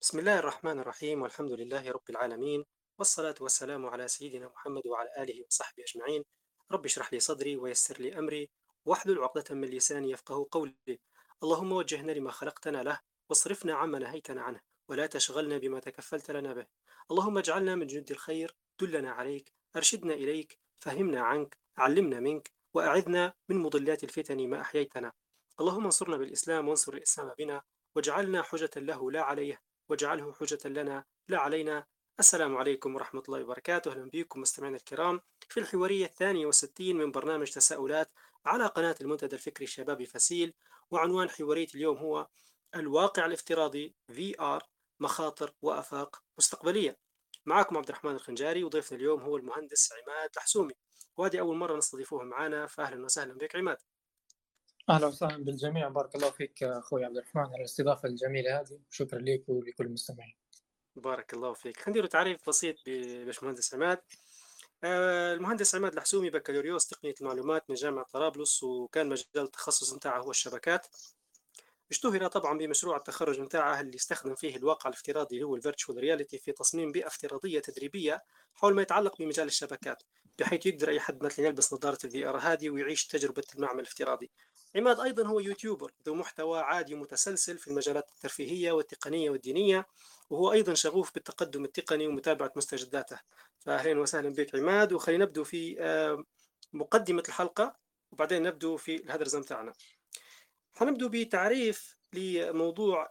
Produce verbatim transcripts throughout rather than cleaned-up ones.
بسم الله الرحمن الرحيم والحمد لله رب العالمين، والصلاة والسلام على سيدنا محمد وعلى آله وصحبه أجمعين. رب اشرح لي صدري ويسر لي أمري واحلل عقدة من لساني يفقه قولي. اللهم وجهنا لما خلقتنا له، واصرفنا عما نهيتنا عنه، ولا تشغلنا بما تكفلت لنا به. اللهم اجعلنا من جند الخير، دلنا عليك، أرشدنا إليك، فهمنا عنك، علمنا منك، وأعذنا من مضلات الفتن ما أحييتنا. اللهم انصرنا بالإسلام وانصر الإسلام بنا، واجعلنا حجة له لا عليه، واجعله حجة لنا لا علينا. السلام عليكم ورحمة الله وبركاته. أهلا بكم مستمعينا الكرام في الحوارية الثانية والستين من برنامج تساؤلات على قناة المنتدى الفكري الشبابي فسيل. وعنوان حوارية اليوم هو الواقع الافتراضي في آر، مخاطر وآفاق مستقبلية. معكم عبد الرحمن الخنجاري، وضيفنا اليوم هو المهندس عماد الحسومي، وهذه أول مرة نستضيفوه معنا، فأهلا وسهلا بك عماد. أهلا وسهلا بالجميع، بارك الله فيك أخوي عبد الرحمن على الاستضافة الجميلة هذه، شكرا لك ولكل المستمعين. بارك الله فيك. خلينا نديروا تعريف بسيط بباشمهندس عماد. آه، المهندس عماد الحسومي بكالوريوس تقنية المعلومات من جامعة طرابلس، وكان مجال التخصص نتاعه هو الشبكات. اشتهر طبعا بمشروع التخرج نتاعه اللي استخدم فيه الواقع الافتراضي اللي هو الفيرتشوال رياليتي في تصميم بيئة افتراضية تدريبية حول ما يتعلق بمجال الشبكات، بحيث يقدر أي حد مثلا يلبس نظارة الفي ار هذه ويعيش تجربة المعمل الافتراضي. عماد أيضا هو يوتيوبر ذو محتوى عادي متسلسل في المجالات الترفيهية والتقنية والدينية، وهو أيضا شغوف بالتقدم التقني ومتابعة مستجداته. فأهلا وسهلا بك عماد، وخلينا نبدو في آه، مقدمة الحلقة، وبعدين نبدو في الهدرزة متاعنا. حنبدو بتعريف لموضوع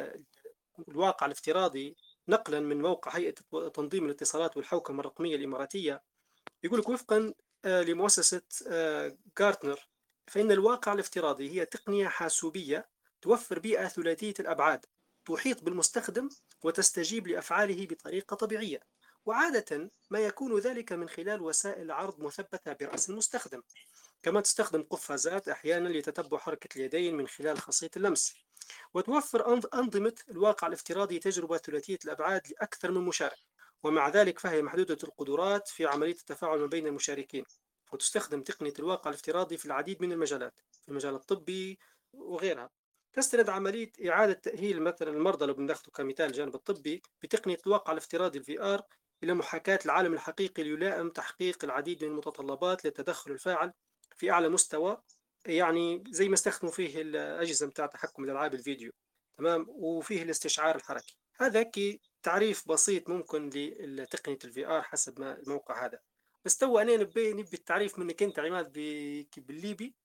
الواقع الافتراضي نقلا من موقع هيئة تنظيم الاتصالات والحوكمة الرقمية الإماراتية. يقول لك وفقا آه، لمؤسسة آه، غارتنر، فإن الواقع الافتراضي هي تقنية حاسوبية توفر بيئة ثلاثية الأبعاد تحيط بالمستخدم وتستجيب لأفعاله بطريقة طبيعية، وعادة ما يكون ذلك من خلال وسائل عرض مثبتة برأس المستخدم. كما تستخدم قفازات أحيانا لتتبع حركة اليدين من خلال خاصية اللمس. وتوفر أنظمة الواقع الافتراضي تجربة ثلاثية الأبعاد لأكثر من مشارك، ومع ذلك فهي محدودة القدرات في عملية التفاعل ما بين المشاركين. وتستخدم تقنية الواقع الافتراضي في العديد من المجالات، في المجال الطبي وغيرها. تستند عملية إعادة تأهيل مثلا المرضى، لو بناخذه كمثال الجانب الطبي، بتقنية الواقع الافتراضي الفي آر إلى محاكاة العالم الحقيقي ليلائم تحقيق العديد من المتطلبات للتدخل الفاعل في أعلى مستوى، يعني زي ما استخدموا فيه الأجهزة متاع تحكم الألعاب الفيديو. تمام، وفيه الاستشعار الحركي. هذا كي تعريف بسيط ممكن لتقنية الفي آر حسب ما الموقع هذا. بس تو أنا نبي نبي التعريف منك أنت عماد بالليبي،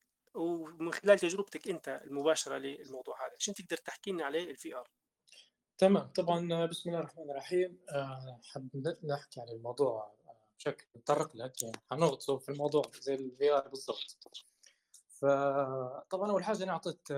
ومن خلال تجربتك أنت المباشرة للموضوع هذا، شو تقدر تحكي لنا عليه الفي آر؟ تمام، طبعا بسم الله الرحمن الرحيم. حاب نحكي عن الموضوع بشكل متطرق لك، يعني حنغطسه في الموضوع زي الفي ار بالضبط. فطبعا أول حاجة أنا أعطيت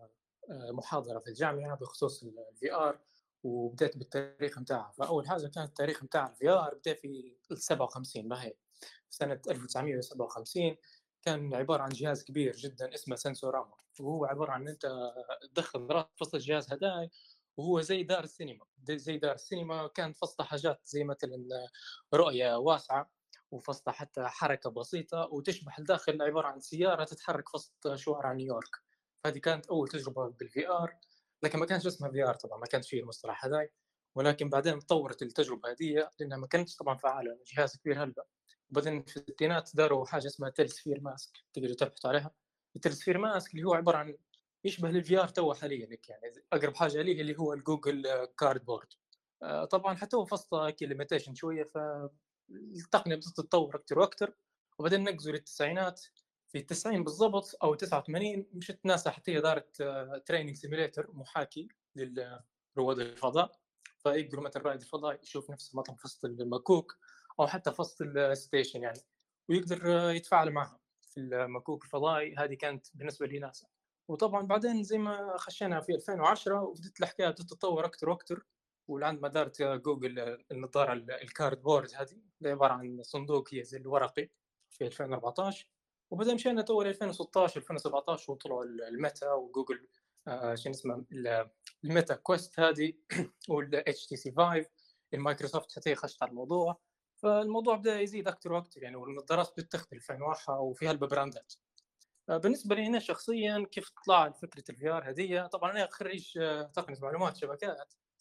محاضرة في الجامعة بخصوص الفي ار، وبدأت بالتاريخ متاعها. فأول حاجة كان التاريخ متاع الفي ار بدأ في سبعة وخمسين، ما هي سنة ألف وتسعمية وسبعة وخمسين. كان عبارة عن جهاز كبير جدا اسمه سنسوراما، وهو عبارة عن أنت تدخل راس فصل الجهاز هذا، وهو زي دار السينما. زي دار السينما كان فصله حاجات زي مثلا رؤية واسعة، وفصله حتى حركة بسيطة، وتشبح الداخل عبارة عن سيارة تتحرك في وسط شوارع نيويورك. فهذه كانت أول تجربة بالفي آر، لكن ما كانش اسمها في آر طبعا، ما كانش فيه المصطلح هذا. ولكن بعدين تطورت التجربة هذه لأنها ما كانتش طبعا فعالة، جهاز كبير هلبة. وبعدين في الستينات داروا حاجة اسمها تلسفير ماسك، تقدروا تبحثوا عليها. التلسفير ماسك اللي هو عبارة عن يشبه الفي ار تو حاليا، يعني أقرب حاجة ليه اللي هو الجوجل كارد بورد. طبعا حتى هو فصله كليميتيشن شوية، فالتقنية بدأت تتطور أكثر وأكثر. وبعدين نقزوا للتسعينات، في التسعين بالضبط أو تسعة وثمانين مشت ناسا حتى هي دارت تريننج سيميليتر محاكي لرواد الفضاء، فيقدروا مثلا رائد الفضاء يشوف نفسه مثلا في وسط المكوك أو حتى في وسط الستيشن يعني، ويقدر يتفاعل معها في المكوك الفضائي. هذه كانت بالنسبة لناسا. وطبعا بعدين زي ما خشينا في ألفين وعشرة وبدت الحكاية تتطور أكثر وأكثر، ولعند ما دارت جوجل النظارة الكارد بورد، هذه عبارة عن صندوق هي زي الورقي في ألفين وأربعتاشر. وبعدين مشينا طول ألفين وستاشر ألفين وسبعتاشر وطلعوا الميتا وجوجل آه شنو اسمه الميتا كويست هذه والاتش تي سي خمسة. المايكروسوفت حتى خشت على الموضوع، فالموضوع بدا يزيد اكثر واكثر يعني، والنظارات بدات تختلف انواعها وفيها البراندات. آه بالنسبه لي انا شخصيا كيف طلع فكره الفي ار هذه، طبعا انا خريج آه تقنيه معلومات شبكات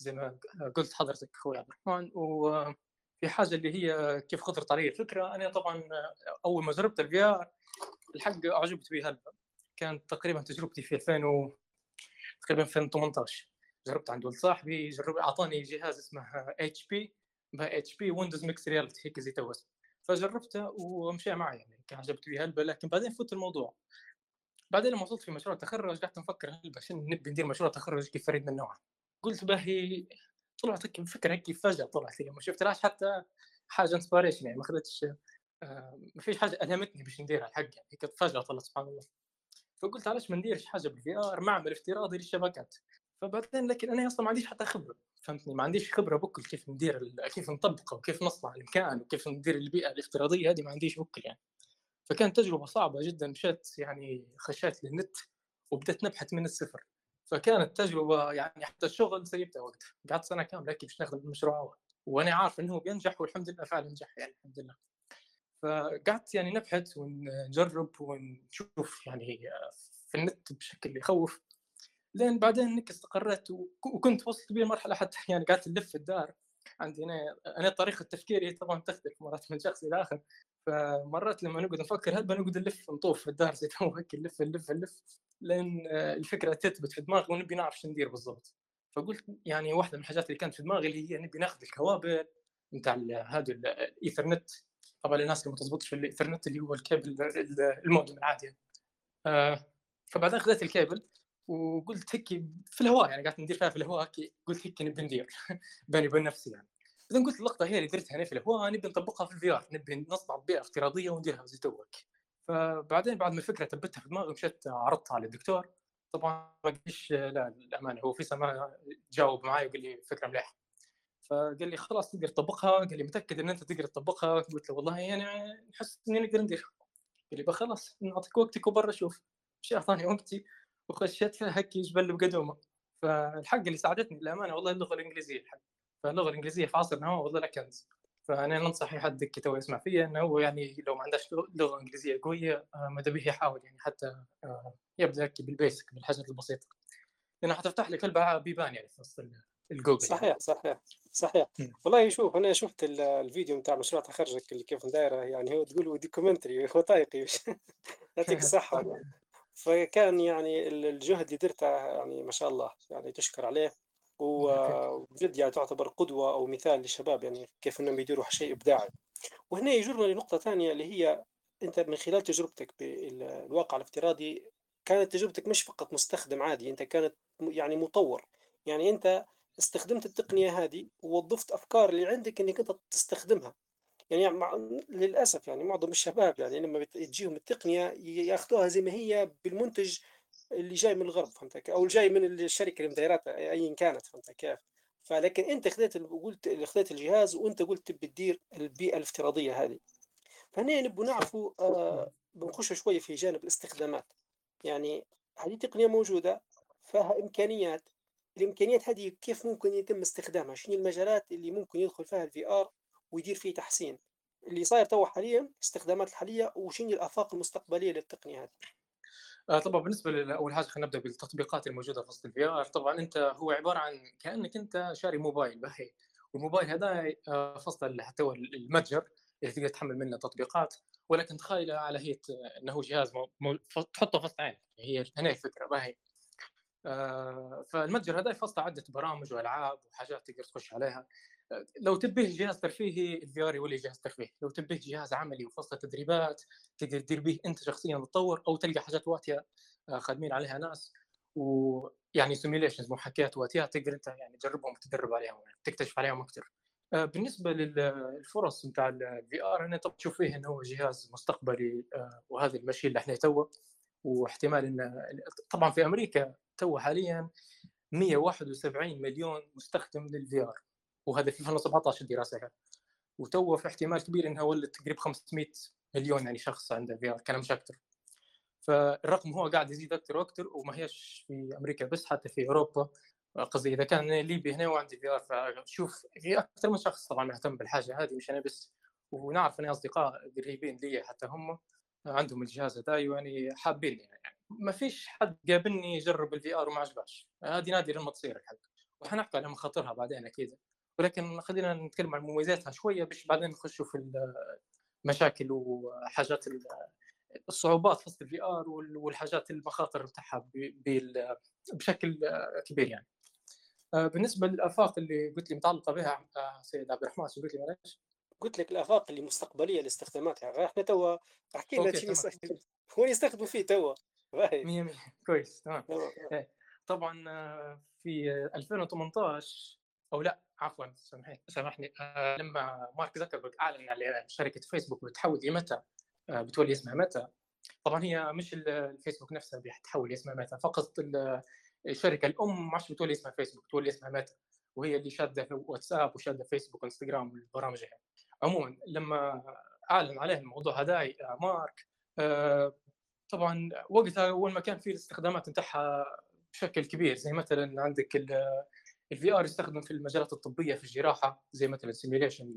زي ما قلت حضرتك اخوي عبد الرحمن. وفي حاجه اللي هي كيف خطرت علي الفكره. انا طبعا اول ما جربت الفي ار الحق اعجبت به هلبا. كانت تقريبا تجربتي في ألفين و... تقريبا ألفين وثمانية عشر. جربت عند ولد صاحبي، جرب اعطاني جهاز اسمه اتش بي اتش بي ويندوز ميكس رياليتي هيك زي تو اسمه. فجربته ومشى معي يعني، كان عجبت به هلبا. لكن بعدين فوت الموضوع. بعدين لما وصلت في مشروع التخرج قعدت نفكر هل عشان نبي ندير مشروع تخرج كيف فريد من نوعه. قلت باهي طلعت هيك فكره هيك فجاه طلعت لي، ما شفتلاش حتى حاجه انسبيريشن يعني، ما اخذتش آه ما فيش حاجه الهمتني باش نديرها الحق يعني، هيك فجاه طلعت سبحان الله. فقلت علاش ما نديرش حاجه بالفي ار، معمل افتراضي للشبكات. فبعدين لكن انا اصلا ما عنديش حتى خبره، فهمتني، ما عنديش خبره بكل كيف ندير كيف نطبقه وكيف نصنع الامكان وكيف ندير البيئه الافتراضيه هذه، ما عنديش بكل يعني. فكانت تجربة صعبة جدا. مشيت يعني خشيت للنت وبدأت نبحث من الصفر. فكانت تجربة يعني حتى الشغل سيبته وقتها، قعدت سنة كاملة هيك باش نخدم المشروع أول، وأنا عارف إنه بينجح والحمد لله فعلا نجح يعني الحمد لله. فقعدت يعني نبحث ونجرب ونشوف يعني في النت بشكل يخوف. لين بعدين انك استقريت وكنت وصلت بي مرحله حتى يعني قعدت نلف في الدار. عندي انا انا طريقه تفكيري طبعا تختلف مرات من شخص الى اخر. فمرات لما نقعد نفكر هل بنقعد نلف نطوف في الدار زي تو هيك نلف نلف نلف لين الفكره تثبت في دماغي ونبي نعرف شو ندير بالضبط. فقلت يعني واحده من الحاجات اللي كانت في دماغي اللي هي نبي ناخذ الكوابل نتاع هذا الايثرنت. طبعا الناس اللي ما تزبطش في الايثرنت اللي هو الكابل المودم العادي. فبعدين اخذت الكابل وقلت هيك في الهواء يعني، قاعد ندير فيها في الهواء هيك، قلت هيك نبي ندير بيني وبين نفسي يعني. بعدين قلت اللقطه هي اللي درتها هنا في الهواء نبي نطبقها في الفي ار، نبي نصنع بيئه افتراضيه ونديرها زي توك. فبعدين بعد ما الفكره ثبتها في دماغي مشيت عرضتها على الدكتور. طبعا ما قاليش لا للامانه، هو في سما جاوب معي وقال لي فكره مليحه. فقال لي خلاص تقدر تطبقها، قال لي متاكد ان انت تقدر تطبقها؟ قلت له والله يعني نحس اني نقدر نديرها. قال لي خلاص نعطيك وقتك وبرا شوف. مشي اعطاني وقتي وخشيت فيها هكي جبل بقدومه. فالحق اللي ساعدتني للامانه والله اللغه الانجليزيه الحق. فاللغه الانجليزيه في عصرنا هو والله لا كنز. فانا ننصح اي حد تو يسمع فيا انه هو يعني لو ما عندهش لغه انجليزيه قويه ماذا به يحاول يعني حتى يبدا بالبيسك بالحاجات البسيطه، لانها حتفتح لك بيبان يعني في وسط الجوجل يعني. صحيح صحيح صحيح. م. والله شوف انا شفت ال- الفيديو نتاع مشروع تخرجك اللي كيف دايره، يعني هو تقول دوكيومنتري وثائقي يعطيك الصحة. فكان يعني ال- الجهد اللي درته يعني ما شاء الله يعني تشكر عليه. وبجد يعني تعتبر قدوة أو مثال للشباب يعني كيف أنهم يديروا شيء إبداعي. وهنا يجرنا لنقطة ثانية اللي هي أنت من خلال تجربتك بالواقع الافتراضي كانت تجربتك مش فقط مستخدم عادي، أنت كانت م- يعني مطور. يعني أنت استخدمت التقنية هذه ووظفت أفكار اللي عندك أنك أنت تستخدمها. يعني مع... للأسف يعني معظم الشباب يعني لما بتجيهم التقنية ياخذوها زي ما هي بالمنتج اللي جاي من الغرب، فهمت كيف؟ او جاي من الشركه اللي مديراتها ايا كانت، فهمت كيف؟ فلكن انت خذيت قلت خذيت الجهاز وانت قلت بتدير البيئه الافتراضيه هذه. فهنا نبغى نعرفوا آه بنخش شويه في جانب الاستخدامات. يعني هذه تقنيه موجوده فيها امكانيات، الامكانيات هذه كيف ممكن يتم استخدامها؟ شنو المجالات اللي ممكن يدخل فيها الفي ار ويدير فيه تحسين اللي صاير تو حاليا استخدامات الحاليه، وشنو الافاق المستقبليه للتقنيه هذه؟ آه طبعا بالنسبه لاول حاجه خلينا نبدا بالتطبيقات الموجوده في وسط الفي ار. طبعا انت هو عباره عن كانك انت شاري موبايل بهي، والموبايل هذا آه فصل حتى هو المتجر اللي تقدر تحمل منه تطبيقات. ولكن تخيل على هي انه جهاز مو... مو... تحطه في وسط عينك، هي هنا الفكره بهي. آه فالمتجر هذا يفصل عده برامج والعاب وحاجات تقدر تخش عليها. لو تبيه جهاز ترفيهي الفي ار يولي جهاز ترفيهي، لو تبيه جهاز عملي وفصل تدريبات تقدر تدير به انت شخصيا تطور، او تلقى حاجات واتيه خادمين عليها ناس ويعني سيميليشنز محاكيات واتيه تقدر انت يعني تجربهم وتدرب عليهم يعني تكتشف عليهم اكثر. بالنسبه للفرص نتاع الفي ار انا طب تشوف فيه انه هو جهاز مستقبلي، وهذا المشي اللي احنا تو. واحتمال ان طبعا في امريكا تو حاليا مئة وواحد وسبعين مليون مستخدم للفي ار، وهذا في ألفين وسبعة عشر الدراسه هذه. وتو في احتمال كبير انها ولت تقريبا خمسمئة مليون يعني شخص عنده في ار، كان مش اكثر. فالرقم هو قاعد يزيد اكثر واكثر، وما هيش في امريكا بس حتى في اوروبا. قصدي اذا كان ليبي هنا وعندي في ار، فشوف في اكثر من شخص طبعا مهتم بالحاجه هذه مش انا بس. ونعرف ان اصدقاء قريبين لي حتى هم عندهم الجهاز هذا يعني حابين يعني. ما فيش حد قابلني يجرب الفي ار وما عجباش، هذه نادر لما تصير الحق. وحنحكي على مخاطرها بعدين أكيد، ولكن خلينا نتكلم عن مميزاتها شوية باش بعدين نخشوا في المشاكل وحاجات ال- الصعوبات في وسط الفي ار والحاجات المخاطر بتاعها ب- بال- بشكل كبير يعني. آه، بالنسبة للآفاق اللي قلت لي متعلقة بها آه، سيد عبد الرحمن، شو قلت لي معلش؟ قلت لك الآفاق اللي مستقبلية لاستخداماتها، غير إحنا توا احكي لنا أوكي شنو تمام. يستخدم هو يستخدموا فيه توا. باهي. مية مية. كويس تمام. تمام. إيه. طبعا آه، في ألفين وثمانطعش او لا عفوا سامحني سامحني آه، لما مارك زكربرج اعلن على شركه فيسبوك بتحول لمتى، آه، بتولي اسمها متى. طبعا هي مش الفيسبوك نفسها اللي بتحول اسمها متى، فقط الشركه الام ما عادش بتولي اسمها فيسبوك، بتولي اسمها متى، وهي اللي شاده في واتساب وشاده فيسبوك وانستغرام والبرامج هي. عموما لما اعلن عليه الموضوع هذا آه، مارك، آه، طبعا وقتها اول ما كان في الاستخدامات نتاعها بشكل كبير، زي مثلا عندك الفي ار يستخدم في المجالات الطبيه في الجراحه، زي مثلا سيميليشن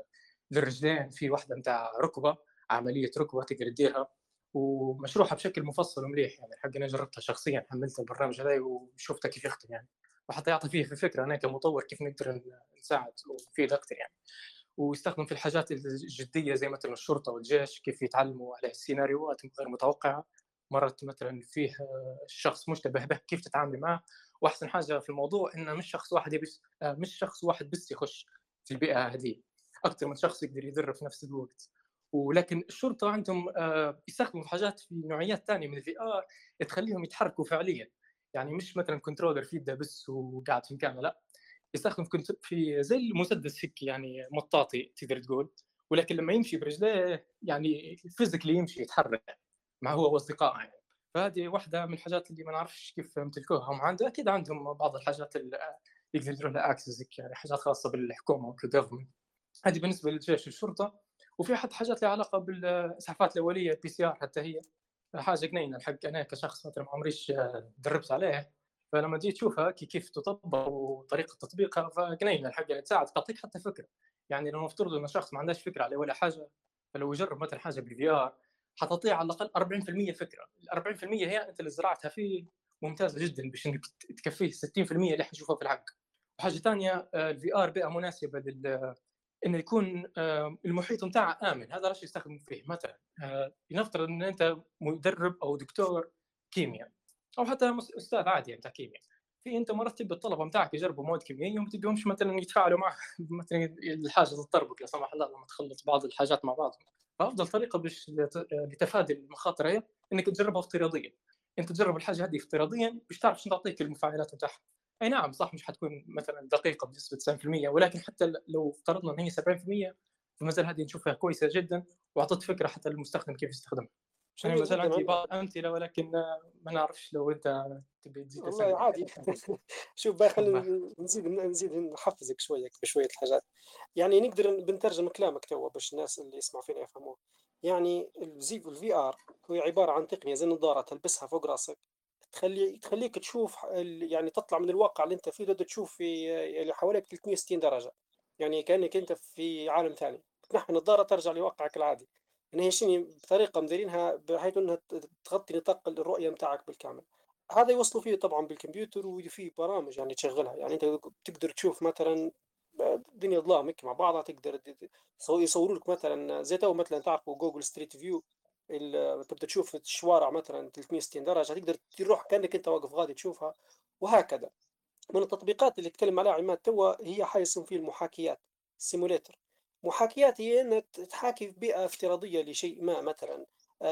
للرجلين، في واحده نتاع ركبه، عمليه ركبه تقدر تديرها ومشروحه بشكل مفصل ومليح يعني. الحق انا جربتها شخصيا، حملت البرنامج هذا وشفتها كيف يخدم يعني، وحتى يعطي فيه في فكره انا كمطور كيف نقدر نساعد فيه اكثر يعني. ويستخدم في الحاجات الجديه زي مثلا الشرطه والجيش، كيف يتعلموا على السيناريوهات غير متوقعه، مرات مثلا فيه شخص مشتبه به كيف تتعامل معه. واحسن حاجه في الموضوع انه مش شخص واحد يبس مش شخص واحد بس يخش في البيئه هذه، اكثر من شخص يقدر يدرب في نفس الوقت. ولكن الشرطه عندهم يستخدموا حاجات في نوعيات ثانيه من الفي ار تخليهم يتحركوا فعليا، يعني مش مثلا كنترولر في يده بس وقاعد في مكانه، لا، يستخدم كنت في زي المسدس هيك يعني مطاطي تقدر تقول، ولكن لما يمشي برجليه يعني فيزيكلي يمشي يتحرك مع هو واصدقائه يعني. فهذه واحده من الحاجات اللي ما نعرفش كيف يمتلكوها. هم عنده اكيد عندهم بعض الحاجات اللي يقدر يديروا لها اكسس يعني، حاجات خاصه بالحكومه والجفرمنت. هذه بالنسبه للجيش والشرطه. وفي حتى حاجات لها علاقه بالاسعافات الاوليه، البي سي ار، حتى هي حاجه جنينه الحق. انا كشخص مثلا ما عمريش دربت عليه، فلما جيت تشوفها كيف تطبق وطريقه تطبيقها فجنينه الحق يعني، تساعد تعطيك حتى فكره. يعني لو نفترض ان شخص ما عندهاش فكره على ولا حاجه، فلو يجرب مثلا حاجه بالفي ار حتعطيه على الاقل أربعين بالمئة فكره. ال أربعين بالمئة هي انت اللي زرعتها فيه، ممتازه جدا باش انك تكفيه ستين بالمئة اللي حنشوفها في الحق. وحاجه ثانيه، الفي ار بيئه مناسبه لل انه يكون المحيط نتاعه امن. هذا راش يستخدم فيه مثلا لنفترض ان انت مدرب او دكتور كيمياء او حتى استاذ عادي بتاع كيمياء، في انت مرات تبي الطلبه نتاعك يجربوا مواد كيميائيه وما تبيهمش مثلا يتفاعلوا معها مثلا الحاجه تضطربك لا سمح الله لما تخلط بعض الحاجات مع بعض. فافضل طريقه باش لتفادي المخاطر هي انك تجربها افتراضيا. انت تجرب الحاجه هذه افتراضيا باش تعرف شنو تعطيك المفاعلات نتاعها. اي نعم صح مش حتكون مثلا دقيقه بنسبه تسعين بالمئة، ولكن حتى لو افترضنا ان هي سبعين بالمئة فما زال هذه نشوفها كويسه جدا، واعطت فكره حتى للمستخدم كيف يستخدمها. انا ما جميل زال جدا عندي والله. بعض الامثله، ولكن ما نعرفش لو انت تبي تزيد والله اسئله. عادي. شوف بقى تفضل. خلينا نزيد نزيد نحفزك شويه بشويه الحاجات. يعني نقدر بنترجم كلامك توا باش الناس اللي يسمعوا فينا يفهموه. يعني الزيف الفي ار هو عباره عن تقنيه زي نظاره تلبسها فوق راسك، تخلي تخليك تشوف ال- يعني تطلع من الواقع اللي انت فيه، تقدر تشوف في اللي حواليك ثلاثمئة وستين درجه. يعني كانك انت في عالم ثاني، تنحي النظاره ترجع لواقعك العادي. يعني هي شنو بطريقه مديرينها بحيث انها تغطي نطاق الرؤيه متاعك بالكامل. هذا يوصلوا فيه طبعا بالكمبيوتر وفيه برامج يعني تشغلها. يعني انت تقدر تشوف مثلا الدنيا ظلام هيك مع بعضها، تقدر ت- ت- يصوروا لك مثلا زي تو مثلا تعرفوا جوجل ستريت فيو، ال- تبدا تشوف الشوارع مثلا ثلاثمئة وستين درجه، تقدر تروح كانك انت واقف غادي تشوفها. وهكذا من التطبيقات اللي تكلم عليها عماد توا هي حاجه يسمى فيه المحاكيات، سيموليتر. محاكيات هي انك تحاكي في بيئه افتراضيه لشيء ما، مثلا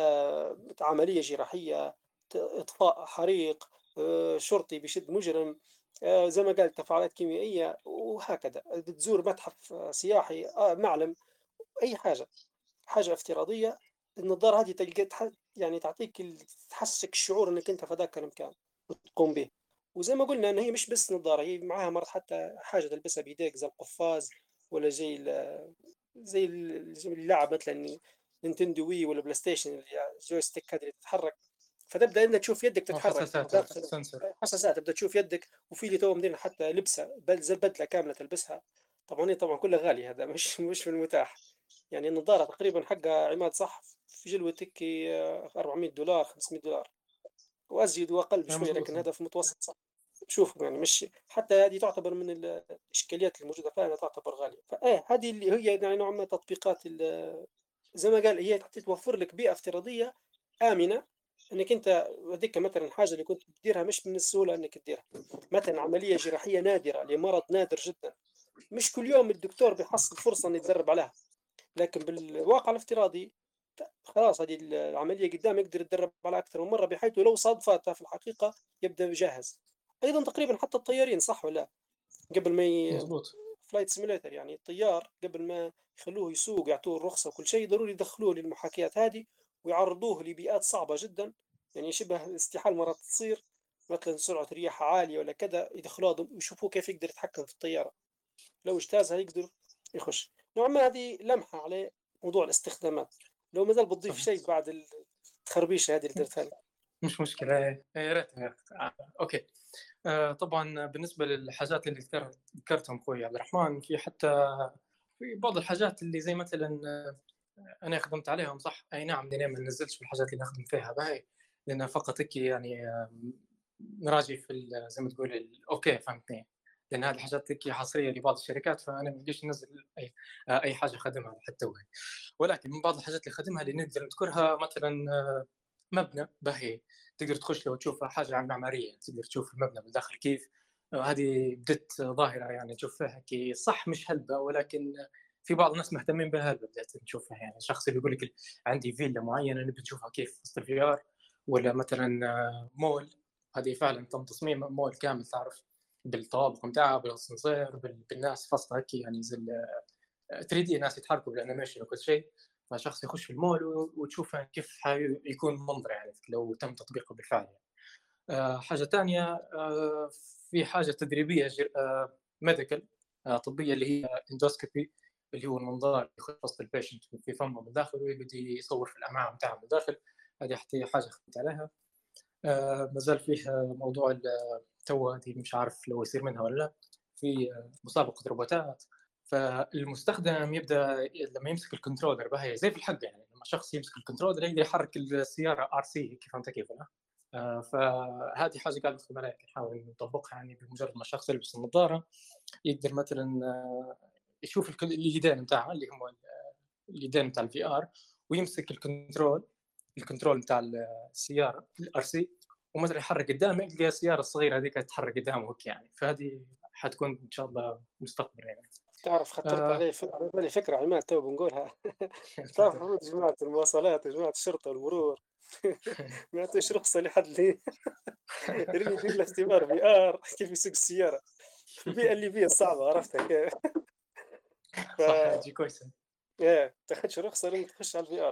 آه، عمليه جراحيه، ت- اطفاء حريق، آه، شرطي بيشد مجرم، آه، زي ما قال تفاعلات كيميائيه، وهكذا تزور متحف آه، سياحي، آه، معلم، اي حاجه، حاجه افتراضيه. النظاره هذه تلقى تح- يعني تعطيك ال- تحسسك الشعور انك انت في ذاك المكان وتقوم به. وزي ما قلنا ان هي مش بس نظاره، هي معاها مرات حتى حاجه تلبسها بيديك زي القفاز، ولا زي ال زي ال- زي اللعب مثلا نينتندو وي ولا بلاي ستيشن اللي جويستيك هذه اللي تتحرك، فتبدا انك تشوف يدك او تتحرك حساسات داخل. سنسور. حساسات تبدا تشوف يدك. وفي اللي تو مدير حتى لبسه بل زي بدله كامله تلبسها. طبعا هي طبعا كلها غالي، هذا مش مش في المتاح. يعني النظاره تقريبا حقها عماد صح في جلوة تكي آه، أربعمئة دولار خمسمئة دولار، وازيد واقل يا بشويه، مزبوط. لكن هذا في المتوسط صح. بشوفهم يعني مش حتى هذه تعتبر من ال الإشكاليات الموجودة فيها، أنها تعتبر غالية. فإيه هذه اللي هي يعني نوعًا ما تطبيقات ال زي ما قال هي حتى توفر لك بيئة افتراضية آمنة، إنك أنت هذيك مثلًا الحاجة اللي كنت تديرها مش من السهولة إنك تديرها، مثلًا عملية جراحية نادرة لمرض نادر جدًا، مش كل يوم الدكتور بيحصل فرصة إنه يتدرب عليها، لكن بالواقع الافتراضي ت خلاص هذه ال العملية قدامه يقدر يتدرب عليها أكثر من مرة، بحيث لو صادفتها في الحقيقة يبدأ جاهز. أيضًا تقريبًا حتى الطيارين صح والّا لا؟ قبل ما ي مضبوط. flight simulator يعني الطيار قبل ما يخلّوه يسوق يعطوه الرخصة وكل شيء ضروري يدخلوه للمحاكيات هذه، ويعرضوه لبيئات صعبة جدًا، يعني شبه استحالة مرات تصير، مثلًا سرعة رياح عالية والّا كذا يدخلوها ضم ويشوفوه كيف يقدر يتحكم في الطيارة، لو اجتازها يقدر يخش. نوعًا ما هذه لمحة على موضوع الاستخدامات، لو ما زال بتضيف صحيح. شيء بعد ال التخربيشة هذه اللي درتها لي. مش مشكلة، إيه، يا ريت. آه، أوكي. آآ طبعًا بالنسبة للحاجات اللي ذكر ذكرتهم أخوي عبد الرحمن، في حتى في بعض الحاجات اللي زي مثلًا أنا خدمت عليهم صح، أي نعم أنا ما ننزّلش في الحاجات اللي نخدم فيها باهي، لأنها فقط هيك يعني آمم، نراجع في ال زي ما تقول الأوكي فهمتني، لأن هذه الحاجات هيك حصرية لبعض الشركات، فأنا ما نبيش ننزّل أي آآ أي حاجة خادمها لحد توي. ولكن من بعض الحاجات اللي خادمها اللي نقدر نذكرها مثلًا آه، مبنى باهي، تقدر تخش له وتشوف حاجة عن معمارية، تقدر تشوف المبنى من الداخل كيف. آه، هذه بدت ظاهرة يعني نشوف فيها كي صح مش هلبة، ولكن في بعض الناس مهتمين بها هلبة بدأت نشوفها، يعني شخص اللي يقول لك عندي فيلا معينة نبي نشوفها كيف وسط الفي ار، ولا مثلا آه، مول. هذه فعلا تم تصميم مول كامل تعرف، بالطوابق متاعها بالاسانسير بال- بالناس فصلها هيك يعني زي ثري دي ناس يتحركوا بالانيميشن وكل شيء. فشخص يخش في المول و- وتشوف كيف حيكون منظر يعني لو تم تطبيقه بالفعل يعني. آه، حاجه ثانيه، آه، في حاجه تدريبيه ميديكال طبيه اللي هي اندوسكوبي، اللي هو المنظار اللي يخش وسط البيشنت في فمه من الداخل ويبدا يصور في الامعاء بتاعه من الداخل. هذه حتى حاجه خدمت عليها. آه، ما زال فيه موضوع التو هذه مش عارف لو يصير منها ولا لا، في آه، مسابقه روبوتات. فالمستخدم يبدا لما يمسك الكنترولر بهي زي في الحق، يعني لما شخص يمسك الكنترولر يقدر يحرك السياره ار سي، كيف فهمت كيف لا. آه، فهذه حاجه قاعد نخدم عليها نحاول نطبقها، يعني بمجرد ما الشخص يلبس النظاره يقدر مثلا آه، يشوف الك- اليدين بتاعها اللي هم اليدين بتاع الفي ار، ويمسك الكنترول الكنترول بتاع السياره الار سي، ومثلا يحرك قدامه يلقى السياره الصغيره هذيك تتحرك قدامه هيك يعني. فهذه حتكون ان شاء الله مستقبل يعني. تعرف خطرت آه. علي ف على بالي فكرة عماد تو بنقولها. تعرف المفروض جماعة المواصلات وجماعة الشرطة والمرور ما يعطيش رخصة لحد اللي يرمي يدير له اختبار في ار كيف يسوق السيارة في البيئة الليبية الصعبة عرفتها كيف. ف صح، تجي كويسه. ايه تاخدش رخصة لين تخش على الفي ار.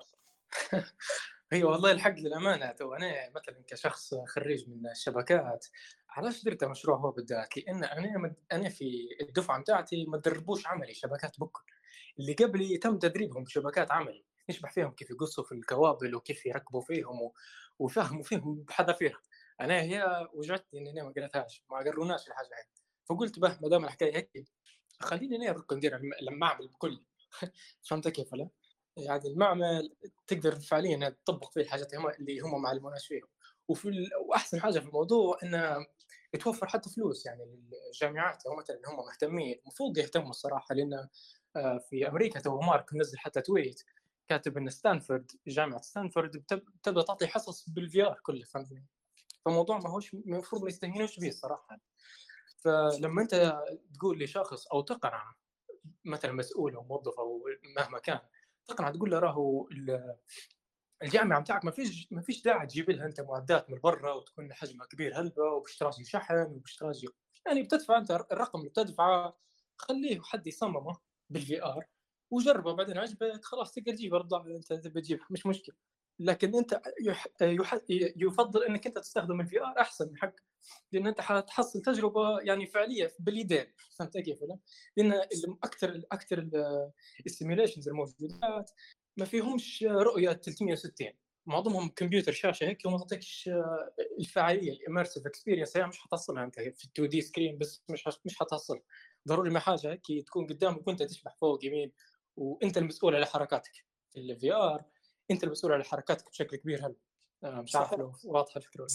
هي والله الحق للامانه، تو انا مثلا كشخص خريج من الشبكات، علاش درت مشروع هو بالذات؟ لان انا مد... انا في الدفعه بتاعتي ما تدربوش عملي شبكات بكل. اللي قبلي تم تدريبهم بشبكات عملي، يشبح فيهم كيف يقصوا في الكوابل وكيف يركبوا فيهم و... وفهموا فيهم بحذافيرها. انا هي وجعتني اني أنا ما قريتهاش، ما قروناش الحاجه هاي. فقلت به ما دام الحكايه هيك خليني انا اركب ندير الم- المعمل بكل. فهمت كيف لا؟ يعني المعمل تقدر فعليا تطبق فيه الحاجات هم اللي هم معلموناش فيهم. وفي ال... واحسن حاجه في الموضوع انه يتوفر حتى فلوس يعني للجامعات، او مثلا هم مهتمين المفروض يهتموا الصراحه، لان آه، في امريكا تو مارك نزل حتى تويت كاتب ان ستانفورد جامعه ستانفورد بتبدا تعطي حصص بالفي ار كله فهمتني. فالموضوع ما هوش المفروض ما يستهينوش به الصراحه. فلما انت تقول لشخص او تقنع مثلا مسؤول او موظف او مهما كان، تقنع تقول له راهو الجامعه بتاعك ما فيش ما فيش داعي تجيب لها انت معدات من برا وتكون حجمها كبير هلبة وباشتراجي شحن وباشتراجي، يعني بتدفع انت الرقم اللي بتدفعه، خليه حد يصممه بالفي ار وجربه، بعدين عجبك خلاص تقدر تجيب البضاعه اللي انت تبي تجيبها مش مشكله. لكن انت يح... يح... يفضل انك انت تستخدم الفي ار احسن من حق، لان انت حتحصل تجربه يعني فعليه باليدين. فهمت كيف لا؟ لان اكثر اكثر السيميليشنز الموجودات ما فيهمش رؤيه ثلاثمية وستين، معظمهم كمبيوتر شاشه هيك وما تعطيكش الفعاليه الاميرسيف اكسبيرينس، هي مش حتصلها انت في ال2 دي سكرين بس، مش مش حتصل. ضروري ما حاجه هيك تكون قدامك وانت تشبح فوق يمين، وانت المسؤول على حركاتك في الفي ار، انت المسؤول على حركاتك بشكل كبير. هل آه، مش عارف صحيح. لو واضحه الفكره ولا.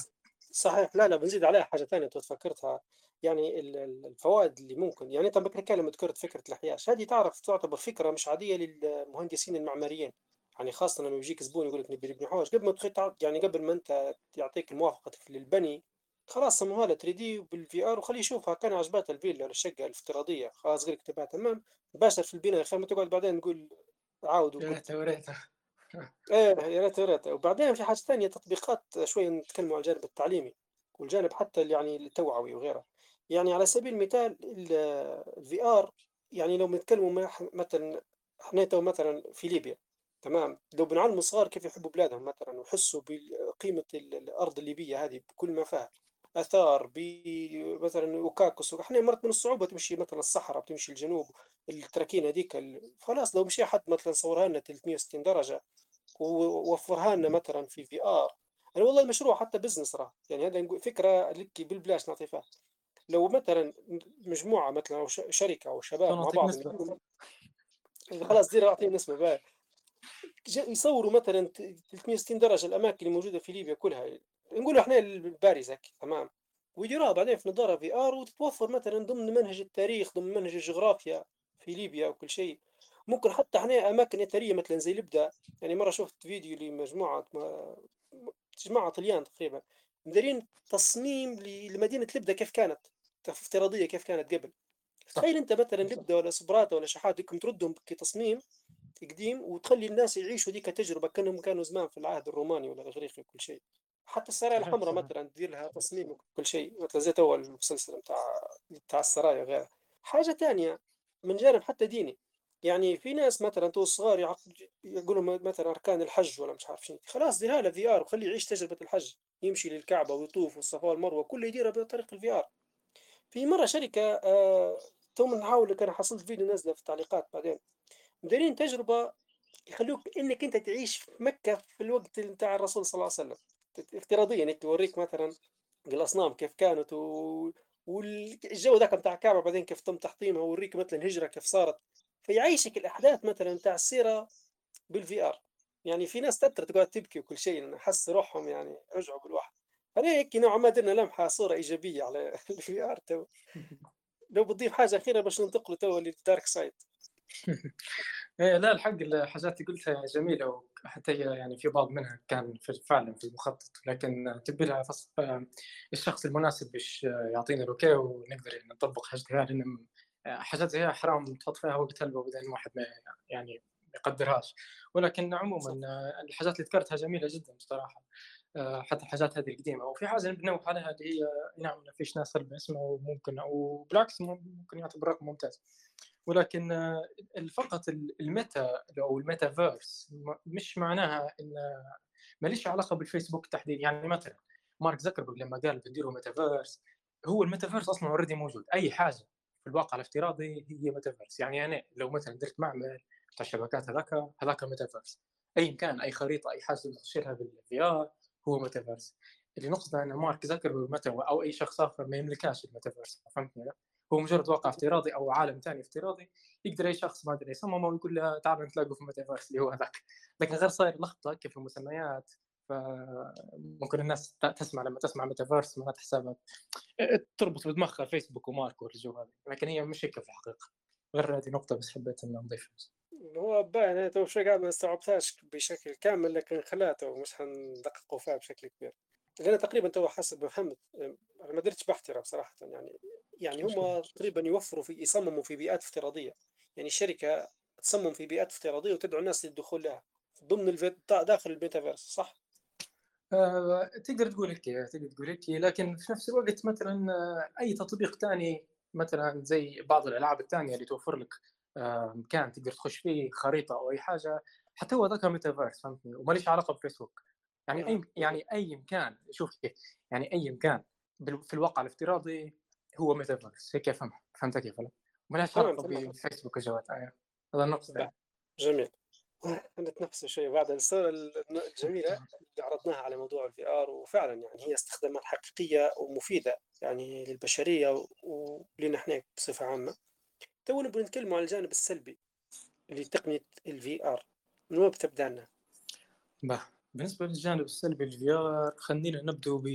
صحيح. لا لا بنزيد عليها حاجة ثانية تو تفكرتها. يعني ال- ال- الفوائد اللي ممكن، يعني انت بتتكلم ذكرت فكرة الأحياء، هذه تعرف تعتبر فكرة مش عادية للمهندسين المعماريين. يعني خاصة لما يجيك زبون يقول لك نبي نبني حوش، قبل ما تخيط يعني قبل ما انت يعطيك الموافقة للبني، خلاص سموها له ثري دي بالفي ار وخليه يشوفها، كان عجبته الفيلا ولا الشقة الافتراضية، خلاص غير كتبها تمام، باشر في البناء، خير ما تقعد بعدين تقول عاود يا وقلت. ريت يا ريت. ايه يا ريت يا ريت. وبعدين في حاجة ثانية، تطبيقات شوية نتكلموا على الجانب التعليمي والجانب حتى اللي يعني التوعوي وغيره. يعني على سبيل المثال الفي ار، يعني لو بنتكلموا مع- مثلا احنا تو مثلا في ليبيا، تمام، لو بنعلم الصغار كيف يحبوا بلادهم مثلا ويحسوا بقيمة ال- الأرض الليبية هذه بكل ما فيها آثار، ب مثلا وكاكوس، احنا مرت من الصعوبة تمشي مثلا الصحراء، بتمشي الجنوب، التراكين هذيك ال- خلاص لو مشي حد مثلا صورها لنا ثلاثمية وستين درجة ووفرها لنا مثلا في في ار. انا والله المشروع حتى بزنس راه، يعني هذا نقول فكره لك بالبلاش نعطي فيها. لو مثلا مجموعه مثلا او ش- شركه او شو شباب مع نعطيك بعض نسبة؟ يقولوا خلاص دير اعطيهم نسبه بقى. ج- يصوروا مثلا ثلاثمية وستين درجه الاماكن اللي موجوده في ليبيا كلها، نقولوا احنا البارزه تمام، ويديروها بعدين في نظاره في ار، وتتوفر مثلا ضمن منهج التاريخ ضمن منهج الجغرافيا في ليبيا وكل شيء. ممكن حتى احنا اماكن اثريه مثلا زي لبدا. يعني مره شفت فيديو لمجموعه ما- جماعه طليان تقريبا مديرين تصميم ل- لمدينه لبدا كيف كانت افتراضيه، كيف كانت قبل. صح. تخيل انت مثلا لبدا ولا سبراتا ولا شحات يمكن تردهم كتصميم قديم وتخلي الناس يعيشوا ذيك التجربة كأنهم كانوا زمان في العهد الروماني ولا الإغريقي وكل شيء. حتى السرايا صحيح الحمراء صحيح. مثلا تدير لها تصميم وكل شيء، مثلا زي تو المسلسل بتاع بتاع السرايا وغيرها. حاجة تانية من جانب حتى ديني، يعني في ناس مثلا تو الصغار يعق- يقولوا م- مثلا أركان الحج ولا مش عارف شنو، خلاص ديرها له في ار وخليه يعيش تجربة الحج، يمشي للكعبة ويطوف والصفا والمروة كله يديرها بطريقة الفي ار. في مرة شركة آه تو نحاول، كان حصلت فيديو نازلة في التعليقات بعدين، مديرين تجربة يخلوك انك انت تعيش في مكة في الوقت بتاع الرسول صلى الله عليه وسلم، افتراضيا انك توريك مثلا الاصنام كيف كانت و... والجو ذاك بتاع الكعبة بعدين كيف تم تحطيمها، ويوريك مثلا الهجرة كيف صارت، فيعيشك الاحداث مثلا بتاع السيرة بالفي ار. يعني في ناس تتر تقعد تبكي وكل شيء، لأن حس روحهم يعني رجعوا بالواحد. فانا هيك نوعا ما درنا لمحة صورة إيجابية على الفي ار تو. لو بتضيف حاجة أخيرة باش ننتقل تو للدارك سايد. إيه لا، الحق الحاجات اللي قلتها جميلة، وحتى هي يعني في بعض منها كان في فعلا في المخطط، لكن تبي لها فصل آه، الشخص المناسب باش آه، يعطينا الأوكي ونقدر يعني نطبق حاجتها، لأن آه، حاجات زيها حرام تحط فيها وقت هلبة وبعدين الواحد ما يعني ما يقدرهاش. ولكن عموما صح. آه، الحاجات اللي ذكرتها جميلة جدا بصراحة. آه، حتى الحاجات هذه القديمة، وفي حاجة بنوه عليها اللي هي نعم ما فيش ناس هلبة اسمه، وممكن أو بالعكس ممكن يعتبر رقم ممتاز. ولكن آه، فقط الميتا او الميتافيرس مش معناها ان ماليش علاقه بالفيسبوك تحديدا. يعني مثلا مارك زكربرج لما قال بنديروا ميتافيرس، هو الميتافيرس اصلا اوريدي موجود. اي حاجه في الواقع الافتراضي هي ميتافيرس. يعني انا لو مثلا درت معمل بتاع الشبكات هذاك هذاك ميتافيرس. اي مكان اي خريطه اي حاجه تخشيها بالفي ار هو ميتافيرس. اللي نقصده ان مارك زكربرج مثلا او اي شخص اخر ما يملكاش الميتافيرس، فهمتني؟ هو مجرد واقع افتراضي او عالم ثاني افتراضي يقدر اي شخص ما ادري يصممه ويقول له تعال نتلاقوا في الميتافيرس اللي هو هذاك. لكن غير صاير لخبطه كيف المسميات. فممكن الناس تسمع لما تسمع ميتافيرس ما حسابها تربط بدماغها فيسبوك ومارك والجو هذا، لكن هي مش هيك في الحقيقه. غير هذه نقطه بس حبيت ان نضيفها. هو باين أنا تو شوي قاعد ما استوعبتهاش بشكل كامل، لكن خلاها تو مش حندققوا فيها بشكل كبير، لأن تقريبا تو حسب محمد، أنا ما درتش بحثي راه بصراحة. يعني يعني مش مشكله. هم تقريبا يوفروا في يصمموا في بيئات افتراضية. يعني الشركة تصمم في بيئات افتراضية وتدعو الناس للدخول لها ضمن الفيت... داخل الميتافيرس، صح؟ آه، تقدر تقول هيك تقدر تقول هيك، لكن في نفس الوقت مثلا آه، اي تطبيق ثاني مثلا زي بعض الالعاب الثانيه اللي توفر لك آه، مكان تقدر تخش فيه خريطه او اي حاجه، حتى هو ذاك ميتافيرس فهمتني، وماليش علاقه بفيسبوك. يعني مهم. اي مهم. يعني اي مكان شوف كيف، يعني اي مكان بال- في الواقع الافتراضي هو ميتافيرس. هيك افهم فهمت كيف ولا؟ مالهاش تمام علاقه تمام. بفيسبوك وجوات آه. هذا النقطه بقى. يعني. جميل. نتنفس شوي بعد الصورة الجميلة اللي عرضناها على موضوع الفي ار، وفعلا يعني هي استخدامات حقيقية ومفيدة يعني للبشرية ولنا احنا بصفة عامة. تو نبغى نتكلم عن الجانب السلبي لتقنية الفي ار، من وين بتبدأ لنا؟ بقى. بالنسبة للجانب السلبي للفي ار خلينا نبدو ب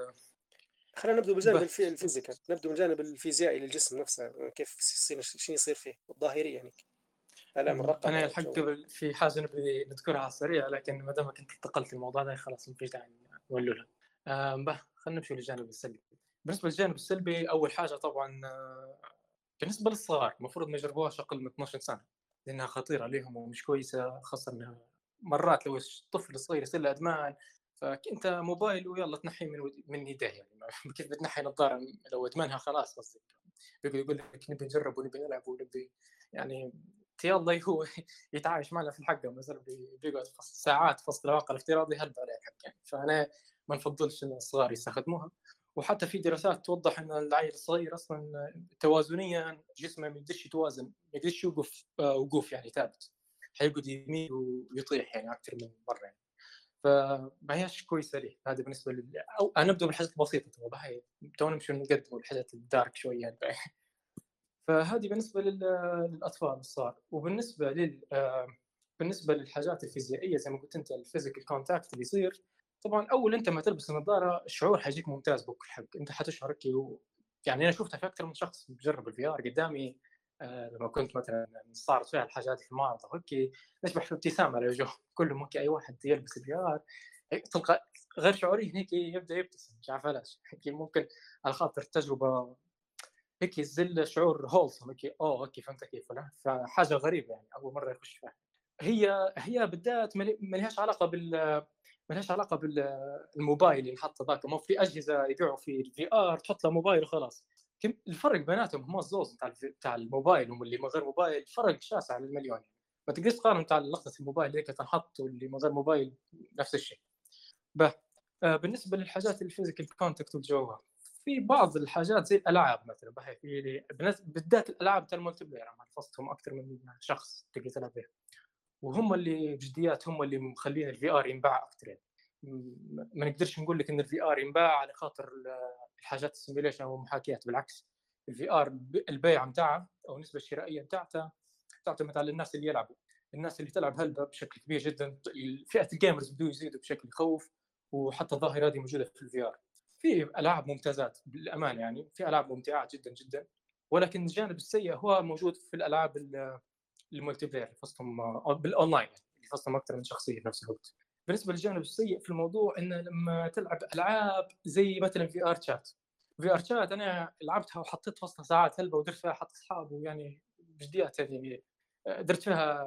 خلينا نبدأ بالجانب به الفي الفيزيكال، نبدأ بالجانب الفيزيائي للجسم نفسه، كيف يصير شنو يصير فيه الظاهري يعني، آلام الرقبة انا الحق والجو. قبل في حاجة نبي نذكرها على السريع، لكن ما دامك انت انتقلت الموضوع ده خلاص ما فيش داعي نولولها. آم، به خلينا نمشي للجانب السلبي. بالنسبة للجانب السلبي أول حاجة طبعا آه، بالنسبة للصغار المفروض ما يجربوهاش أقل من اثنا عشر سنة، لأنها خطيرة عليهم ومش كويسة، خاصة إنها مرات لو الطفل الصغير يصير له إدمان فأنت موبايل ويلا تنحيه من ود- من يديه يعني ما- كيف بتنحي نظارة لو إدمانها خلاص قصدي. بيقول يقول لك نبي نجرب ونبي نلعب ونبي يعني يلا هو يتعايش معنا في الحقه مثلا بي- بيقعد فصل ساعات فصل الواقع الافتراضي هلب عليه الحق يعني. فانا ما نفضلش ان الصغار يستخدموها. وحتى في دراسات توضح ان العيل الصغير اصلا توازنيا جسمه ما يقدرش يتوازن، ما يقدرش يوقف آه، وقوف يعني ثابت، حيقعد يميل ويطيح يعني اكثر من مره يعني. فما هيش كويسه لي هذا بالنسبه لل أو انا نبدا بالحاجات البسيطه تو هاي تو نمشي نقدم الحاجات الدارك شويه يعني. فهذه بالنسبه لل- للاطفال الصغار. وبالنسبه لل آه، بالنسبه للحاجات الفيزيائيه زي ما قلت انت الفيزيكال كونتاكت اللي يصير، طبعا اول انت ما تلبس النظاره الشعور حيجيك ممتاز بكل حق، انت حتشعر كي و... يعني انا شفتها في اكثر من شخص بجرب الفي ار قدامي. آه لما كنت مثلا صارت فيها الحاجات في المعرض هيك نشبح في ابتسامه على وجهه كل ما اي واحد يلبس الفي ار تلقى غير شعوريا هيك يبدا يبتسم مش عارف علاش هيك ممكن على خاطر التجربه هيك ينزل شعور هولسم هيك اوه هيك فهمت كيف ولا. فحاجه غريبه يعني اول مره يخش فيها. هي هي بالذات ما لهاش علاقه بال ما لهاش علاقه بالموبايل اللي نحط ذاك، ما في اجهزه يبيعوا في الفي ار تحط له موبايل وخلاص. كم الفرق بيناتهم هم الزوز بتاع بتاع الموبايل واللي من غير موبايل فرق شاسع للمليون يعني. ما تقدرش تقارن بتاع لقطه الموبايل هيك تنحط واللي من غير موبايل نفس الشيء. به آه، بالنسبه للحاجات الفيزيكال كونتاكت والجوها في بعض الحاجات زي الالعاب مثلا بهي في بالذات الالعاب تاع الملتي بلاير عم فصلهم اكثر من شخص تقدر تلعب بها، وهم اللي بجديات هم اللي مخلين الفي ار ينباع اكثر يعني. ما نقدرش نقول لك ان الفي ار ينباع على خاطر الحاجات السيميوليشن او المحاكيات، بالعكس الفي ار البيع بتاعه او النسبه الشرائيه بتاعته تعتمد على الناس اللي يلعبوا. الناس اللي تلعب هلبة بشكل كبير جدا، فئه الجيمرز بدو يزيدوا بشكل يخوف. وحتى الظاهره هذه موجوده في الفي ار. في العاب ممتازات بالامانه يعني، في العاب ممتعه جدا جدا، ولكن الجانب السيء هو موجود في الالعاب الملتي بلاير اللي فصلهم بالاونلاين يعني اللي فصلهم اكثر من شخصيه في نفس الوقت. بالنسبه للجانب السيء في الموضوع انه لما تلعب العاب زي مثلا في ار شات. في ار شات انا لعبتها وحطيت فصلها ساعات هلبة ودرت فيها حط اصحاب ويعني بجديات يعني درت فيها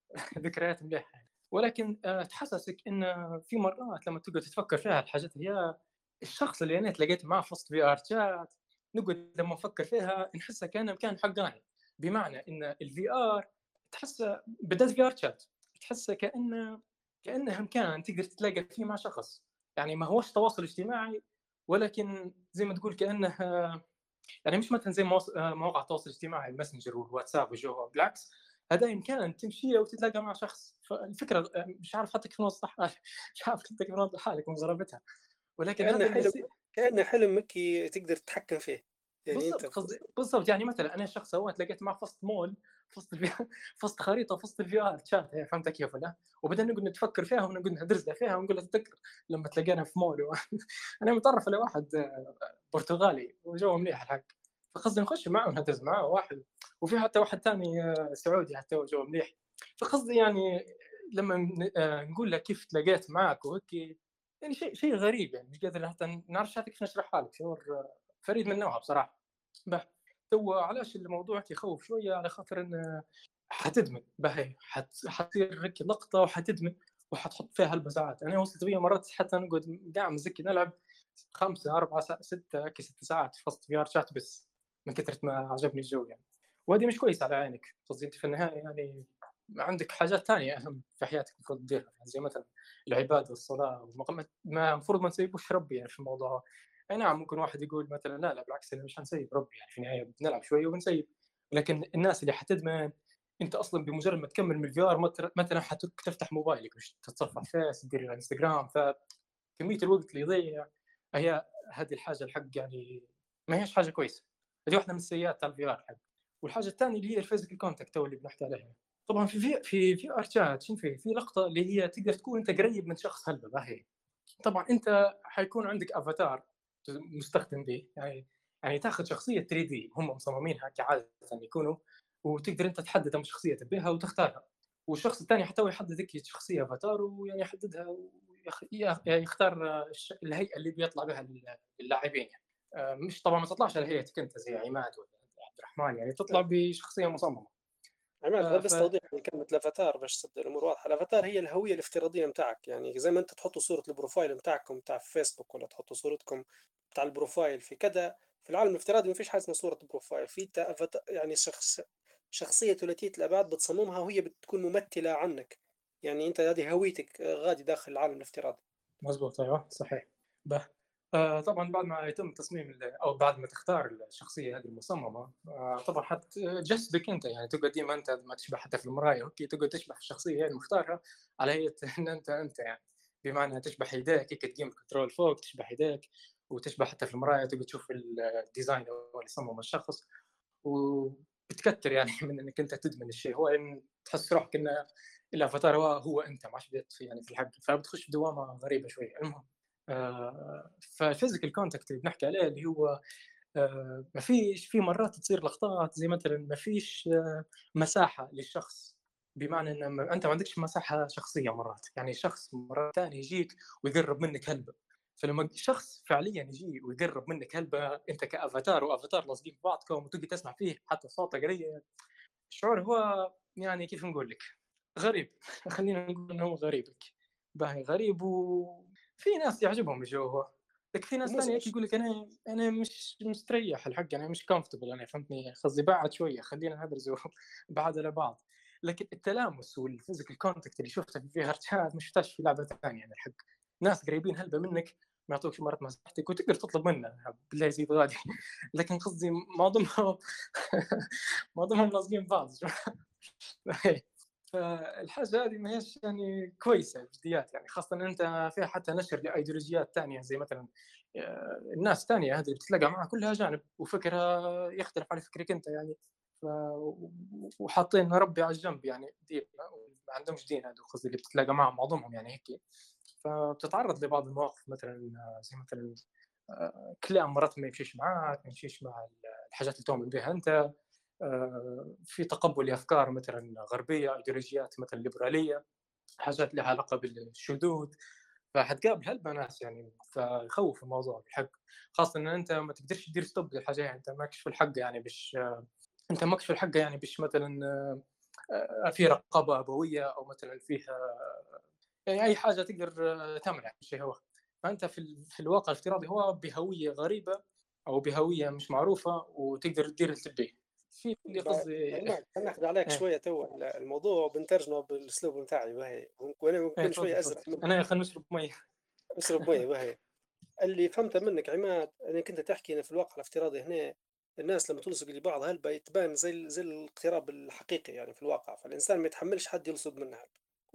ذكريات مليحه يعني. ولكن تحسسك ان في مرات لما تقعد تفكر فيها الحاجات اللي هي الشخص اللي انا تلاقيت معاه في وسط في ار شات نقعد لما نفكر فيها نحسها كانه مكان حقاني. بمعنى ان الفي ار تحسه بدات في ار شات تحسه كانه كانه مكان تقدر تتلاقى فيه مع شخص، يعني ما هوش تواصل اجتماعي، ولكن زي ما تقول كانه يعني مش مثلا زي مواقع التواصل الاجتماعي الماسنجر والواتساب وجوه، بالعكس هذا امكان تمشي وتتلاقى مع شخص. فالفكره مش عارف حتى كيف نوضحها مش عارف حتى كيف نوضحها لك من غرابتها، ولكن كأنه هذا اللي حلم، يصير. كأنه حلم مكي تقدر تتحكم فيه، يعني أنت بالضبط بتص... قصدي بالضبط يعني مثلا انا شخص سويت لقيت معه فصل مول فصل في فصل خريطه فصل الفي ار شات هي فهمت كيف ولا. وبدأنا نقعد نتفكر فيها ونقعد ندرس فيها ونقول له تذكر لما تلاقينا في مول و... انا متعرف على واحد برتغالي وجو مليح الحق، فقصدي نخش معه وندرس معه واحد، وفي حتى واحد ثاني سعودي حتى هو جو مليح. فقصدي يعني لما نقول له كيف تلاقيت معك وهيك يعني شيء شيء غريب يعني مش قادر حتى نعرف حتى كيف نشرحها لك، شعور فريد من نوعه بصراحه. به تو علاش الموضوع يخوف شويه على خاطر ان حتدمن باهي حت... حتصير هيك لقطه وحتدمن وحتحط فيها هلبة ساعات. انا وصلت بيا مرات حتى نقعد قاعد مزكي نلعب خمسة أربعة ساعات ستة هيك ست ساعات فصلت في ار شات بس من كثرة ما عجبني الجو يعني. وهذه مش كويس على عينك، قصدي انت في النهايه يعني عندك حاجات ثانيه اهم في حياتك المفروض تديرها يعني زي مثلا العباده والصلاه ما المفروض ما نسيبوش ربي يعني في الموضوع. اي نعم ممكن واحد يقول مثلا لا لا بالعكس انا مش هنسيب ربي يعني في النهايه بنلعب شويه وبنسيب، لكن الناس اللي حتدمن انت اصلا بمجرد ما تكمل من الفي ار مثلا حتفتح موبايلك مش تتصفح فيس تدير انستغرام، فكميه الوقت اللي يضيع هي هذه الحاجه الحق يعني ما هيش حاجه كويسه. هذه واحده من السيئات تاع الفي ار حق. والحاجه الثانيه اللي هي الفيزيكال كونتاكت اللي بنحكي عليها طبعًا في في في في ار chat شنو في في لقطة اللي هي تقدر تكون أنت قريب من شخص هلبة باهي. طبعًا أنت حيكون عندك أفاتار ت مستخدم به، يعني يعني تاخذ شخصية ثري دي هم مصممينها كعادةً يكونوا، وتقدر أنت تحدد أنمط شخصية تبيها وتختارها، والشخص الثاني حتى هو يحدد لك شخصية أفاتار ويعني يحددها ويخ ي يختار الش الهيئة اللي بيطلع بها لل للاعبين يعني. آآ مش طبعًا ما تطلعش على هيئتك أنت زي عماد والّا عبد الرحمن، يعني تطلع بشخصية مصممة. عماد غير آآ بس ف توضيح لكلمة الافاتار باش تبدا الامور واضحه. الافاتار هي الهويه الافتراضيه متاعك، يعني زي ما انت تحطوا صوره البروفايل متاعكم متاع فيسبوك، ولا تحطوا صورتكم بتاع البروفايل في كذا. في العالم الافتراضي ما فيش حاجه اسمها صوره بروفايل، في تا- أفات- يعني شخص شخصيه ثلاثيه الابعاد بتصممها وهي بتكون ممثله عنك. يعني انت هذه هويتك آه، غادي داخل العالم الافتراضي. مضبوط أيوه صحيح. به آآ طبعًا بعد ما يتم تصميم ال أو بعد ما تختار الشخصية هذه المصممة، آآ طبعًا حتجسدك أنت، يعني تقعد ديما أنت ما تشبه حتى في المراية وهيك تقعد تشبه في الشخصية اللي مختارها على هيئة إن أنت أنت يعني، بمعنى تشبه يديك هيك تقيم الكنترول فوق تشبه يديك، وتشبه حتى في المراية تقعد تشوف ال الdesign هو اللي صمم الشخص، وبتكتر يعني من إنك أنت تدمن الشيء، هو إن تحس روحك إن الافاتار هو هو انت ما عادش بديت يعني في الحق، فبتخش في دوامه غريبه شويه. المهم آه فالفيزيكال كونتاكت اللي بنحكي عليه اللي هو آه ما فيش في مرات تصير لقطات زي مثلا ما فيش آه مساحه للشخص، بمعنى ان ما- انت ما عندكش مساحه شخصيه مرات، يعني شخص مرات ثاني يجيك ويقرب منك هلبة، فلما شخص فعليا يجي ويقرب منك هلبة انت كافاتار وافاتار لاصقين في بعضكم وتجي تسمع فيه حتى صوته قريب، الشعور هو يعني كيف نقول لك غريب. خلّينا نقول إنه هو غريب لك، باهي غريب وفي ناس يعجبهم الجو هو، لكن في ناس ثانية هيك ومزعج. يقول لك أنا أنا مش مستريح الحق، أنا مش comfortable أنا فهمتني، قصدي بعد شوية خلّينا ندرسوا بعاد على بعض، لكن التلامس والphysical contact اللي شُفته في فيها ارتشاد ما شفتهاش في لعبة ثانية يعني الحق، ناس قريبين هلبة منك ما يعطوكش مرات مساحتك وتقدر تطلب منه بالله يزيد غالي، لكن قصدي معظمهم معظمهم لازقين بعض. فالحاجة هذه ما هيش يعني كويسة بجديات، يعني خاصة إن أنت فيها حتى نشر لأيديولوجيات تانية زي مثلا آه، الناس تانية هذه اللي بتتلاقى معها كلها أجانب وفكرها يختلف عن فكرك أنت يعني ف... وحاطين ربي على الجنب يعني دين ما عندهمش دين، هذا قصدي اللي بتتلاقى معهم معظمهم يعني هيك، فبتتعرض لبعض المواقف مثلا آه، زي مثلا آه، كلام مرات ما يمشيش معاك ما يمشيش مع الحاجات اللي تؤمن بها أنت، آه، في تقبل لافكار مثلا غربيه ايديولوجيات مثلا ليبراليه، حاجات لها علاقه بالشذوذ، فحتقابل هلبا ناس يعني، فيخوف الموضوع بالحق، خاصه ان انت ما تقدرش تدير ستوب للحاجه، يعني انت ماكش في الحق يعني بش انت ماكش في الحق يعني بش مثلا آه، في رقابه ابويه او مثلا فيها يعني اي حاجه تقدر آه، تمنع الشيء هو، فانت في ال... في الواقع الافتراضي هو بهويه غريبه او بهويه مش معروفه وتقدر تدير اللي تبيه في اللي قصدي. عماد ناخذ عليك ايه شويه تو الموضوع وبنترجمه بالاسلوب متاعي باهي، وانا ايه ممكن تفضل شويه تفضل، ازرق منك. انا خلينا نشرب مي. اشرب ميه باهي. اللي فهمته منك عماد انك انت تحكي إن في الواقع الافتراضي هنا الناس لما تلصق لبعض هلبة تبان زي ال- زي الاقتراب الحقيقي يعني في الواقع، فالانسان ما يتحملش حد يلصق منه هلبة.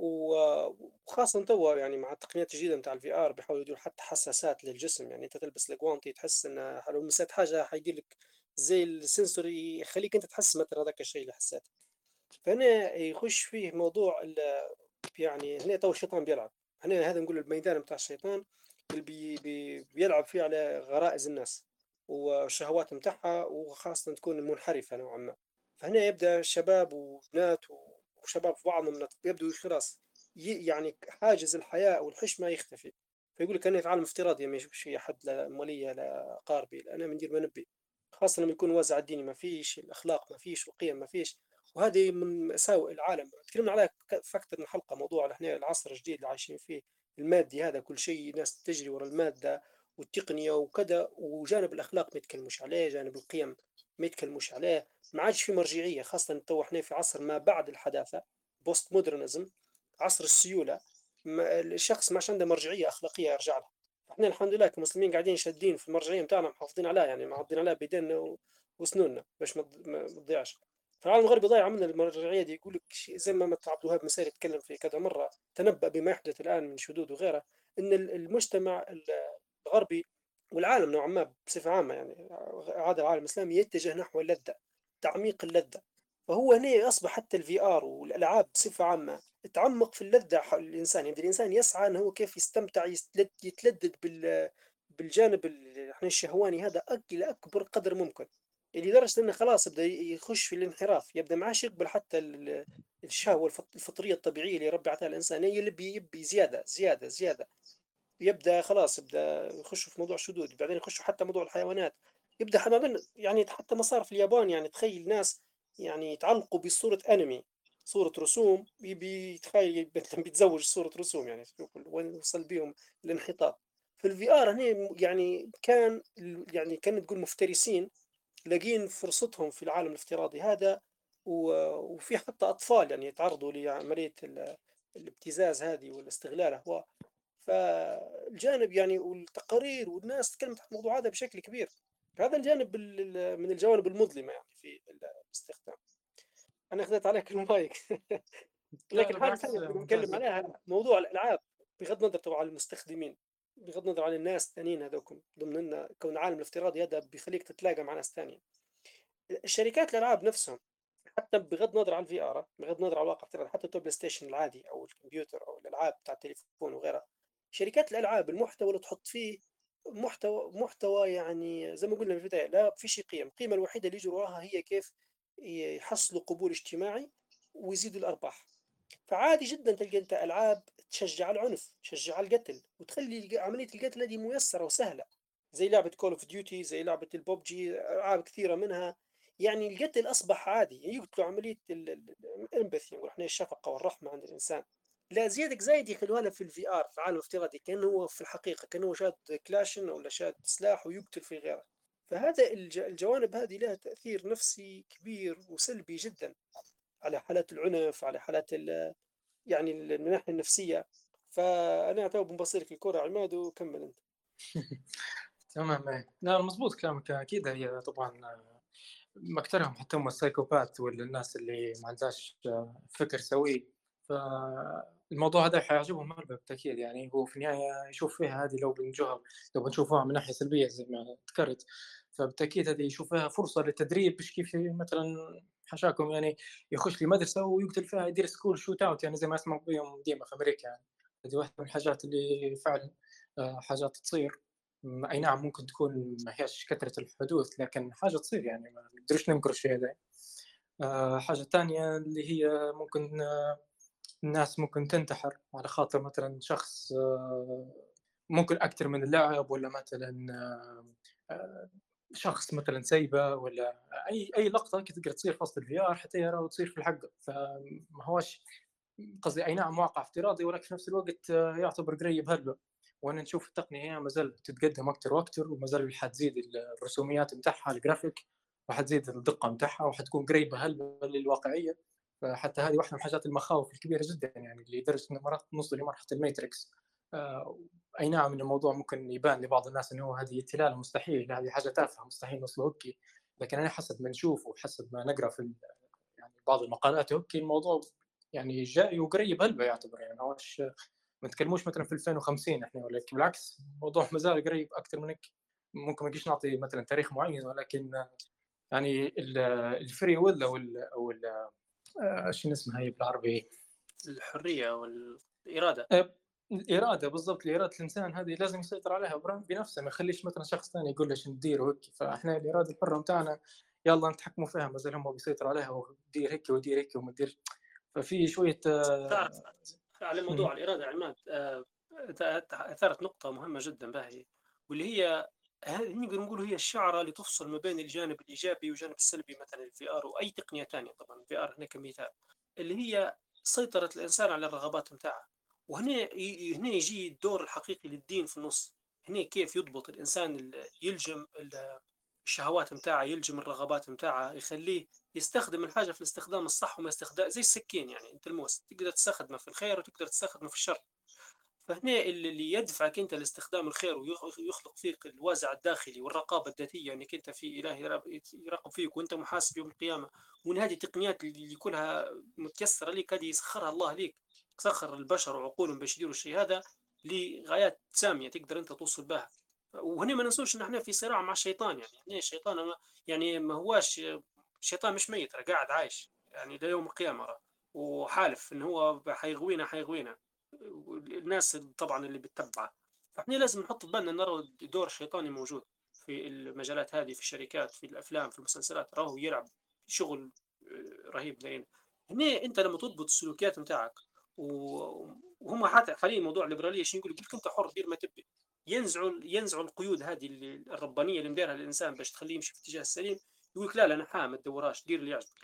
و- وخاصة توا يعني مع التقنيات الجديدة متاع الفي ار بيحاولوا يديروا حتى حساسات للجسم، يعني انت تلبس الجوانتي تحس ان لو مسات حاجة حيدير لك زي السنسوري يخليك انت تحس مثلا هذاك الشيء اللي حسيته. فهنا يخش فيه موضوع ال- يعني هنا تو الشيطان بيلعب. هنا هذا نقول الميدان بتاع الشيطان اللي بي بي بيلعب فيه على غرائز الناس والشهوات متاعها، وخاصة تكون منحرفة نوعا ما. فهنا يبدأ الشباب وبنات وشباب في بعضهم يبدو خلاص ي- يعني حاجز الحياء والحشمة يختفي. فيقول لك أنا في عالم افتراضي ما يشوفش في أحد لا مولية لا قاربي، لا أنا مندير ما نبي. خاصة لما يكون الوازع الديني ما فيش، الأخلاق ما فيش، القيم ما فيش. وهذه من مساوئ العالم تكلمنا عليها ك- في أكثر من حلقة. موضوع احنا العصر الجديد اللي عايشين فيه المادي هذا كل شيء ناس تجري ورا المادة والتقنية وكذا، وجانب الأخلاق ما يتكلموش عليه، جانب القيم ما يتكلموش عليه. ما عادش في مرجعية، خاصة تو احنا في عصر ما بعد الحداثة، بوست مودرنزم، عصر السيولة. ما الشخص ما عادش عنده مرجعية أخلاقية يرجع لها. احنا الحمد لله كمسلمين قاعدين شادين في المرجعية متاعنا محافظين عليها، يعني معضين عليها بيديننا و- وسنوننا باش ما تض- ما تضيعش. فالعالم الغربي ضايع عملنا المرجعية دي، يقول لك شيء زي ما مت عبد الوهاب مساري يتكلم في كذا مرة، تنبأ بما يحدث الآن من شذوذ وغيره. أن ال- المجتمع الغربي والعالم نوعا ما بصفة عامة، يعني هذا العالم الإسلامي يتجه نحو اللذة، تعميق اللذة. فهو هنا أصبح حتى الفي آر والألعاب بصفة عامة تعمق في اللذة حول الإنسان، يعني الإنسان يسعى أنه هو كيف يستمتع يتلد- يتلذذ بال بالجانب ال- احنا الشهواني هذا أك- إلى أكبر قدر ممكن، اللي لدرجة أنه خلاص يبدأ يخش في الانحراف، يبدأ ما عادش يقبل حتى ال- الشهوة الفط- الفطرية الطبيعية اللي ربي عطاها الإنسان، هي يبي يبي زيادة زيادة زيادة، يبدأ خلاص يبدأ يخش في موضوع الشذوذ، بعدين يخشوا حتى موضوع الحيوانات، يبدأ ح- بعدين يعني حتى ما صار في اليابان، يعني تخيل ناس يعني يتعلقوا بصورة أنمي، صورة رسوم، يبي يتخيل يبي بيتزوج صورة رسوم، يعني شوف وين وصل بيهم الانحطاط. في الفي ار هنا يعني كان ال- يعني كان تقول مفترسين لاقين فرصتهم في العالم الافتراضي هذا، و- وفي حتى أطفال يعني يتعرضوا لعملية ال- الابتزاز هذه والاستغلال هو. فالجانب يعني والتقارير والناس تكلمت عن الموضوع هذا بشكل كبير، هذا الجانب ال- ال- من الجوانب المظلمة يعني في الاستخدام. أنا أخذت عليك المايك. لا لكن لا حاجة بالعكس ثانية بدنا نتكلم ممتاز. عليها، موضوع الألعاب، بغض النظر طبعا عن المستخدمين، بغض النظر عن الناس الثانيين هذوكم ضمن كون العالم الافتراضي هذا بيخليك تتلاقى مع ناس ثانية. الشركات الألعاب نفسهم حتى بغض النظر عن الفي ار، بغض النظر عن الواقع الافتراضي، حتى البلاي ستيشن العادي او الكمبيوتر او الالعاب بتاع التليفون وغيرها، شركات الالعاب المحتوى اللي تحط فيه محتوى محتوى يعني زي ما قلنا في البدايه لا فيش قيم، القيمه الوحيده اللي يجوا وراها هي كيف يحصلوا قبول اجتماعي ويزيدوا الارباح. فعادي جدا تلقى انت العاب تشجع على العنف، تشجع على القتل، وتخلي عمليه القتل هذه ميسره وسهله، زي لعبه كول اوف ديوتي، زي لعبه البوبجي، العاب كثيره منها. يعني القتل اصبح عادي، يعني يقتلوا عمليه الامباثي واحنا الشفقه والرحمه عند الانسان. لا زيادة زايد يخلوها لها في الفي ار في عالم افتراضي، كانه هو في الحقيقه كانه هو شاد كلاشن ولا شاد سلاح ويقتل في غيره. فهذا الج- الجوانب هذه لها تاثير نفسي كبير وسلبي جدا على حالات العنف، على حالات ال يعني ال- من الناحية النفسية. فأنا تو بنبصر لك الكرة عماد وكمل أنت. تمام إيه. لا مزبوط كلامك أكيد. هي طبعا أكثرهم حتى هم السايكوبات ولا الناس اللي ما عندهاش فكر سوي، فالموضوع هذا حيعجبهم مرة بالتأكيد. يعني هو في النهاية يشوف فيها هذه، لو بنجوها لو بنشوفوها من ناحية سلبية زي ما ذكرت، فبالتأكيد هذه يشوف فيها فرصة للتدريب، مش كيف مثلا حشاكم يعني يخش لي مدرسة ويقتل فيها، يدير سكول شوت اوت يعني زي ما يسمعوا بيهم ديما في أمريكا. يعني هذه واحدة من الحاجات اللي فعلا آه، حاجات تصير. م- اي نعم ممكن تكون ما هيش كثرة الحدوث، لكن حاجة تصير يعني ما نقدرش ننكر الشيء هذا. آه، حاجة تانية اللي هي ممكن آه، الناس ممكن تنتحر على خاطر مثلا شخص آه، ممكن أكثر من اللاعب، ولا مثلا آه، آه، شخص مثلا سيبه، ولا أي أي لقطة تقدر تصير في وسط الفي آر حتى يرى وتصير في الحق. فما هوش قصدي أي نعم واقع افتراضي، ولكن في نفس الوقت آه، يعتبر قريب هلبة. وأنا نشوف التقنية ما زالت تتقدم أكثر وأكثر، وما زال حتزيد الرسوميات متاعها الجرافيك، وحتزيد الدقة متاعها، وحتكون قريبة هلبة للواقعية. فحتى هذه واحدة من الحاجات المخاوف الكبيرة جدا، يعني لدرجة أن مرات نوصل لمرحلة الماتريكس. آه، أي نعم أن الموضوع ممكن يبان لبعض الناس أنه هذه تلال مستحيل، هذه حاجة تافهة مستحيل نوصل هوكي، لكن أنا حسب ما نشوف وحسب ما نقرأ في يعني بعض المقالات هوكي الموضوع يعني جاي وقريب هلبة يعتبر. يعني هوش ما نتكلموش مثلا في ألفين وخمسين احنا، ولكن بالعكس الموضوع ما زال قريب اكثر من هيك. ممكن ما نجيش نعطي مثلا تاريخ معين، ولكن يعني الفري ويل او ال او ال ايش اسمها هي بالعربي، الحرية والإرادة. آه، الاراده بالضبط. اراده الانسان هذه لازم يسيطر عليها بنفسه، ما يخليش مثلا شخص ثاني يقول له شنو تدير وهيك. فاحنا الاراده الحره نتاعنا يلا نتحكموا فيها، ما زال هم بيسيطروا عليها ودير هيك ودير هيك وما تدير. ففي شويه تعرف آه، على موضوع الإرادة عماد، آه، أثارت نقطة مهمة جدا باهي، واللي هي هذه نقدر نقول هي الشعرة اللي تفصل ما بين الجانب الإيجابي والجانب السلبي مثلا الفي آر وأي تقنية ثانية، طبعا الفي آر هنا كمثال، اللي هي سيطرة الإنسان على الرغبات متاعه. وهنا ي- هنا يجي الدور الحقيقي للدين في النص. هنا كيف يضبط الإنسان ال- يلجم ال- الشهوات متاعه، يلجم الرغبات متاعه، يخليه يستخدم الحاجة في الاستخدام الصح، وما استخدام زي السكين، يعني انت الموس تقدر تستخدمه في الخير وتقدر تستخدمه في الشر. فهنا اللي اللي يدفعك انت لاستخدام الخير ويخلق فيك الوازع الداخلي والرقابه الذاتيه، انك انت في اله يراقب يراقب فيك وانت محاسب يوم القيامه. وان هذه التقنيات اللي كلها متيسره لك هذه يسخرها الله لك، سخر البشر وعقولهم باش يديروا الشيء هذا لغايات ساميه تقدر انت توصل بها. وهنا ما ننسوش ان احنا في صراع مع الشيطان، يعني هنا الشيطان ما- يعني ما هواش الشيطان مش ميت، راه قاعد عايش يعني ليوم القيامة راه، وحالف إن هو حيغوينا حيغوينا الناس طبعا اللي بتتبعه. فاحنا لازم نحط في بالنا نرى دور الشيطاني موجود في المجالات هذه، في الشركات، في الافلام، في المسلسلات، راهو يلعب شغل آه، رهيب زين. هنا انت لما تضبط السلوكيات نتاعك وهم حتى حاليا موضوع الليبراليه شنو يقول لك انت حر دير ما تبي، ينزعوا ينزعوا القيود هذه الربانيه اللي مديرها الانسان باش تخليه يمشي في الاتجاه السليم. يقول لك لا لا انا حا ما تدوراش دير اللي يعجبك.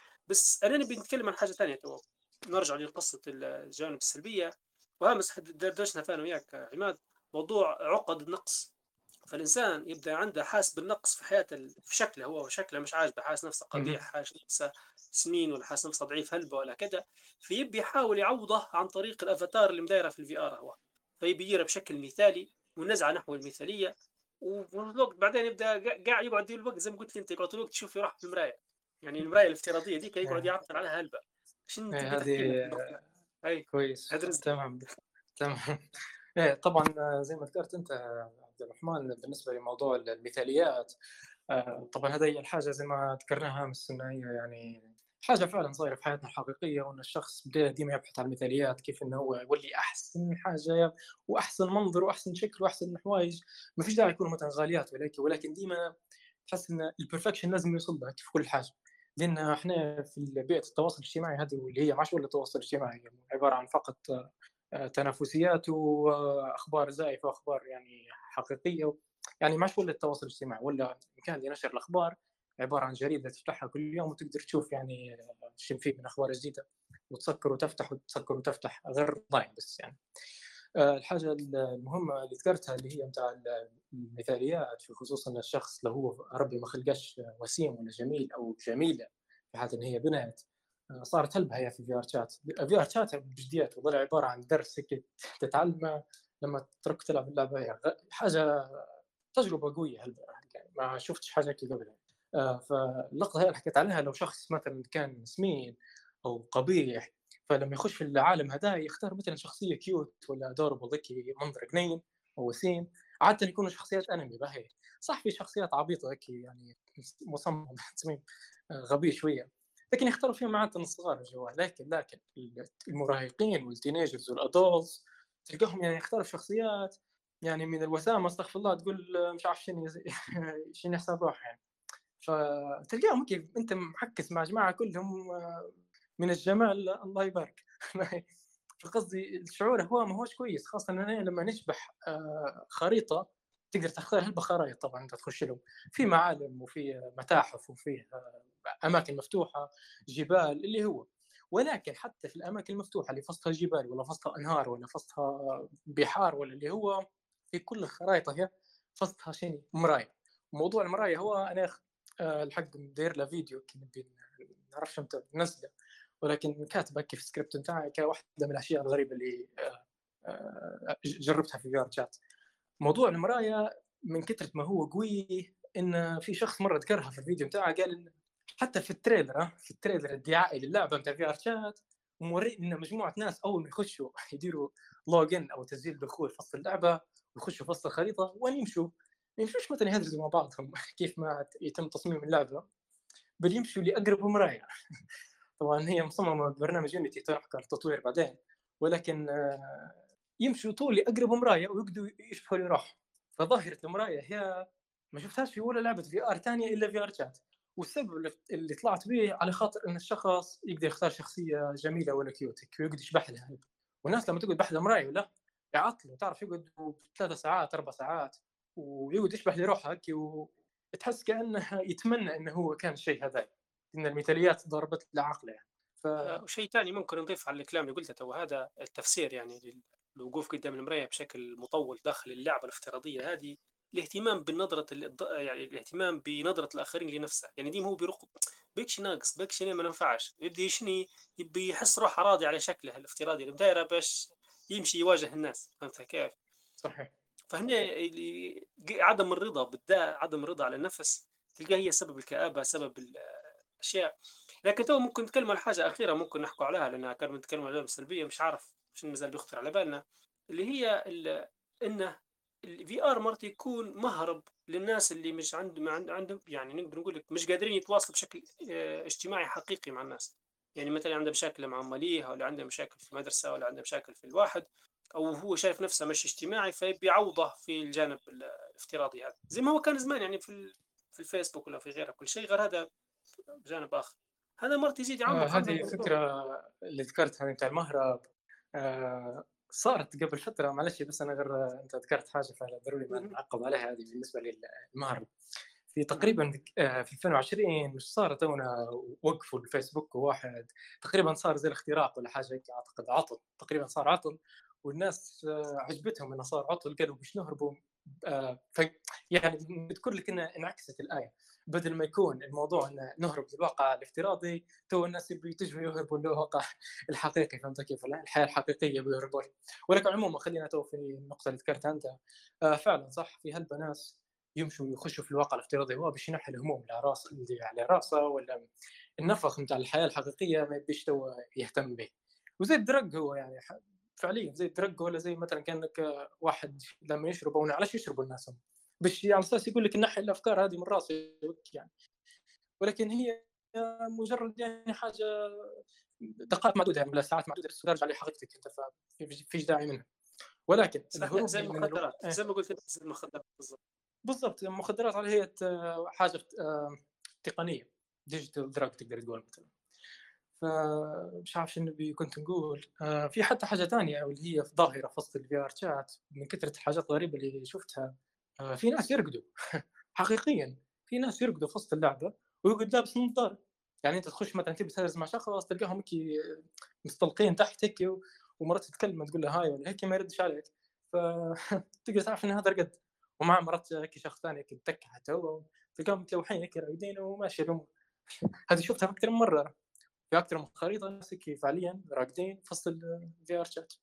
بس انا نبي نتكلم عن حاجه ثانيه تو، نرجع لقصه الجوانب السلبيه، وامس دردشنا فيها انا وياك عماد، موضوع عقد النقص. فالانسان يبدا عنده حاس بالنقص في حياته، في شكله هو وشكله مش عاجبه، حاس نفسه قبيح، مهم. حاس نفسه سمين، ولا حاس نفسه ضعيف هلبه ولا كذا. فيبي يحاول يعوضه عن طريق الافاتار اللي مدايره في الفي ار هو، فيبي يرى بشكل مثالي ونزعه نحو المثاليه. والوقت بعدين يبدا قاعد يقعد يدير الوقت زي ما قلت لي انت، يقعد الوقت يشوف في روحه في المرايه، يعني المرايه الافتراضيه دي يقعد إيه، يعطل عليها هلبه. شنو إيه، تبي تحكي لنا هذه في النقطه؟ اي كويس. ادرس. تمام. تمام. ايه طبعا، آه، زي ما ذكرت انت عبد الرحمن، بالنسبه لموضوع المثاليات، آه، طبعا هذه الحاجه زي ما ذكرناها امس ان هي يعني حاجه فعلا صايره في حياتنا الحقيقيه، وان الشخص بدا ديما يبحث عن المثاليات، كيف انه هو يولي احسن حاجه واحسن منظر واحسن شكل واحسن حوايج. ما فيش داعي يكونوا مثلا غاليات، ولكن ولكن ديما تحس ان البرفكشن لازم يوصل لها في كل حاجه. لان احنا في بيئه التواصل الاجتماعي هذه، واللي هي ما ولا التواصل الاجتماعي، عباره عن فقط آه، تنافسيات واخبار زائفه واخبار يعني حقيقيه. يعني ما ولا التواصل الاجتماعي ولا مكان لنشر الاخبار عباره عن جريده تفتحها كل يوم وتقدر تشوف يعني شو فيه من اخبار جديده، وتسكر وتفتح وتسكر وتفتح غير ضايع بس يعني. آه، الحاجه المهمه اللي ذكرتها اللي هي نتاع المثاليات، في خصوص ان الشخص لو هو ربي ما خلقش وسيم ولا جميل او جميله، في حاله ان هي بنت، آه، صارت هلبة هي في في ار شات. في ار شات بجديات وضل عباره عن درس هيك تتعلمه لما تترك تلعب اللعبه هي. حاجه تجربه قويه هلبة، يعني ما شفتش حاجه هيك قبلها. آه، فاللقطه هي اللي حكيت عليها، لو شخص مثلا كان سمين او قبيح، فلما يخش في العالم هذا يختار مثلا شخصيه كيوت ولا دوربل ذكي منظر جنين او وسيم. عاده يكونوا شخصيات انمي باهي. صح في شخصيات عبيطه هيك يعني مصمم تصميم آه، غبي شويه، لكن يختاروا فيهم عاده الصغار الجوال. لكن لكن المراهقين والتينيجرز والادولز تلقاهم يعني يختاروا شخصيات يعني من الوسامه، استغفر الله، تقول آه، مش عارف شنو شنو يحسب روح يعني. فتلقاهم كيف انت محكس مع جماعه كلهم آه، من الجمال الله يبارك. فقصدي الشعور هو ما هوش كويس، خاصه اننا لما نشبح آه، خريطه تقدر تختار هلبة خرائط. طبعا انت تخش لهم في معالم وفي متاحف وفي آه، اماكن مفتوحه، جبال اللي هو. ولكن حتى في الاماكن المفتوحه اللي فصلها جبال ولا فصلها انهار ولا فصلها بحار ولا اللي هو، في كل الخرائط هي فصلها شيء مرايه. موضوع المرايه هو انا آه، الحق مدير له فيديو كي نبي نعرفش متى ننزله، ولكن كاتب هكي في السكريبت نتاعي كواحده من الاشياء الغريبه اللي آه، آه، جربتها في فيار شات. موضوع المرايه من كثره ما هو قوي، ان في شخص مره ذكرها في الفيديو نتاعه، قال إن حتى في التريلر في التريلر الدعائي للعبه نتاع فيار شات موري ان مجموعه ناس اول ما يخشوا يديروا لوجن او تسجيل دخول فصل اللعبه ويخشوا فصل الخريطه وين يمشوا، ما يمشوش مثلا يهدرزوا مع بعضهم كيف ما يتم تصميم اللعبه، بل يمشوا لاقرب مرايه. طبعا هي مصممه ببرنامج يونيتي تحكي التطوير بعدين، ولكن آه، يمشوا طول لاقرب مرايه ويقدروا يشبهوا اللي راح. فظاهره المرايه هي ما شفتهاش في ولا لعبه في ار ثانيه الا في ار شات. والسبب اللي طلعت به على خاطر ان الشخص يقدر يختار شخصيه جميله ولا كيوت ويقدر يشبح لها. والناس لما تقعد بحث مرايه ولا يعطلوا، تعرف يقعدوا ثلاث ساعات اربع ساعات ويقعد يشبح لروحه هيك، وتحس كانه يتمنى انه هو كان الشيء هذا، ان المثاليات ضربت لعقله يعني. ف آه، وشيء ثاني ممكن نضيف على الكلام اللي قلته تو، هذا التفسير يعني للوقوف قدام المراية بشكل مطول داخل اللعبة الافتراضية هذه، الاهتمام بالنظرة الض- يعني الاهتمام بنظرة الآخرين لنفسه. يعني ديما هو بيرق بيكش ناقص بيكش ما ننفعش، يبدي يشني، يبي يحس روحه راضي على شكله الافتراضي اللي دايره باش يمشي يواجه الناس، فهمت كيف؟ صحيح. فهنا اللي- عدم الرضا بالذات، عدم الرضا على النفس، تلقاه هي سبب الكآبة، سبب الأشياء. لكن تو ممكن نتكلم عن حاجة أخيرة ممكن نحكوا عليها، لأنها كان بنتكلم عن الجانب السلبية، مش عارف شنو مازال بيخطر على بالنا، اللي هي ال- إنه الفي ار مرات يكون مهرب للناس اللي مش عندهم ما عند- عندهم يعني نقدر نقول لك مش قادرين يتواصلوا بشكل آه، اجتماعي حقيقي مع الناس. يعني مثلا عنده مشاكل مع أماليها، ولا عنده مشاكل في المدرسة، ولا عنده مشاكل في الواحد، أو هو شايف نفسه مش اجتماعي فبيعوضه في الجانب ال- الافتراضي هذا، زي ما هو كان زمان يعني في ال- في الفيسبوك ولا في غيره كل شيء، غير هذا جانب آخر. هذا مرات يزيد آه، يعمق عنده هذه الموضوع. فكرة اللي ذكرتها أنت المهرب. آه، صارت قبل فترة، معلش بس أنا غير أنت ذكرت حاجة فضروري ما مهم. نعقب عليها. هذه بالنسبة للمهرب في نعم. تقريبا آه، في ألفين وعشرين مش صار تونا وقفوا الفيسبوك، وواحد تقريبا صار زي الاختراق ولا حاجة هيك، أعتقد عطل، تقريبا صار عطل. والناس آه، عجبتهم انه صار عطل، قالوا باش نهربوا. آه، ف يعني بتقول لك انها انعكست الايه، بدل ما يكون الموضوع ان نهرب للواقع الافتراضي، تو الناس يتجهوا يهربوا للواقع الحقيقي. فهمت كيف؟ الحياه الحقيقيه بيهربوا. ولكن عموما خلينا تو في النقطه اللي ذكرتها انت. آه، فعلا صح، في هلبة ناس يمشوا يخشوا في الواقع الافتراضي، هو باش ينحي الهموم اللي على راس اللي على راسه، ولا النفخ نتاع الحياه الحقيقيه ما يبيش تو يهتم به. وزي الدرج هو يعني فعليا زي الدرج، ولا زي مثلا كانك واحد لما يشرب، او علاش يشربوا الناس هم؟ باش على اساس يقول لك نحي الافكار هذه من راسي يعني. ولكن هي مجرد يعني حاجه دقائق معدوده يعني، ولا ساعات معدوده، بس ترجع لحقيقتك انت، فيش داعي منها. ولكن صحيح، الهروب زي من الو... المخدرات، إيه، زي ما قلت انت، زي المخدرات بالضبط. بالضبط. المخدرات على هيئه آه، حاجه آه، تقنيه، ديجيتال دراج تقدر تقول مثلا. فمش عارف شنو نبي كنت نقول. آه في حتى حاجه ثانيه واللي هي في ظاهره في وسط الفي ار شات، من كثره الحاجات الغريبه اللي شفتها. آه في ناس يرقدوا حقيقيا، في ناس يرقدوا في وسط اللعبه ويقعد لابس نظاره. يعني انت تخش مثلا تبي تهرز مع شخص، تلقاهم هيك مستلقين تحت هيك، ومرات تتكلم تقول له هاي ولا هيك ما يردش عليك، فتقدر تعرف ان هذا رقد. ومع مرات هيك شخص ثاني هيك متكي حتى هو، تلقاهم متلوحين هيك راقدين وماشي الامور. هذه شفتها اكثر من مره، في اكثر من خريطه ناس هيك فعليا راقدين في وسط الفي ار شات.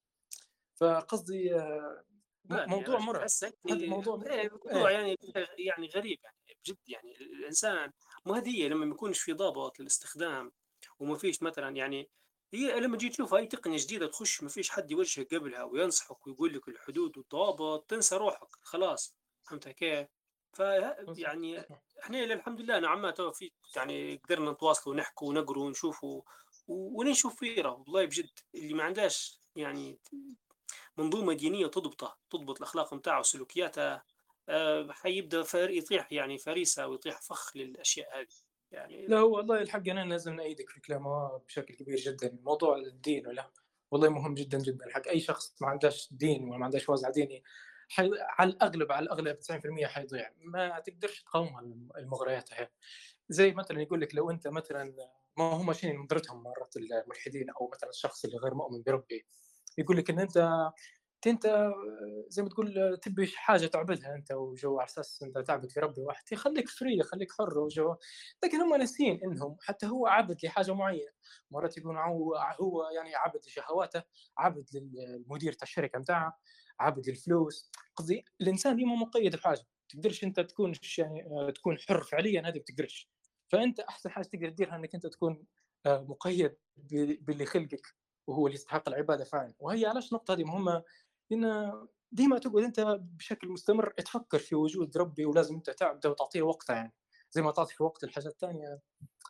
فقصدي آه، بالي يا موضوع رجل مرعب. تحس هيك. هذا الموضوع إيه، موضوع ايه. يعني يعني غريب يعني بجد يعني الانسان. مو هذه هي لما ما يكونش في ضابط للاستخدام، وما فيش مثلا يعني، هي لما تجي تشوف اي تقنيه جديده تخش ما فيش حد يوجهك قبلها وينصحك ويقول لك الحدود والضوابط، تنسى روحك خلاص. فهمت كيف؟ ف يعني احنا الحمد لله نوعا ما تو في يعني قدرنا نتواصل ونحكي ونقروا ونشوفوا ونشوف فيره. والله بجد اللي ما عندهاش يعني منظومة دينية تضبطه، تضبط الأخلاق متاعه وسلوكياته، آه، حيبدأ فار يطيح يعني فريسة ويطيح فخ للأشياء هذه يعني. لا هو والله الحق انا لازم نأيدك في كلامه بشكل كبير جدا. موضوع الدين ولا والله مهم جدا جدا. الحق اي شخص ما عندهاش دين ولا ما عندهاش وازع ديني، حي... على الاغلب على الاغلب تسعين بالمئة حيضيع، ما تقدرش تقاومها المغريات هي. زي مثلا يقول لك لو انت مثلا، ما هم ماشيين نظرتهم مرات الملحدين او مثلا الشخص اللي غير مؤمن بربي، يقول لك ان انت انت زي ما تقول تبي حاجه تعبدها انت وجو، على اساس انت تعبد في ربي واحد، يخليك فري خليك حر وجو. لكن هم ناسين انهم حتى هو عبد لحاجه معينه. مرات يكون هو هو يعني عبد لشهواته، عبد للمدير تاع الشركه نتاعه، عبد للفلوس. قصدي الانسان ديما مقيد بحاجه، تقدرش انت تكون يعني تكون حر فعليا، هذه بتقدرش. فانت احسن حاجه تقدر تديرها انك انت تكون آه، مقيد باللي خلقك، وهو اللي يستحق العباده فعلا. وهي علاش النقطه هذه مهمه؟ لان ديما تقعد انت بشكل مستمر تفكر في وجود ربي، ولازم انت تعبده وتعطيه وقته يعني، زي ما تعطي في وقت الحاجات الثانيه.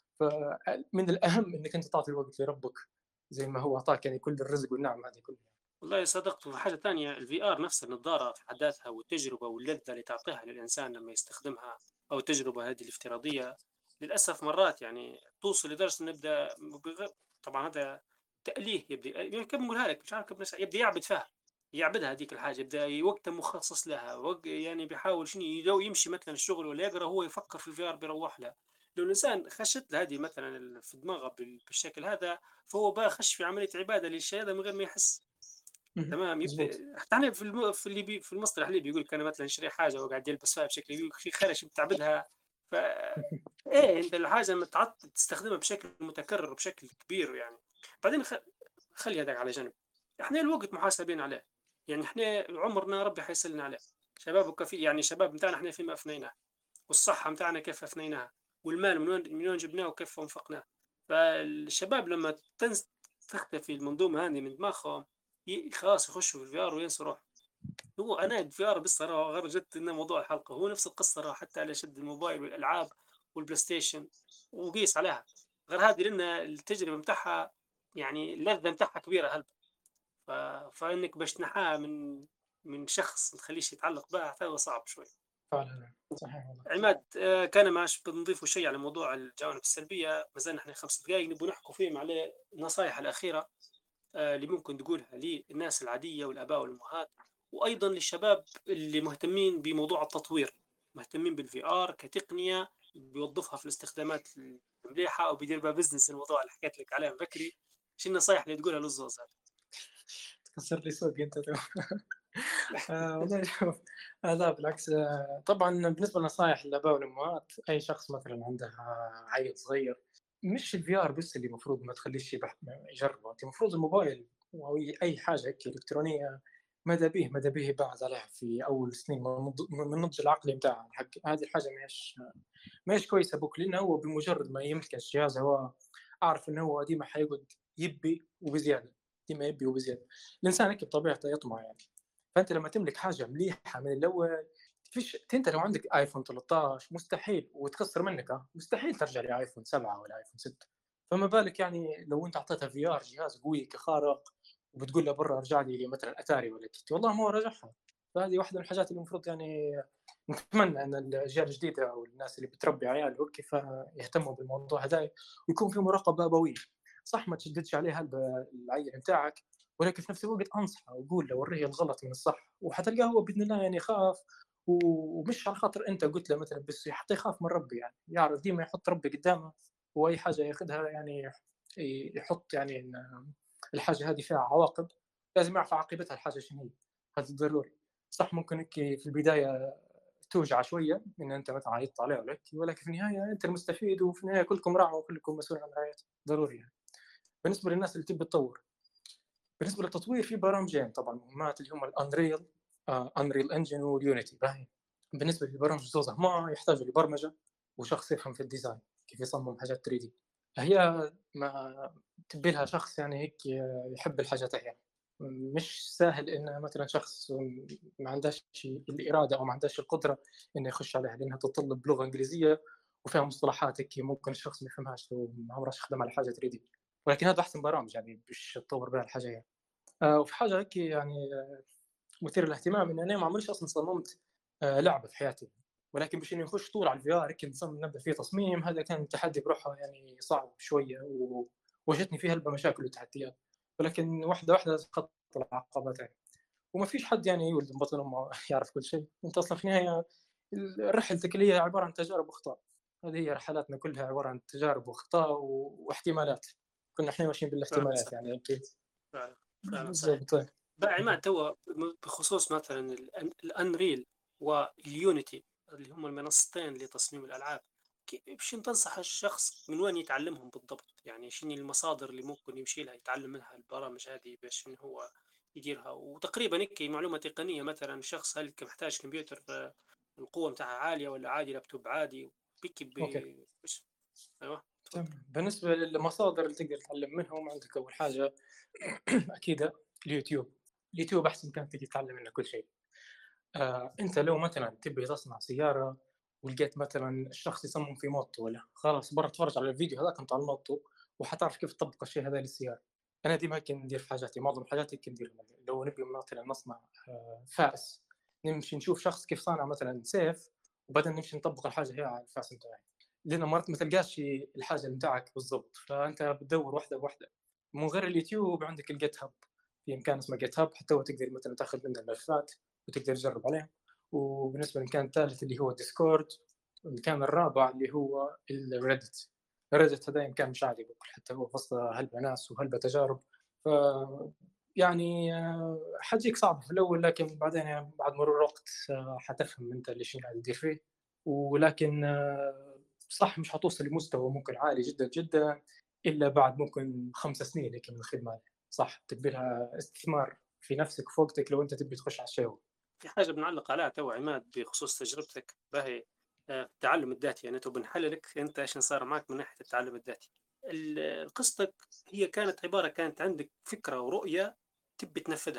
فمن الاهم انك انت تعطي الوقت لربك زي ما هو اعطاك يعني كل الرزق والنعم هذه كلها. والله صدقت. وفي حاجة تانية، الفي ار نفس النظارة في حد ذاتها والتجربة واللذة اللي تعطيها للإنسان لما يستخدمها، أو التجربة هذه الافتراضية، للأسف مرات يعني توصل لدرجة إنه يبدأ بغ... طبعا هذا تأليه، يبدأ يعني كيف نقولها لك مش عارف كيف نسأل. يبدأ يعبد فيها، يعبدها هذيك الحاجة، يبدأ وقت مخصص لها وق... يعني بيحاول شنو لو يمشي مثلا الشغل ولا يقرأ، هو يفكر في الفي ار بيروح له. لو الإنسان خشت له هذه مثلا في دماغه بالشكل هذا، فهو بقى خش في عملية عبادة للشيء هذا من غير ما يحس. تمام. مزبوط. يبدا حتى احنا في الم... في اللي بي... في المصطلح اللي بيقول كان مثلا يشتري حاجه وقاعد يلبس فيها بشكل يقول في خرش بتعبدها. ف ايه انت الحاجه لما تعط تستخدمها بشكل متكرر وبشكل كبير يعني. بعدين خ... خلي هذاك على جنب. احنا الوقت محاسبين عليه، يعني احنا عمرنا ربي حيسلنا عليه. شباب وكفي يعني شباب متاعنا احنا فيما افنيناه، والصحه متاعنا كيف افنيناها، والمال من وين من وين جبناه وكيف انفقناه. فالشباب لما تنس تختفي المنظومه هذه من دماغهم، ي- خلاص يخشوا في الفي ار وينسوا روح. هو أنا الفي ار بس ترى غير جد إنه موضوع الحلقة هو نفس القصة ترى، حتى على شد الموبايل والألعاب والبلاي ستيشن وقيس عليها. غير هذه لأن التجربة متاعها يعني اللذة متاعها كبيرة هلبة. ف... فإنك باش تنحاها من من شخص ما تخليش يتعلق بها هذا صعب شوي. فعلا صحيح والله. عماد، آه، كان ماش بنضيفوا شيء على موضوع الجوانب السلبية، ما زلنا احنا خمس دقائق نبغى نحكوا فيهم على النصائح الأخيرة آه، اللي ممكن تقولها للناس العادية والآباء والأمهات، وأيضا للشباب اللي مهتمين بموضوع التطوير، مهتمين بالفي آر كتقنية بيوظفها في الاستخدامات المليحة أو بيدير بها بزنس، الموضوع اللي حكيت لك عليه بكري. شو النصائح اللي تقولها للزوز هذا؟ تكسر لي سوق انت. آه والله شوف، آه لا بالعكس. آه طبعا بالنسبه للنصائح للاباء والامهات، اي شخص مثلا عنده آه، عيل صغير، مش الفي ار بس اللي المفروض ما تخليش يبح- يجربه. انت المفروض الموبايل او اي أي حاجه هيك الكترونيه ماذا به ماذا به يبعد عليها في اول سنين من النض- من النضج العقلي بتاعها. حق هذه الحاجه مش مش كويسه بوك، لانه هو بمجرد ما يمسك الجهاز هو اعرف انه هو ديما حيقعد يبي وبزياده، ديما يبي وبزياده. الانسان هيك بطبيعته يطمع يعني. فانت لما تملك حاجه مليحه من الاول، فيش انت لو عندك ايفون ثلاثة عشر مستحيل وتخسر منك، اه مستحيل ترجع لايفون سبعة ولا ايفون ستة. فما بالك يعني لو انت اعطيتها في ار جهاز قوي كخارق وبتقول له برا ارجع لي مثلا اتاري ولا كيت، والله ما هو رجعها. فهذه واحده من الحاجات اللي المفروض يعني نتمنى ان الاجيال الجديده او الناس اللي بتربي عيال كيف يهتموا بالموضوع هذا، ويكون في مراقبه ابويه. صح ما تشددش عليه هلبة العيل بتاعك، ولكن في نفس الوقت انصحه وقول له وريه الغلط من الصح، وحتلقاه هو باذن الله يعني يخاف. ومش على خاطر انت قلت له مثلا، بس حتى يخاف من ربي، يعني يعرف ديما يحط ربي قدامه، واي حاجه ياخذها يعني يحط يعني إن الحاجه هذه فيها عواقب، لازم يعرف عاقبتها الحاجه شنو هي. هذا ضروري. صح ممكن في البدايه توجع شويه ان انت مثلا عيطت عليه ولا هيك، ولكن في النهايه انت المستفيد، وفي النهايه كلكم راع وكلكم مسؤول عن رعايته. ضروري يعني. بالنسبه للناس اللي تبي تطور، بالنسبه للتطوير في برامجين طبعا مهمات اللي هم الانريل، انريل انجن واليونيتي باهي. بالنسبه للبرامج زوزة ما يحتاجوا لبرمجه وشخص يفهم في الديزاين كيف يصمم حاجات ثري دي. هي ما تبي لها شخص يعني هيك يحب الحاجات هي. مش سهل ان مثلا شخص ما عندهش الاراده او ما عندهش القدره انه يخش عليها، لانها تتطلب لغه انجليزيه وفيها مصطلحات هيك ممكن الشخص ما يفهمهاش لو ما عمره خدم على حاجه ثري دي. ولكن هذا احسن برامج يعني باش تطور بها الحاجه يعني. آه وفي حاجه هيك يعني آه، مثير للاهتمام، ان انا ما عمريش اصلا صممت آه لعبه في حياتي، ولكن باش اني نخش طول على الفي ار هيك نصمم نبدا فيه تصميم، هذا كان تحدي بروحه يعني صعب شويه، وواجهتني فيه هلبة مشاكل وتحديات. ولكن واحده واحده تخطى العقبات يعني. وما فيش حد يعني يولد من بطن امه يعرف كل شيء. انت اصلا في النهايه رحلتك اللي هي عباره عن تجارب واخطاء. هذه هي رحلاتنا كلها عباره عن تجارب واخطاء واحتمالات. كنا احنا ماشيين فعلا بالاحتمالات صح. يعني اكيد. فعلا فعلا صحيح. بالضبط. بقى عماد، توا بخصوص مثلا الانريل واليونيتي اللي هم المنصتين لتصميم الالعاب، باش تنصح الشخص من وين يتعلمهم بالضبط؟ يعني شنو المصادر اللي ممكن يمشي لها يتعلم منها البرامج هذه باش إن هو يديرها؟ وتقريبا هيك معلومة تقنية، مثلا شخص هل محتاج كمبيوتر آه، القوة متاعها عالية ولا عادي لابتوب عادي بيكي ب... اوكي بش... ايوه تفضل. تمام. بالنسبه للمصادر اللي تقدر تتعلم منهم، عندك اول حاجه اكيد اليوتيوب. اليوتيوب احسن مكان تقدر تتعلم منه كل شيء. آه، انت لو مثلا تبي تصنع سياره ولقيت مثلا الشخص يصمم في موتو، ولا خلاص برا تفرج على الفيديو هذاك بتاع الموتو وحتعرف كيف تطبق الشيء هذا للسياره. انا ديما هيك ندير في حاجاتي، معظم حاجاتي هيك ندير. لو نبي مثلا نصنع آه، فاس، نمشي نشوف شخص كيف صانع مثلا سيف، وبعدين نمشي نطبق الحاجه هي على الفاس نتاعي. لان مرات ما تلقاش الحاجه نتاعك بالضبط، فانت بتدور واحده بواحده. من غير اليوتيوب عندك الجيت هاب، في مكان اسمه جيت هاب، حتى هو تقدر مثلا تاخذ منه الملفات وتقدر تجرب عليه. وبالنسبه للمكان الثالث اللي هو ديسكورد. المكان الرابع اللي هو الريدت. الريدت هذا مكان مش عادي، حتى هو وسط هلبة ناس وهلبة تجارب. ف يعني آه، حتجيك صعب في الاول، لكن بعدين يعني بعد مرور الوقت آه، حتفهم انت اللي شنو قاعد تدير فيه. ولكن آه، صح مش حتوصل لمستوى ممكن عالي جدا جدا الا بعد ممكن خمس سنين هيك من الخدمه. صح تبي لها استثمار في نفسك في وقتك لو انت تبي تخش على الشيء. في حاجة بنعلق عليها تو عماد بخصوص تجربتك باهي، آه، التعلم الذاتي. يعني تو بنحللك انت ايش صار معك من ناحية التعلم الذاتي. ال- قصتك هي كانت عبارة، كانت عندك فكرة ورؤية تبي تنفذها،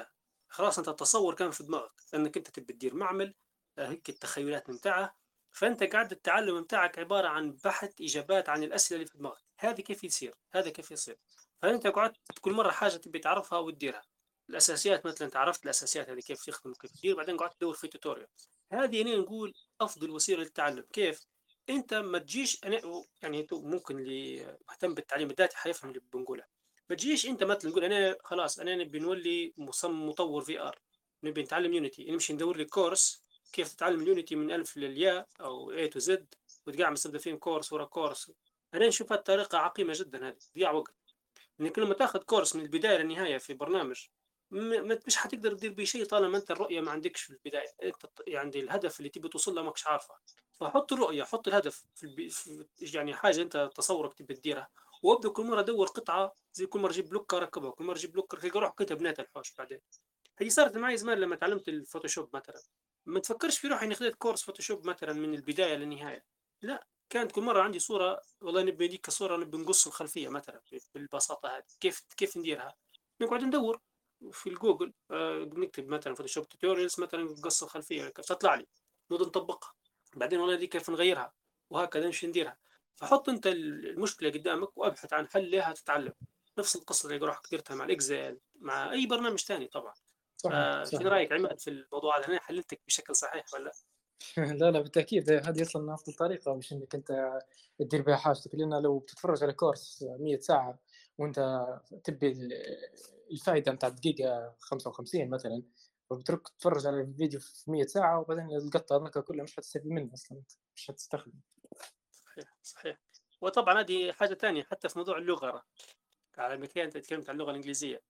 خلاص أنت التصوّر كان في دماغك، إنّك أنت تبي تدير معمل، آآ هيك التخيلات متاعه، فأنت قاعد التعلم متاعك عبارة عن بحث إجابات عن الأسئلة اللي في دماغك، هذا كيف يصير، هذا كيف يصير، فأنت قعدت كل مرّة حاجة تبي تعرفها وتديرها، الأساسيات مثلًا أنت عرفت الأساسيات هذه كيف تخدم وكيف تدير، بعدين قعدت تدوّر في tutorial، هذه أنا نقول أفضل وسيلة للتعلم، كيف؟ أنت ما تجيش أنا و يعني تو ممكن اللي مهتم بالتعليم الذاتي حيفهم اللي بنقوله. ما تجيش أنت مثلًا تقول أنا خلاص أنا نبي نولي مصمم مطوّر في آر، نبي نتعلم Unity، نمشي ندوّر لي كورس كيف تتعلم الUnity من ألف للياء أو A to Z وتقعد مستبدل فيهم كورس ورا كورس، أنا نشوفها الطريقة عقيمة جدًا هذه، تضييع وقت، لأنك لمّا تاخذ كورس من البداية للنهاية في برنامج م ما مش حتقدر تدير بيه شيء طالما أنت الرؤية ما عندكش في البداية، أنت ت يعني الهدف اللي تبي توصل له ماكش عارفه، فحُط الرؤية، حُط الهدف في الب في يعني حاجة أنت تصورك تبي تديرها، وابدأ كل مرة دَوّر قطعة زي كل مرة جيب بلوكة ركبها، كل مرة جيب بلوك تلقى روحك أنت بنيت الحوش بعدين. هي صارت معي زمان لمّا تعلمت الفوتوشوب مثلًا، ما تفكّرش في روحي إني خديت كورس فوتوشوب مثلًا من البداية للنهاية، لأ، كانت كل مرة عندي صورة والله نبي هذيك الصورة نبي نقص الخلفية مثلًا ب بالبساطة هذه، كيف كيف نديرها؟ نقعد ندوّر في الجوجل آآ نكتب مثلًا فوتوشوب tutorials مثلًا قص الخلفية تطلع لي، نقعد نطبّقها، بعدين والله دي كيف نغيّرها، وهكذا نمشي نديرها، فحُط أنت ال المشكلة قدّامك وابحث عن حل لها تتعلم، نفس القصة اللي روحك درتها مع الExcel مع أي برنامج تاني طبعًا. صحيح، فشنو صحيح. رأيك عماد في الموضوع هذا؟ أنا حللتك بشكل صحيح والّا؟ لا، لا، بالتأكيد هذه أصلًا أفضل طريقة باش إنك أنت تدير بها حاجتك، لأن لو بتتفرج على كورس مية ساعة وأنت تبي ال الفايدة متاع الدقيقة خمسة وخمسين مثلًا، فبتروح تتفرج على الفيديو في مية ساعة وبعدين القطة هذاك كله مش حتستفيد منه أصلًا أنت، مش حتستخدمه. صحيح، صحيح. وطبعًا هذه حاجة تانية حتى في موضوع اللغة راه، على مثال أنت تكلمت عن اللغة الإنجليزية،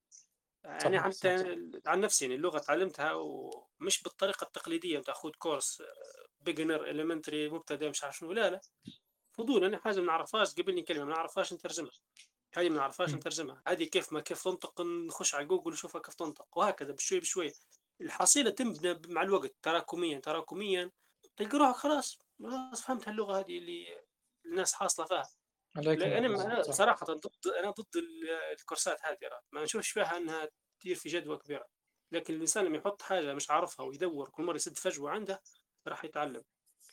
أنا صحيح، حتى صح. عن نفسي يعني اللغة اتعلمتها ومش بالطريقة التقليدية بتاع خُذ كورس beginner elementary مبتدئ مش عارف شنو، لا، لا، فضول أنا حاجة ما نعرفهاش تقابلني كلمة ما نعرفهاش نترجمها، هذه ما نعرفهاش إمم. نترجمها، هذه كيف ما كيف تنطق نخش على جوجل نشوفها كيف تنطق، وهكذا بشوي بشوي. الحصيلة تنبنى ب مع الوقت تراكميًا، تراكميًا تلقى روحك خلاص، خلاص فهمت اللغة هذه اللي الناس حاصلة فيها. الله لا يكمل أنا م أنا بالضبط، صح. صراحةً ضد أنا ضد ال الكورسات هذه راه، ما نشوفش فيها إنها تدير في جدوى كبيرة، لكن الإنسان لمّا يحط حاجة مش عارفها ويدوّر كل مرة يسد فجوة عنده راح يتعلم.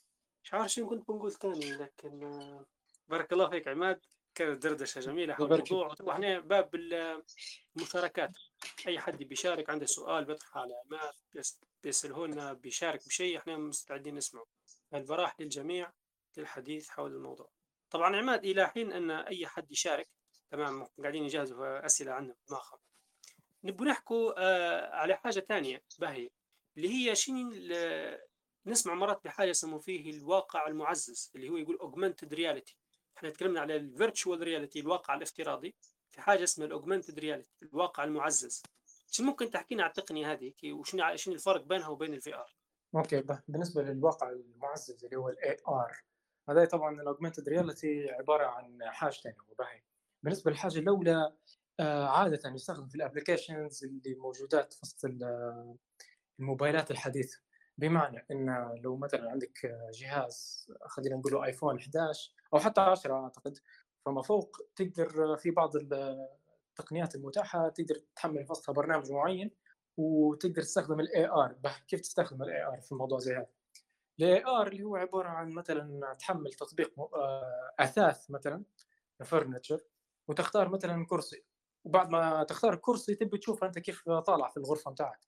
مش عارف شنو كنت بنقول تاني لكن آه، بارك الله فيك عماد، كانت دردشة جميلة الله حول يبارك فيك. الموضوع، وإحنا باب ال المشاركات، أي حد بيشارك عنده سؤال بيطرحه على عماد بيس بيسأله لنا بيشارك بشيء إحنا مستعدين نسمعه، البراح للجميع للحديث حول الموضوع. طبعًا عماد إلى حين أن أي حد يشارك تمام قاعدين يجهزوا أسئلة عندنا بدماغهم، نبغوا نحكوا آآ على حاجة تانية باهية، اللي هي شنو ال نسمع مرات بحاجة يسموا فيه الواقع المُعزّز، اللي هو يقول augmented reality، إحنا تكلمنا على الvirtual reality الواقع الافتراضي، في حاجة اسمها الaugmented reality الواقع المُعزّز، شنو ممكن تحكي لنا على التقنية هذه كي وشنو ع شنو الفرق بينها وبين الVR؟ أوكي، ب بالنسبة للواقع المُعزّز اللي هو الAR، هذا طبعًا الaugmented reality عبارة عن حاجتين هو باهي. بالنسبة للحاجة الأولى، آآ عادةً يستخدم في الapplications اللي موجودات في وسط ال الموبايلات الحديثة، بمعنى إن لو مثلًا عندك آه، جهاز خلّينا نقوله آيفون إحداش أو حتى عشرة أعتقد، فما فوق تقدر آه، في بعض ال التقنيات المتاحة تقدر تحمّل في وسطها برنامج معيّن وتقدر تستخدم الAR. به كيف تستخدم الAR في موضوع زي هذا؟ الAR اللي هو عبارة عن مثلًا تحمّل تطبيق م آآ أثاث مثلًا furniture وتختار مثلًا كرسي، وبعد ما تختار الكرسي تبي تشوف أنت كيف طالع في الغرفة متاعك،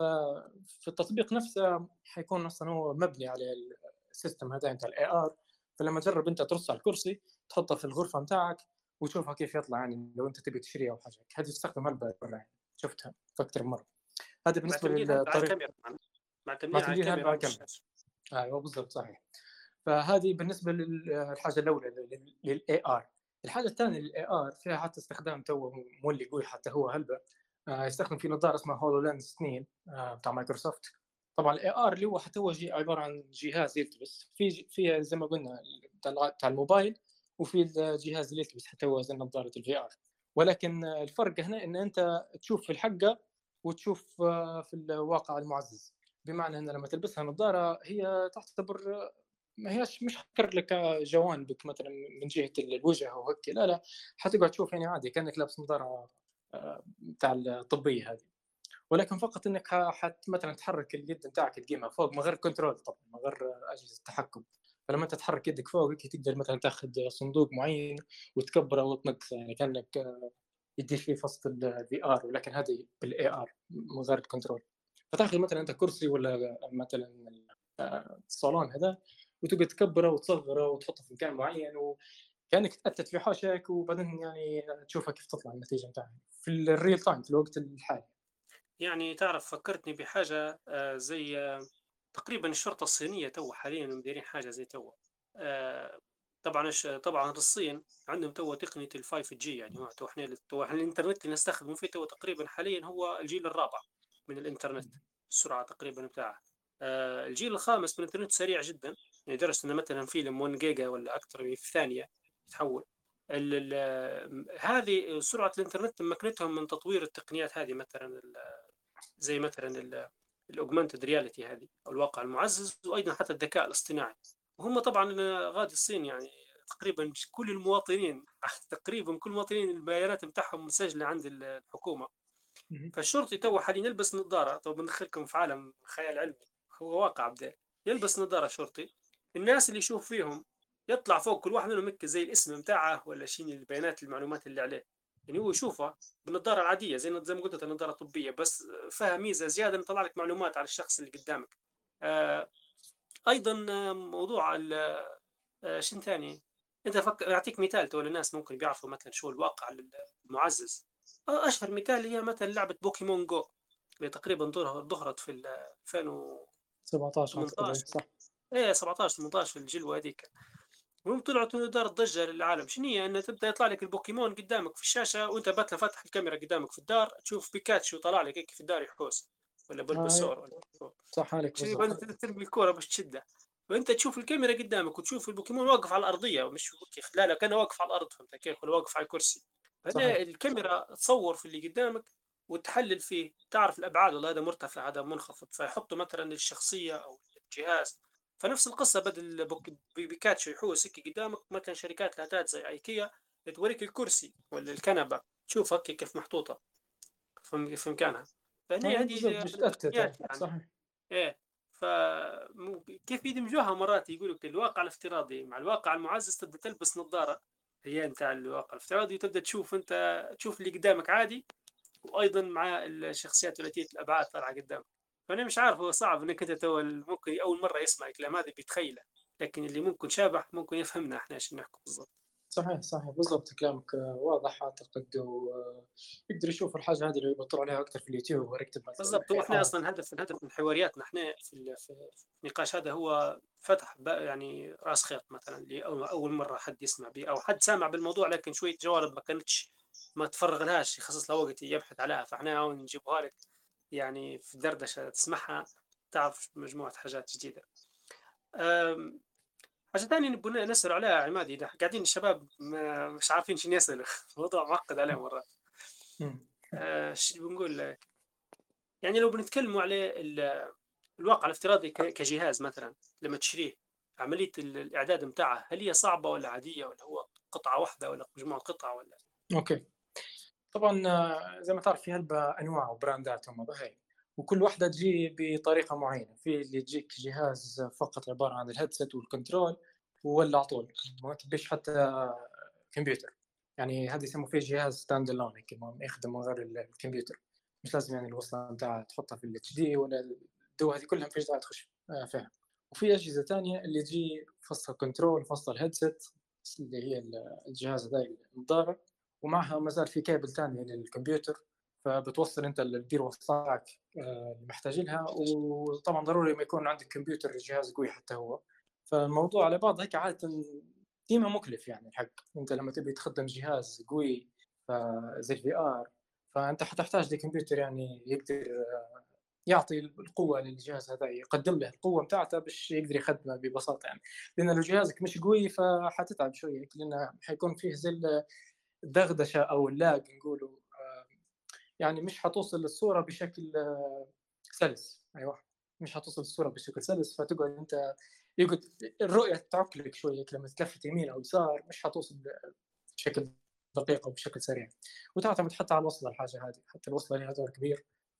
ففي التطبيق نفسه حيكون أصلًا هو مبني على ال الsystem هذا نتاع الAR، فلمّا تجرّب أنت ترُص على الكرسي تحطه في الغرفة متاعك وتشوفها كيف يطلع يعني لو أنت تبي تشتريه أو حاجة، هذه تستخدم هلبة برا يعني، شُفتها في أكتر من مرّة. هذا بالنسبة معتمدين هلبة على للطريق. الكاميرا معناها، معتمدين على معتمدين هلبة الكاميرا على مش الكاميرا. أيوه بالضبط صحيح. فهذه بالنسبة لل الحاجة الأولى لل للAR. الحاجة الثانية للAR فيها حتى استخدام تو مولي يقول حتى هو هلبة، آآ يستخدم في نظارة اسمها HoloLens اثنين آآ بتاع مايكروسوفت. طبعًا الAR اللي هو حتى هو ج عبارة عن جهاز يلتبس، في ج في زي ما قلنا بتاع الع بتاع الموبايل، وفي الجهاز اللي يلتبس حتى هو زي نظارة الVR. ولكن آه، الفرق هنا إن أنت تشوف في الحقة وتشوف آه، في الواقع المُعزّز، بمعنى إن لمّا تلبسها نظارة هي تعتبر ما هياش مش حتكرر لك جوانبك مثلًا من جهة ال الوجه أو هيك، لا، لا، حتقعد تشوف يعني عادي كأنك لابس نظارة آآ بتاع الطبية هذه. ولكن فقط انك ح- حت مثلا تحرك اليد بتاعك تقيمها فوق من غير كنترول، طبعا من غير اجهزه التحكم. فلما انت تحرك يدك فوق هيك تقدر مثلا تاخذ صندوق معين وتكبره وتنقصه، يعني كانك آه، يديك فيه فصل الفي ار، ولكن هذه بالاي ار من غير الكنترول. فتاخذ مثلا انت كرسي ولا مثلا آه، الصالون هذا، وتقعد تكبره وتصغره وتحطه في مكان معين، وكانك تأتت في حوشك، وبعدين يعني تشوفها كيف تطلع النتيجه بتاعها في الريل تايم في الوقت الحالي. يعني تعرف فكرتني بحاجة آه، زي آه، تقريبا الشرطة الصينية تو حاليا مديرين حاجة زي تو. آه، طبعا الش- طبعا الصين عندهم تو تقنية الفايف جي، يعني هو تو احنا تو احنا الانترنت اللي نستخدمه فيه تو تقريبا حاليا هو الجيل الرابع من الانترنت، السرعة تقريبا بتاعه. آه، الجيل الخامس من الانترنت سريع جدا، يعني لدرجة انه مثلا فيلم واحد جيجا ولا اكثر في ثانية يتحول. ال ال هذه سرعة الانترنت مكنتهم من تطوير التقنيات هذه، مثلا زي مثلا الاوجمانتد رياليتي هذه او الواقع المعزز، وايضا حتى الذكاء الاصطناعي. وهم طبعا غادي الصين يعني تقريبا كل المواطنين تقريبا كل المواطنين البيانات بتاعهم مسجله عند الحكومه. فالشرطي تو حاليا يلبس نظاره، تو بندخلكم في عالم خيال علمي، هو واقع بدا. يلبس نظاره شرطي، الناس اللي يشوف فيهم يطلع فوق كل واحد منهم هيك زي الاسم بتاعه ولا شيء البيانات المعلومات اللي عليه. يعني هو يشوفه بالنظاره العاديه زي زي ما قلت النظاره الطبيه، بس فيها ميزه زياده انه يطلع لك معلومات على الشخص اللي قدامك. آه ايضا آه، موضوع آه شن ثاني. انت فك... اعطيك مثال تو الناس ممكن بيعرفوا مثلا شو الواقع المعزز. آه، اشهر مثال هي مثلا لعبه بوكيمون جو اللي تقريبا ظهر- ظهرت في ال سبعطعش اعتقد، إيه، ألفين وثمنتاش. صح. ايه سبعتاش ثمنتاش في الجلوه هذيك. المهم طلعت دار ضجه للعالم، شنو هي ان تبدا يطلع لك البوكيمون قدامك في الشاشه وانت باتله فاتح الكاميرا قدامك في الدار، تشوف بيكاتشو طلع لك هيك في الدار يحوس، ولا آه إيه، بلبسور ولا صح عليك شنو، بالضبط. يبقى انت ترمي الكوره باش تشدها، فانت تشوف الكاميرا قدامك وتشوف البوكيمون واقف على الارضيه، مش كيف، لا لا كان واقف على الارض، فهمت كيف، ولا واقف على الكرسي. هنا صحيح. الكاميرا تصور في اللي قدامك وتحلل فيه، تعرف الابعاد، والله هذا مرتفع هذا منخفض، فيحطوا مثلا الشخصيه او الجهاز. فنفس القصه بدل بوك- بي- بيكاتشو يحوس هيك قدامك، مثلا شركات الهاتات زي ايكيا توريك الكرسي ولا الكنبه، تشوف هيك كيف محطوطه في في مكانها. فهنا آه بالضبط، هذه باش تأتت، تقنيات آه، يعني. صحيح. ايه. ف مو- كيف يدمجوها مرات، يقولوا الواقع الافتراضي مع الواقع المعزز، تبدا تلبس نظاره هي نتاع الواقع الافتراضي وتبدا تشوف انت تشوف اللي قدامك عادي، وايضا مع الشخصيات ثلاثيه الابعاد طالعه قدامك. فانا مش عارف، هو صعب انك انت تو ممكن اول مره يسمع الكلام هذا بيتخيله، لكن اللي ممكن شابح ممكن يفهمنا احنا ايش نحكي بالضبط. صحيح صحيح بالضبط، كلامك آه، واضح أعتقد، ويقدر يشوف الحاجة هذه اللي يبطل عليها أكثر في اليوتيوب ويكتب مثلا بالضبط، هو احنا إيه آر. اصلا هدف الهدف من حوارياتنا احنا في ال- في النقاش هذا هو فتح بقى يعني راس خيط، مثلا اللي اول أول مره حد يسمع به او حد سامع بالموضوع لكن شويه جوانب ما كانتش ما تفرغ لهاش يخصص لها وقت يبحث عليها، فاحنا هون نجيبها لك يعني في دردشه تسمعها، تعرف مجموعه حاجات جديده. أم، حاجه ثانيه نبغى نسال عليها عمادي، إذا قاعدين الشباب ما- مش عارفين شنو يسالوا الموضوع معقد عليهم مرات. مم. أه، شو بنقول لك، يعني لو بنتكلموا على الواقع الافتراضي ك- كجهاز مثلا لما تشريه، عملية ال- الإعداد متاعه هل هي صعبة ولا عادية، ولا هو قطعة واحدة ولا مجموعة قطع ولا؟ أوكي. طبعا آه، زي ما تعرف في هلبة أنواع وبراندات هم بهاي، وكل واحدة تجي بطريقة معينة. في اللي يجيك جهاز فقط عبارة عن الهيدسет والكنترول وولع على طول، ما تبيش حتى كمبيوتر. يعني هذا يسموه فيه جهاز ستاند الون، هيك ما يخدم من غير الكمبيوتر. مش لازم يعني الوصلة بتاعها تحطها في الاتش دي ولا الدو، هذه كلها مفيش داعي تخش آه، فيها. وفي أجهزة تانية اللي تجي فصل كنترول فصل الهيدسет، اللي هي الجهاز هذا النظارة، ومعها ما زال في كابل ثاني للكمبيوتر. فبتوصل انت الدير وصلك اللي محتاجينها. وطبعا ضروري ما يكون عندك كمبيوتر جهاز قوي حتى هو. فالموضوع على بعض هيك عاده ديما مكلف، يعني الحق انت لما تبي تخدم جهاز قوي زي الفي ار، فانت حتحتاج لكمبيوتر يعني يقدر يعطي القوه للجهاز هذا، يقدم له القوه بتاعته باش يقدر يخدمه ببساطه. يعني لان لو جهازك مش قوي فحتتعب شويه، لانه حيكون فيه زي الدغدشه او اللاج نقولوا، آه، يعني مش حتوصل للصوره بشكل آه، سلس. ايوه، مش حتوصل الصوره بشكل سلس، فتقعد انت يقعد الرؤيه تعك لك شويه لما تلفت يمين او يسار، مش حتوصل بشكل دقيق او بشكل سريع. وتعتمد حتى على الوصله، الحاجه هذه حتى الوصله لها دور كبير.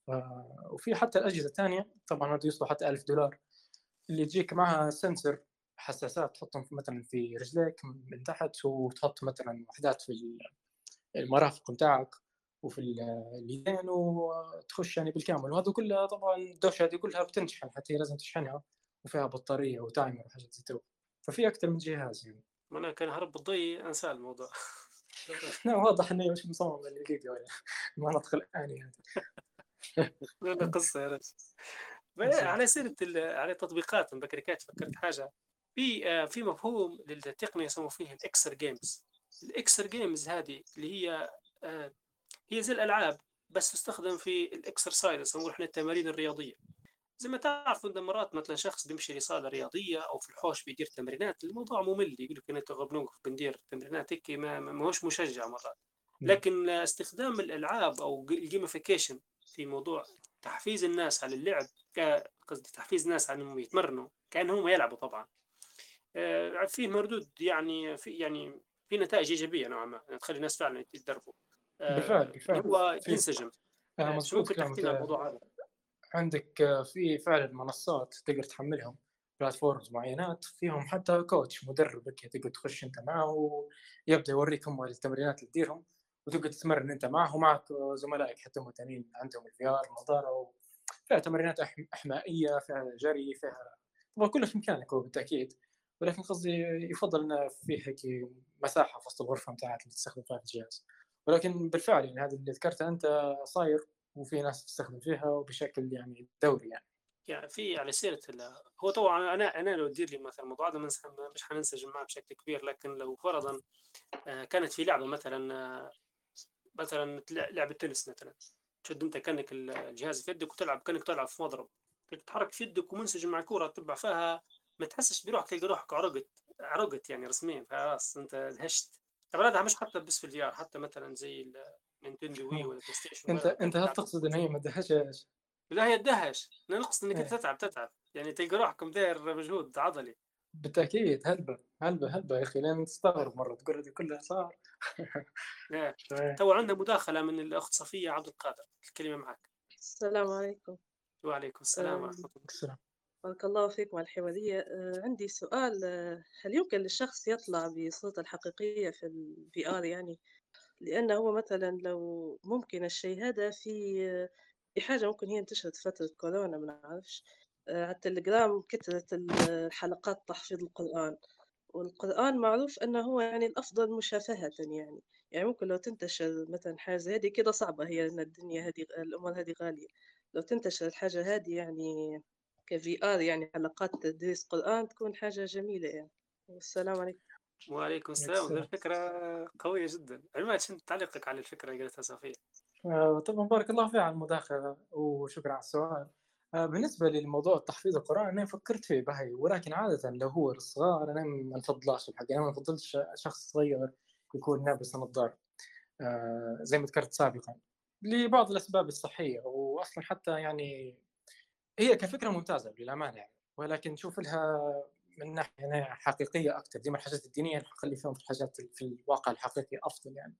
آه، وفي حتى الأجهزة الثانية طبعا هذا يوصلوا حتى ألف دولار، اللي تجيك معها سنسور حساسات تحطهم في مثلا في رجليك من تحت، وتحط مثلا وحدات في المرافق متاعك وفي اليدين، وتخش يعني بالكامل. وهذا كله طبعا الدوشة هذه كلها بتنشحن، حتى هي لازم تشحنها، وفيها بطارية وتايمر وحاجات زي تو. ففي أكثر من جهاز يعني. أنا كان هرب بالضي أنسى الموضوع. لا واضح إنه مش مصمم للفيديو ولا المناطق الآنية يعني. لا لا قصة يا رجل. على سيرة على التطبيقات بكريكات فكرت حاجة. في آه، في مفهوم للتقنية يسموا فيه الإكسر جيمز. الإكسر جيمز هذه اللي هي آه، هي زي الألعاب، بس تستخدم في الإكسرسايز، يسموه إحنا التمارين الرياضية. زي ما تعرف عند مرات مثلا شخص بيمشي لصالة رياضية أو في الحوش بيدير تمرينات، الموضوع ممل، يقول لك أنا تغبنوك بندير تمرينات هيك، ما ما هوش مشجع مرات. لكن استخدام الألعاب أو الجيميفيكيشن في موضوع تحفيز الناس على اللعب، قصدي تحفيز الناس على انهم يتمرنوا كانهم يلعبوا طبعا، آه، في مردود يعني في يعني في نتائج ايجابيه نوعا ما، يعني تخلي الناس فعلا يتدربوا. بالفعل آه، اللي بالفعل هو في ينسجم. آه آه، شو مزبوط ممكن تحكي كلامك. لنا عن آه، الموضوع هذا؟ عندك آه، في فعلا منصات تقدر تحملهم، بلاتفورمز معينات فيهم حتى كوتش مدرب هيك، تقدر تخش انت معه ويبدا يوريك هم التمرينات اللي تديرهم، وتقدر تتمرن انت معه ومعك زملائك حتى هم تانيين عندهم الفي ار نظاره، فيها تمرينات أح- احمائيه، فيها جري، فيها طبعا كله في امكانك هو بالتاكيد. ولكن قصدي يفضل انه في هيك مساحه في وسط الغرفه بتاعك اللي تستخدم فيها الجهاز. ولكن بالفعل يعني هذا اللي ذكرته انت صاير، وفي ناس تستخدم فيها وبشكل يعني دوري يعني. يعني في على سيرة ال- هو طبعا انا انا لو تدير لي مثلا الموضوع هذا منس- مش حننسجم معه بشكل كبير، لكن لو فرضا آه، كانت في لعبه مثلا، آه، مثلا لعبه تنس مثلا، تشد انت كانك الجهاز في يدك وتلعب كانك تلعب في مضرب، تتحرك في يدك ومنسجم مع الكوره تتبع فيها، ما تحسش بروحك، تلقى روحك عرقت عرقت يعني رسميا، خلاص انت دهشت. طبعا هذا مش حتى بس في الفي ار، حتى مثلا زي النينتندو وي ولا بلاي ستيشن انت وغيرها، انت كانت هل اللعب تقصد ان منسجم. هي ما تدهشش؟ لا هي تدهش، انا نقصد انك انت ايه تتعب تتعب يعني تلقى روحك مداير مجهود عضلي. بالتاكيد، هلبة هلبة هلبة يا اخي، لين تستغرب مره تقول هذه كلها صار. إيه. إيه. تو عندنا مداخله من الاخت صفيه عبد القادر، الكلمه معك. السلام عليكم. وعليكم السلام آه، ورحمه الله. السلام. بارك الله فيكم على الحوارية. آه، عندي سؤال. آه، هل يمكن للشخص يطلع بصورته الحقيقية في ال في آر يعني؟ لأنه هو مثلا لو ممكن الشيء هذا في آه، في حاجة ممكن هي انتشرت فترة كورونا، ما نعرفش. آه، على التليجرام كثرت الحلقات تحفيظ القرآن، والقرآن معروف أنه هو يعني الأفضل مشافهة يعني. يعني ممكن لو تنتشر مثلا حاجة هذه كده صعبة، هي أن الدنيا هذه الأمور هذه غالية. لو تنتشر الحاجة هذه يعني كفي آر، يعني حلقات تدريس قرآن، تكون حاجة جميلة يعني. والسلام عليكم. وعليكم عليك السلام، ذي السلام. الفكرة قوية جدا. عماد شنو تعليقك على الفكرة اللي قالتها صفية؟ آه، طبعا بارك الله فيك على المداخله وشكرا على السؤال. آه، بالنسبه للموضوع تحفيظ القران انا فكرت فيه بهي، ولكن عاده لو هو الصغار انا ما نفضلاش الحق، انا ما نفضلش شخص صغير يكون لابس نظاره، آه، زي ما ذكرت سابقا، لبعض الاسباب الصحيه. واصلا حتى يعني هي كفكره ممتازه للامانه يعني، ولكن نشوف لها من ناحيه يعني حقيقيه اكثر، ديما الحاجات الدينيه نخلي فيهم في الحاجات في الواقع الحقيقي افضل يعني.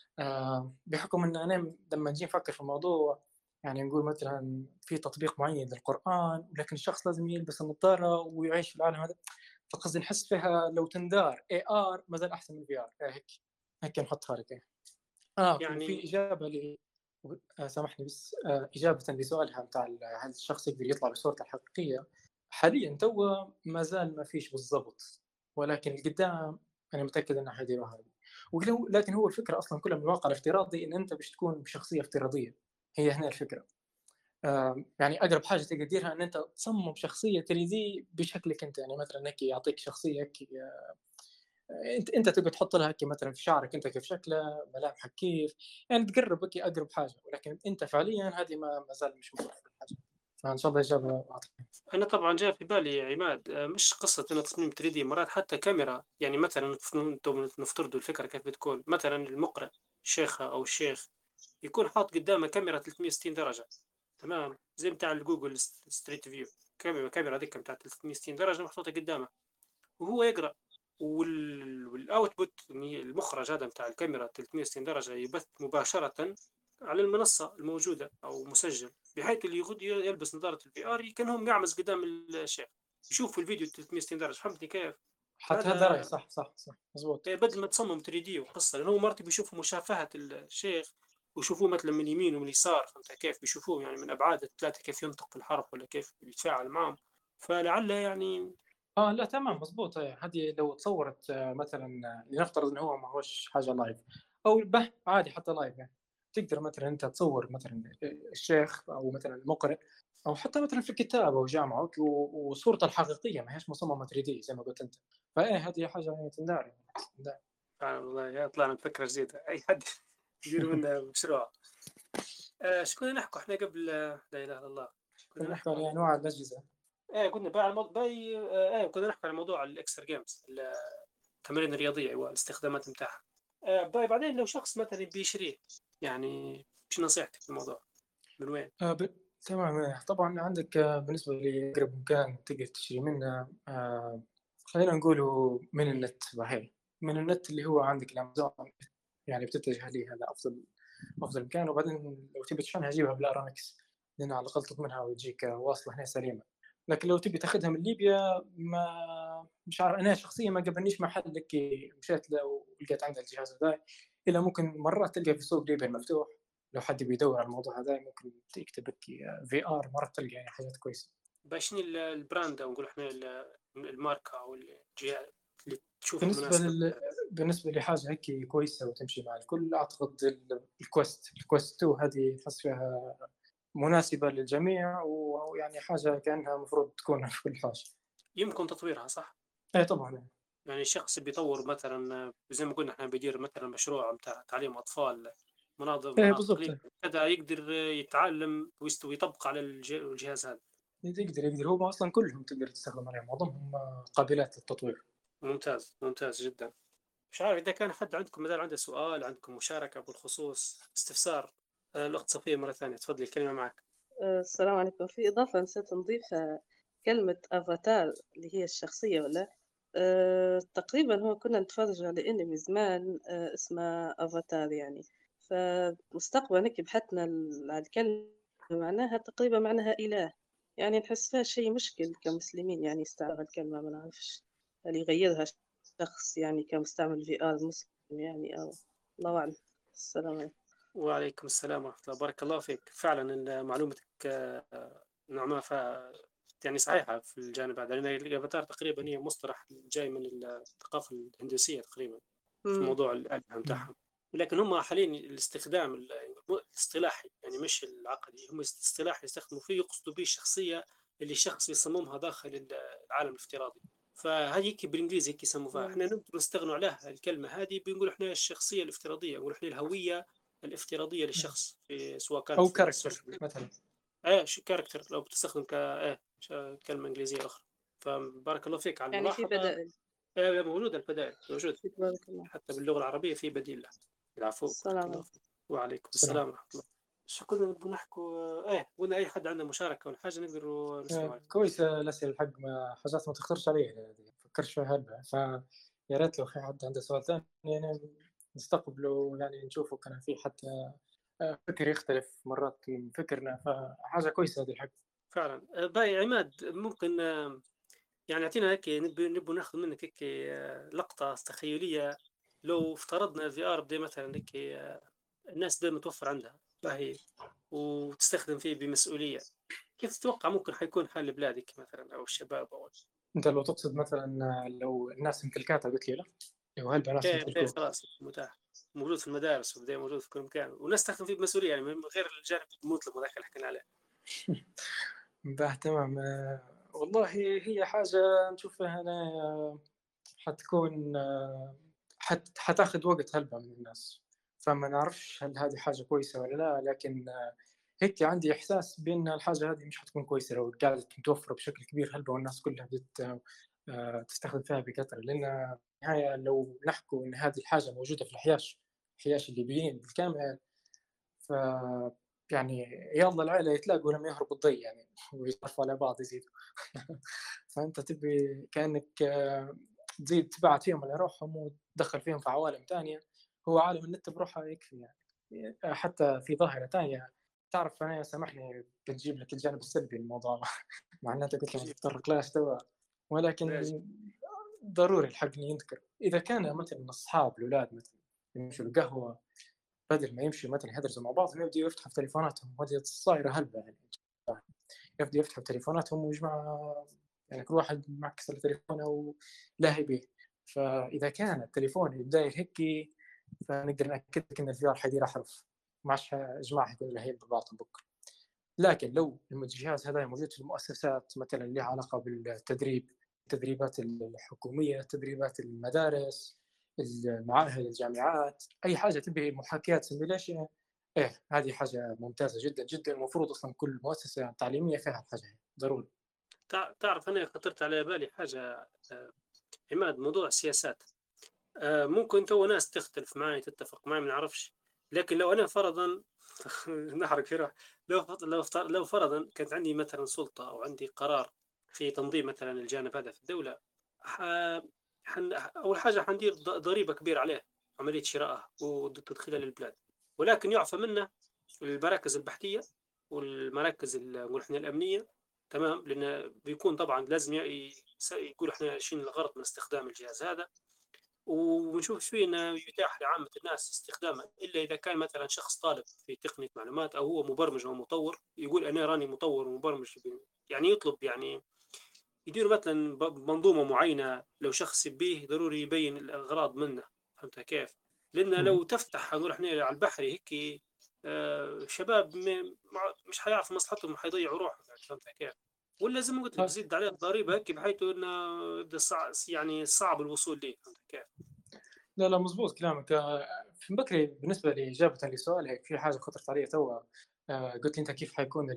آه بحكم ان انا لما نجي نفكر في الموضوع، يعني نقول مثلا في تطبيق معين للقران، ولكن الشخص لازم يلبس النظاره ويعيش في العالم هذا، فقصدي نحس فيها لو تندار اي ار مازال احسن من في ار. هيك هيك نحطها لك إيه. اه وفي يعني اجابه ل آه سامحني بس، آه اجابه لسؤالها بتاع هل الشخص يقدر يطلع بصورته الحقيقيه، حاليا تو ما زال ما فيش بالضبط، ولكن قدام انا متاكد انه حيديروها هذه. ولو لكن هو الفكره اصلا كلها من الواقع الافتراضي ان انت باش تكون بشخصيه افتراضيه، هي هنا الفكره. آه يعني اقرب حاجه تقدر تديرها ان انت تصمم شخصيه ثري دي بشكلك انت، يعني مثلا هيك يعطيك شخصيه هيك، انت انت تقعد تحط لها هيك مثلا في شعرك انت كيف شكله، ملامحك كيف، يعني تقرب هيك اقرب حاجه، ولكن انت فعليا هذه ما ما زال مش موجود الحاجه. فان شاء الله اجابه واضحه. أنا طبعا جاء في بالي عماد، آه، مش قصة إنه تصميم ثري دي، مرات حتى كاميرا، يعني مثلا أنتم نفترضوا الفكرة كيف بتكون، مثلا المقرئ الشيخة أو الشيخ يكون حاط قدامه كاميرا ثلاثمية وستين درجة، تمام، زي بتاع الجوجل ستريت فيو، كاميرا كاميرا ذيك بتاع ثلاثمية وستين درجة محطوطة قدامه وهو يقرأ، وال... والاوتبوت المخرج هذا بتاع الكاميرا ثلاثمية وستين درجة يبث مباشرة على المنصة الموجودة أو مسجل بحيث اللي يغد يلبس نظارة الفي ار كانهم يعمز قدام الشيخ، يشوف الفيديو ثلاثمية وستين درجة. فهمتني كيف؟ حتى هذا رأي، فهذا صح صح صح مزبوط. إيه، بدل ما تصمم ثري دي وقصة، لأنه مرتي بيشوفوا مشافهة الشيخ ويشوفوه مثلا من اليمين ومن اليسار، فهمت كيف؟ بيشوفوه يعني من أبعاد الثلاثة كيف ينطق الحرف ولا كيف يتفاعل معهم. فلعل يعني اه لا تمام مزبوط. إيه، هذه لو تصورت آه، مثلا آه، لنفترض انه هو ما هوش حاجه لايف او به عادي حتى لايف، يعني تقدر مثلا انت تصور مثلا الشيخ او مثلا المقرئ او حتى مثلا في الكتاب او جامعك و- وصورته الحقيقيه ما هيش مصممه ثري دي زي ما قلت انت. فايه هذه حاجه يعني تندار يعني تندار. سبحان الله، يا طلعنا بفكرة جديدة، أي حد يدير منها مشروع. آه شو كنا نحكوا احنا قبل؟ آه، لا إله إلا الله. كنا كنا نحكي نحكوا على عن انواع الاجهزه. ايه كنا بقى على الموضوع باي آه ايه كنا نحكوا عن موضوع الاكسترا جيمز، التمارين الرياضية والاستخدامات متاعها. آه باي بعدين لو شخص مثلا بيشريه، يعني شو نصيحتك في الموضوع؟ من وين؟ آه ب... تمام. آه، طبعا عندك آه، بالنسبه لأقرب مكان تقدر تشتري منه آه خلينا نقوله من النت. وهي من النت اللي هو عندك الامازون، يعني بتتجه لي هذا افضل افضل مكان. وبعدين لو تبي تشحنها جيبها بالارامكس لان على الاقل تضمنها وتجيك واصله هنا سليمه. لكن لو تبي تاخذها من ليبيا ما مش عارف، انا شخصيا ما قبلنيش محل لك مشيت لو لقيت عندها الجهاز هذا، الا ممكن مرات تلقى في سوق ليبيا المفتوح. لو حد بيدور على الموضوع هذا ممكن يكتب لك في ار، مرات تلقى يعني حاجات كويسه. باشني البراند او نقول احنا ال- الماركة او الجهة اللي تشوفها بالنسبه مناسبة لل... لل- بالنسبه لحاجه هيك كويسه وتمشي مع الكل، اعتقد ال- الكويست الكويست تو هذه حس فيها مناسبة للجميع، ويعني حاجة كأنها مفروض تكون في كل حاجة. يمكن تطويرها صح. ايه طبعا. يعني الشخص بيطور مثلا زي ما قلنا احنا بيدير مثلا مشروع بتاع تعليم اطفال مناطق ايه مناطق بالضبط. ليبيا كذا، يقدر يتعلم ويست- ويطبق على الج- الجهاز هذا. يقدر يقدر هو اصلا كلهم تقدر تستخدم عليهم، معظمهم قابلات للتطوير. ممتاز ممتاز جدا. مش عارف إذا كان حد عندكم مثلا عنده سؤال، عندكم مشاركة بالخصوص، استفسار. آه، الأخت صفية مرة ثانية تفضلي، الكلمة معك. آه، السلام عليكم. في إضافة نسيت نضيفها، كلمة أفاتار اللي هي الشخصية ولا أه تقريبا هو كنا نتفرج على انمي زمان أه اسمه افاتار يعني. فمستقبلا هيك بحثنا ال- على الكلمة، معناها تقريبا معناها إله. يعني نحس فيها شيء مشكل كمسلمين، يعني يستعمل الكلمة ما نعرفش هل يغيرها شخص يعني كمستعمل في آر مسلم يعني، أو الله أعلم. السلام عليكم. وعليكم السلام ورحمة الله، بارك الله فيك. فعلا إن معلومتك آه، نوعا ما ف يعني صحيحة في الجانب هذا، لأن الأفاتار تقريبا هي مصطلح جاي من الثقافة الهندوسية تقريبا في مم. موضوع الآلهة مم. متاعهم. لكن هم حاليا الاستخدام ال- الاصطلاحي، يعني مش العقدي، هم الاصطلاح يستخدموا فيه يقصدوا به الشخصية اللي الشخص يصممها داخل العالم الافتراضي. فهذه هيك بالانجليزي هيك يسموها. مم. فاحنا نقدر نستغنوا عليها الكلمه هذه، بنقول احنا الشخصيه الافتراضيه، نقول احنا الهويه الافتراضيه للشخص، في سواء كان او في السوشيال كاركتر ميديا. مثلا. ايه شو كاركتر لو بتستخدم ك ايه ش- كلمه انجليزيه اخرى. فبارك الله فيك على يعني في الملاحظه. بدائل. ايه موجوده البدائل موجوده، تبارك الله. حتى باللغه العربيه في بديل له. العفو، بارك السلام الله عليكم. فيك. وعليكم السلام. السلام ورحمه الله. شو كنا نبغى نحكوا؟ ايه قلنا اي حد عنده مشاركه ولا حاجه نقدروا نسمعوا آه، عليه. كويسة الأسئلة الحق، ما حاجات ما تخطرش عليه يعني، فكرش فيها هلبة. فيا ريت لو في حد عنده سؤال ثاني يعني نستقبله، يعني نشوفه كان في حتى آه، فكر يختلف مرات من فكرنا، فحاجة كويسة هذه الحق. فعلا. آه، باي عماد، ممكن آه، يعني اعطينا هيك، نبي نبي ناخذ منك هيك آه، لقطة تخيلية. لو افترضنا الفي ار بدا مثلا هيك آه، الناس بدها متوفر عندها باهي وتستخدم فيه بمسؤولية، كيف تتوقع ممكن حيكون حال بلادك مثلا او الشباب او أنت لو تقصد مثلا آه، لو الناس امتلكاتها قلت لي لا، لو هلبة ناس ايه باهي يمتلكوه. خلاص متاح، موجود في المدارس وبدا موجود في كل مكان والناس تستخدم فيه بمسؤولية، يعني من غير الجانب المطلق هذاك اللي حكينا عليه. باه تمام. آه، والله هي حاجة نشوفها أنا آه، حتكون آه، حت حتاخذ وقت هلبة من الناس. فما نعرفش هل هذه حاجة كويسة ولا لا، لكن آه، هيك عندي إحساس بأن الحاجة هذه مش حتكون كويسة لو قاعدة متوفرة بشكل كبير هلبة والناس كلها بت آه، تستخدم فيها بكثرة. لأن النهاية لو نحكوا أن هذه الحاجة موجودة في الحياش الحياش الليبيين بالكامل، ف يعني يلا العائلة يتلاقوا لما يهربوا الضي يعني ويصرفوا على بعض يزيدوا. فأنت تبي كأنك آه، تزيد تبعت فيهم على روحهم وتدخل فيهم في عوالم تانية. هو عالم النت بروحها يكفي يعني. حتى في ظاهرة تانية تعرف أنا سامحني بنجيب لك الجانب السلبي للموضوع مع أن أنت قلت لي ما تتطرقلاش توا، ولكن ضروري الحق إني ينذكر. إذا كان مثلا أصحاب الأولاد مثلا يمشوا القهوة بدل ما يمشوا مثلا يهدرسوا مع بعض يبدأوا يفتحوا في تليفوناتهم، وهذه صايرة هلبة يعني يبدأوا يفتحوا في تليفوناتهم ويجمع يعني كل واحد معكس تليفونه ولاهي به. فإذا كان التليفون داير هيك فنقدر نأكد لك إن الفي آر حيدير أحرف ماش جماعة يقول لها ببعضهم بكرة. لكن لو الجهاز هذا موجود في المؤسسات مثلا اللي لها علاقة بالتدريب، التدريبات الحكومية، تدريبات المدارس، المعاهد، الجامعات، أي حاجة تبي محاكاة سيميليشن، إيه هذه حاجة ممتازة جدا جدا. المفروض أصلا كل مؤسسة تعليمية فيها الحاجة ضروري. تعرف أنا خطرت على بالي حاجة عماد، موضوع السياسات. ممكن تو ناس تختلف معي تتفق معي ما نعرفش، لكن لو أنا فرضا نحرق في روح، لو لو لو فرضا كانت عندي مثلا سلطة أو عندي قرار في تنظيم مثلا الجانب هذا في الدولة، حن أول حاجة حندير ضريبة كبيرة عليه عملية شرائها وتدخيلها للبلاد، ولكن يعفى منه المراكز البحثية والمراكز نقول احنا الأمنية، تمام، لأنه بيكون طبعا لازم يقول احنا شنو الغرض من استخدام الجهاز هذا، ونشوف فيه انه يتاح لعامة الناس استخدامه، الا اذا كان مثلا شخص طالب في تقنية معلومات او هو مبرمج او مطور يقول انا راني مطور ومبرمج، يعني يطلب يعني يديروا مثلا منظومة معينة، لو شخص يبيه ضروري يبين الاغراض منه، فهمتها كيف؟ لان لو تفتح نقول احنا على البحر هيك آه شباب مش حيعرف مصلحتهم حيضيعوا روحهم، فهمتها كيف؟ ولا زي ما قلت لك زيد عليه الضريبه هيك بحيث انه يبدا يعني صعب الوصول ليه، فهمت كيف؟ لا لا مزبوط كلامك. في بكري بالنسبه لاجابه لسؤال هيك في حاجه خطرت علي توا، قلت لي انت كيف حيكون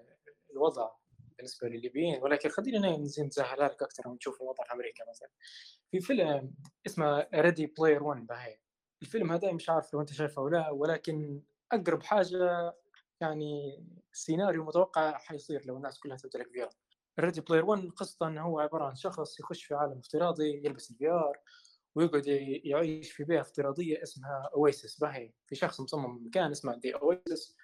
الوضع بالنسبه للليبيين، ولكن خلينا نزيد نسهلها لك اكثر ونشوف الوضع في امريكا مثلا. في فيلم اسمه ريدي بلاير واحد بهاي الفيلم هذا، مش عارف لو انت شايفه ولا، ولكن اقرب حاجه يعني سيناريو متوقع حيصير لو الناس كلها تمتلك في ار. ريدي بلاير واحد قصته انه هو عباره عن شخص يخش في عالم افتراضي يلبس الفي ار ويقعد يعيش في بيئه افتراضيه اسمها اويسس. باهي في شخص مصمم مكان اسمه دي اويسس،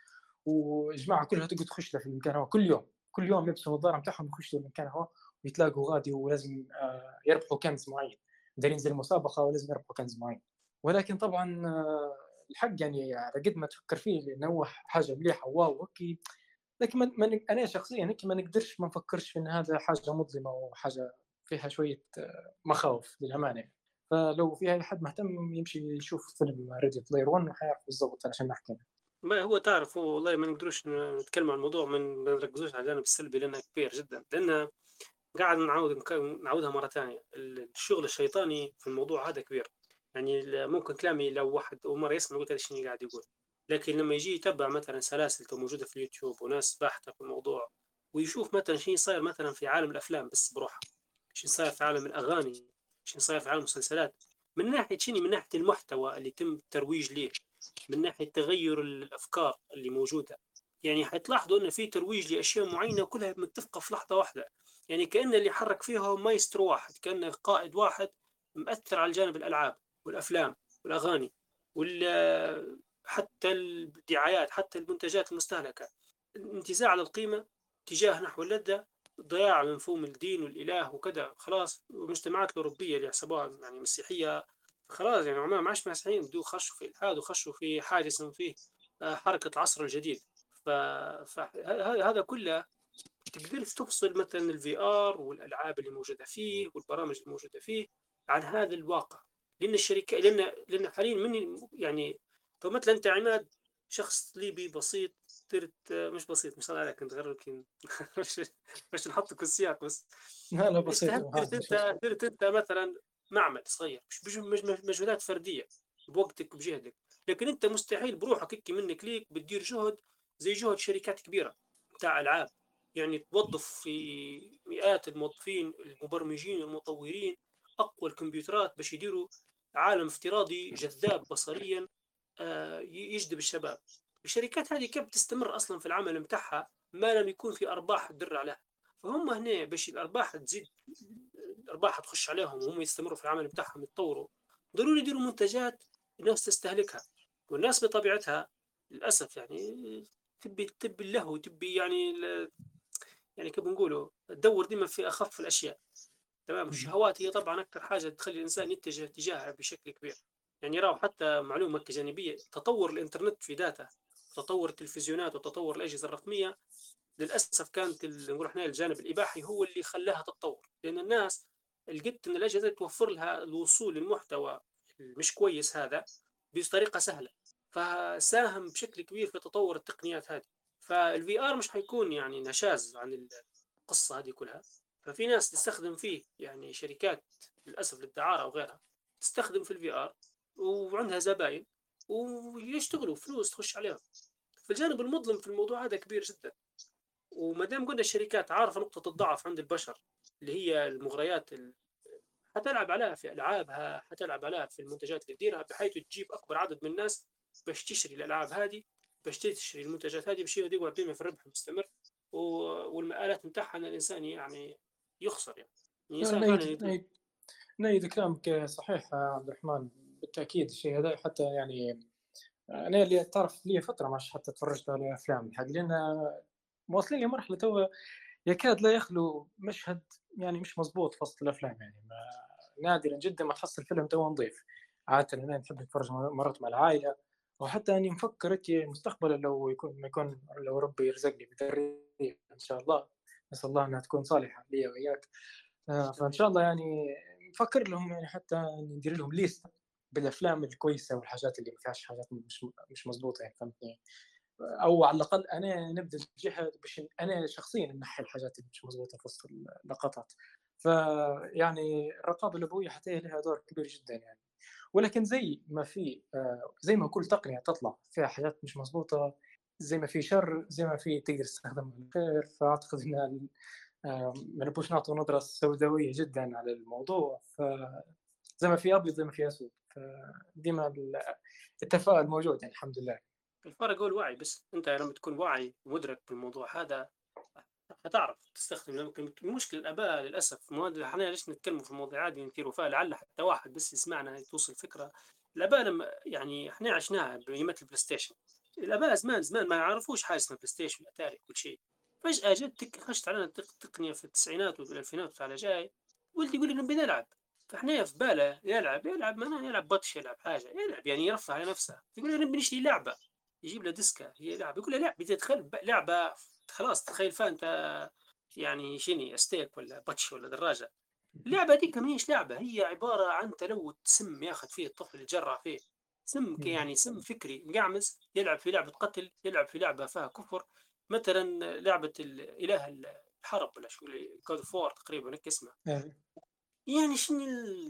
وجماعه كلها تقعد تخش له في المكان هو كل يوم كل يوم يلبسوا النظاره بتاعهم يخشوا المكان هو ويتلاقوا غادي ولازم يربحوا كنز معين، دايرين زي المسابقه ولازم يربحوا كنز معين. ولكن طبعا الحق يعني على قد ما تفكر فيه لانه هو حاجه مليحه واو اوكي، لكن من انا شخصيا هيك ما نقدرش ما نفكرش في ان هذا حاجه مظلمه وحاجه فيها شويه مخاوف للامانه. فلو في اي حد مهتم يمشي يشوف فيلم ريدي بلاير واحد وحيعرف بالضبط عشان نحكي. ما هو تعرف هو والله ما نقدروش نتكلم عن الموضوع من ما نركزوش على الجانب السلبي لانه كبير جدا، لانه قاعد نعاود نعاودها مره ثانيه، الشغل الشيطاني في الموضوع هذا كبير. يعني ممكن كلامي لو واحد اول مره يسمع يقول هذا الشيء قاعد يقول، لكن لما يجي يتبع مثلا سلاسل موجوده في اليوتيوب وناس باحثه في الموضوع ويشوف مثلا شيء صاير مثلا في عالم الافلام بس بروحه، شيء صاير في عالم الاغاني، شيء صاير في عالم المسلسلات، من ناحيه شنو، من ناحيه المحتوى اللي يتم الترويج ليه، من ناحيه تغير الافكار اللي موجوده، يعني حتلاحظوا ان في ترويج لاشياء معينه كلها متفقه في لحظه واحده، يعني كأن اللي حرك فيها مايسترو واحد، كأن قائد واحد مؤثر على جانب الألعاب والأفلام والأغاني حتى الدعايات حتى المنتجات المستهلكة، انتزاع للقيمة تجاه نحو اللذة، ضياع مفهوم الدين والإله وكذا. خلاص المجتمعات الأوروبية اللي يحسبوها يعني مسيحية خلاص يعني عمام ما عادش مسيحيين، بدو خشوا في الإلحاد وخشوا في حاجة اسمه فيه حركة العصر الجديد. فهذا كله تقدر تفصل مثلا الفي ار والالعاب اللي موجوده فيه والبرامج الموجوده فيه عن هذا الواقع، لان الشركه لان لان حاليا من يعني فمثلا انت عماد شخص ليبي بسيط ترت مش بسيط مش عليك انت غير يمكن باش نحطك في السياق بس لا لا بسيط ترت انت ترت انت مثلا معمل صغير مش مجهودات فرديه بوقتك بجهدك، لكن انت مستحيل بروحك هيك منك ليك بتدير جهد زي جهد شركات كبيره بتاع العاب، يعني توظف في مئات الموظفين المبرمجين المطورين اقوى الكمبيوترات باش يديروا عالم افتراضي جذاب بصريا يجذب الشباب. الشركات هذه كيف تستمر اصلا في العمل بتاعها ما لم يكون في ارباح تدر عليها؟ فهم هنا باش الارباح تزيد، الارباح تخش عليهم وهم يستمروا في العمل بتاعهم يتطوروا، ضروري يديروا منتجات الناس تستهلكها، والناس بطبيعتها للاسف يعني تبي تبي اللهو، تبي يعني ال- يعني كيف بنقولوا تدور ديما في اخف الاشياء. تمام. الشهوات هي طبعا اكثر حاجه تخلي الانسان يتجه تجاهها بشكل كبير. يعني راهو حتى معلومه جانبيه، تطور الانترنت في ذاته، تطور التلفزيونات وتطور الاجهزه الرقميه، للاسف كانت ال- نقول احنا الجانب الاباحي هو اللي خلاها تتطور، لان الناس لقيت ان الاجهزه توفر لها الوصول للمحتوى المش كويس هذا بطريقه سهله، فساهم بشكل كبير في تطور التقنيات هذه. فالفي ار مش حيكون يعني نشاز عن القصه هذه كلها. ففي ناس تستخدم فيه، يعني شركات للاسف للدعاره وغيرها تستخدم في الفي ار وعندها زباين ويشتغلوا فلوس تخش عليهم. فالجانب المظلم في الموضوع هذا كبير جدا. وما دام قلنا الشركات عارفه نقطه الضعف عند البشر اللي هي المغريات ال- حتلعب عليها في العابها، حتلعب عليها في المنتجات اللي تديرها بحيث تجيب اكبر عدد من الناس باش تشتري الالعاب هذه، باش تشتري المنتجات هذه، باش يقعد ديما في الربح المستمر. والمآلات نتاعها ان الانسان يعني يخسر، يعني الانسان فعلا نيد يدوز. نيد نيد كلامك صحيح يا عبد الرحمن، بالتأكيد الشيء هذا. حتى يعني أنا اللي تعرف لي فترة مش حتى تفرجت على أفلام الحق، لأن واصلين لمرحلة تو يكاد لا يخلو مشهد يعني مش مزبوط في وسط الأفلام. يعني ما نادرا جدا ما تحصل فيلم تو نظيف. عادة أنا نحب نتفرج مرات مع العائلة، وحتى أني مفكر إني مستقبلا لو يكون ما يكون لو ربي يرزقني بذرية إن شاء الله، نسأل الله أنها تكون صالحة لي وإياك. آه، فإن شاء الله يعني نفكر لهم يعني حتى ندير لهم ليست بالأفلام الكويسة والحاجات اللي ما فيهاش حاجات مش مش مزبوطة، يعني فهمتني. او على الاقل انا نبدا الجهه باش انا شخصيا نحي الحاجات اللي مش مضبوطه في وسط اللقطات. فيعني الرقابه الابويه حتى لها دور كبير جدا يعني. ولكن زي ما في آه، زي ما كل تقنيه تطلع فيها حاجات مش مضبوطه، زي ما في شر زي ما في تقدر تستخدمها للخير. فاعتقد ان آه، ما نبوش نعطوا نظره سوداويه جدا على الموضوع. فزي ما في ابيض زي ما في اسود، فديما التفاؤل موجود يعني الحمد لله. الفرق هو الوعي بس. انت لما تكون واعي ومدرك بالموضوع هذا هتعرف تستخدم. يمكن المشكله الاباء للاسف، مو احنا ليش نتكلموا في المواضيع عادي نثيروا فيها لعل حتى واحد بس يسمعنا توصل فكره. الاباء لما يعني احنا عشناها بايامات البلاي ستيشن، الاباء زمان زمان ما يعرفوش حاجه اسمها بلاي ستيشن اتاري كل شيء. فجاه جت خشت علينا تقنيه في التسعينات والالفينات وتعالى جاي ولدي يقول لي نبي نلعب. فاحنا في باله يلعب يلعب ما يلعب بطش يلعب حاجه يلعب يعني يرفع على نفسه. يقول لي نبي نشتري لعبه، يجيب له ديسكه هي لعبه، يقول له لعبه تدخل لعبه خلاص تخيل فانت يعني شني استيك ولا بطش ولا دراجه. اللعبه دي كمان هيش لعبه، هي عباره عن تلوث سم ياخذ فيه الطفل يتجرع فيه. سم يعني سم فكري مقعمز، يلعب في لعبه قتل، يلعب في لعبه فيها كفر. مثلا لعبه الاله الحرب ولا شو جود فور تقريبا هيك اسمها. يعني شنو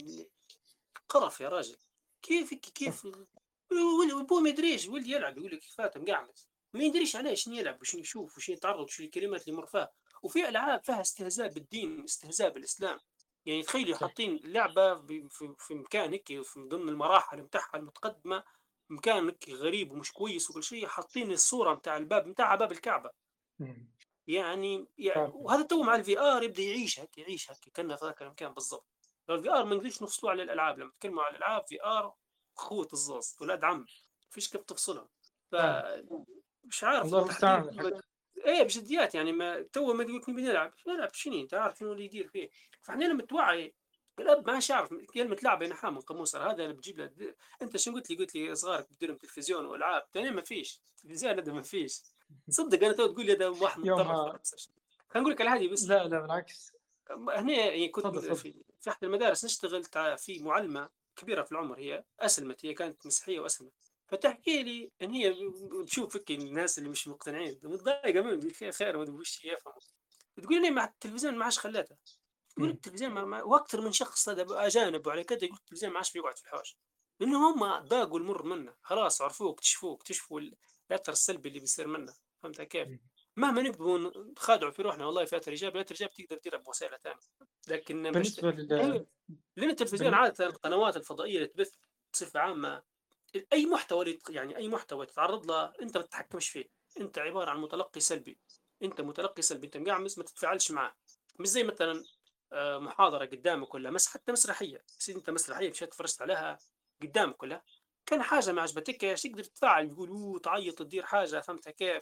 القرف يا راجل؟ كيف كيف والبو ما يدريش ولدي يلعب يقول لك فات مقعمز، ما يدريش عليه شنو يلعب وشنو يشوف وشنو يتعرض وشنو الكلمات اللي مرفاه. وفي العاب فيها استهزاء بالدين استهزاء بالاسلام. يعني تخيلوا حاطين لعبه في, في مكان هيك في ضمن المراحل متاعها المتقدمه، مكان هيك غريب ومش كويس وكل شيء، حاطين الصوره متاع الباب متاعها باب الكعبه. يعني, يعني وهذا تو مع الفي ار يبدا يعيش هيك يعيش هيك كانه في ذاك المكان بالضبط. الفي ار ما نقدرش نفصلوا على الالعاب، لما نتكلموا على الالعاب في ار خوت الزوز ولاد عم فيش كيف تفصلهم. فمش عارف الله التحذير المستعان. ايه بجديات. يعني ما تو ما تقول نبي نلعب نلعب شنو انت عارف شنو اللي يدير فيه. فاحنا لما توعي الاب ما يعرف كلمه لعبه ينحى من قاموس هذا اللي بتجيب له. انت شنو قلت لي؟ قلت لي صغارك بديرهم تلفزيون والعاب ثاني ما فيش تلفزيون هذا ما فيش. صدق انا تو تقول لي هذا واحد متطرف. يومها خلينا نقول لك على هذه بس. لا لا بالعكس. هنا يعني كنت تفضل تفضل. في في احد المدارس نشتغل في معلمه كبيره في العمر، هي اسلمت، هي كانت مسيحيه واسلمت. فتحكي لي ان هي تشوف فك الناس اللي مش مقتنعين متضايقه منهم فيها خير ما تبغوش يفهموا. تقول لي مع التلفزيون ما عادش خلاتها. تقول التلفزيون ما ما واكثر من شخص هذا اجانب وعلى كذا يقول التلفزيون ما عادش بيقعد في الحوش، لانه هم ضاقوا المر منه خلاص، عرفوه اكتشفوه اكتشفوا الاثر السلبي اللي بيصير منه. فهمت كيف؟ مهما نبغوا نخادعوا في روحنا والله في اثر ايجابي، الاثر الايجابي تقدر تديرها بوسائل ثانيه. لكن باش بالنسبه لل لان التلفزيون بال... عاده القنوات الفضائيه اللي تبث بصفه عامه اي محتوى يعني اي محتوى تتعرض له انت ما تتحكمش فيه. انت عباره عن متلقي سلبي. انت متلقي سلبي، انت مقعمز ما تتفاعلش معاه. مش زي مثلا آه، محاضره قدامك ولا مس حتى مسرحيه، بس انت مسرحيه مشيت تفرجت عليها قدامك ولا كان حاجه ما عجبتك تقدر تتفاعل، يقول اوه تعيط تدير حاجه. فهمت كيف؟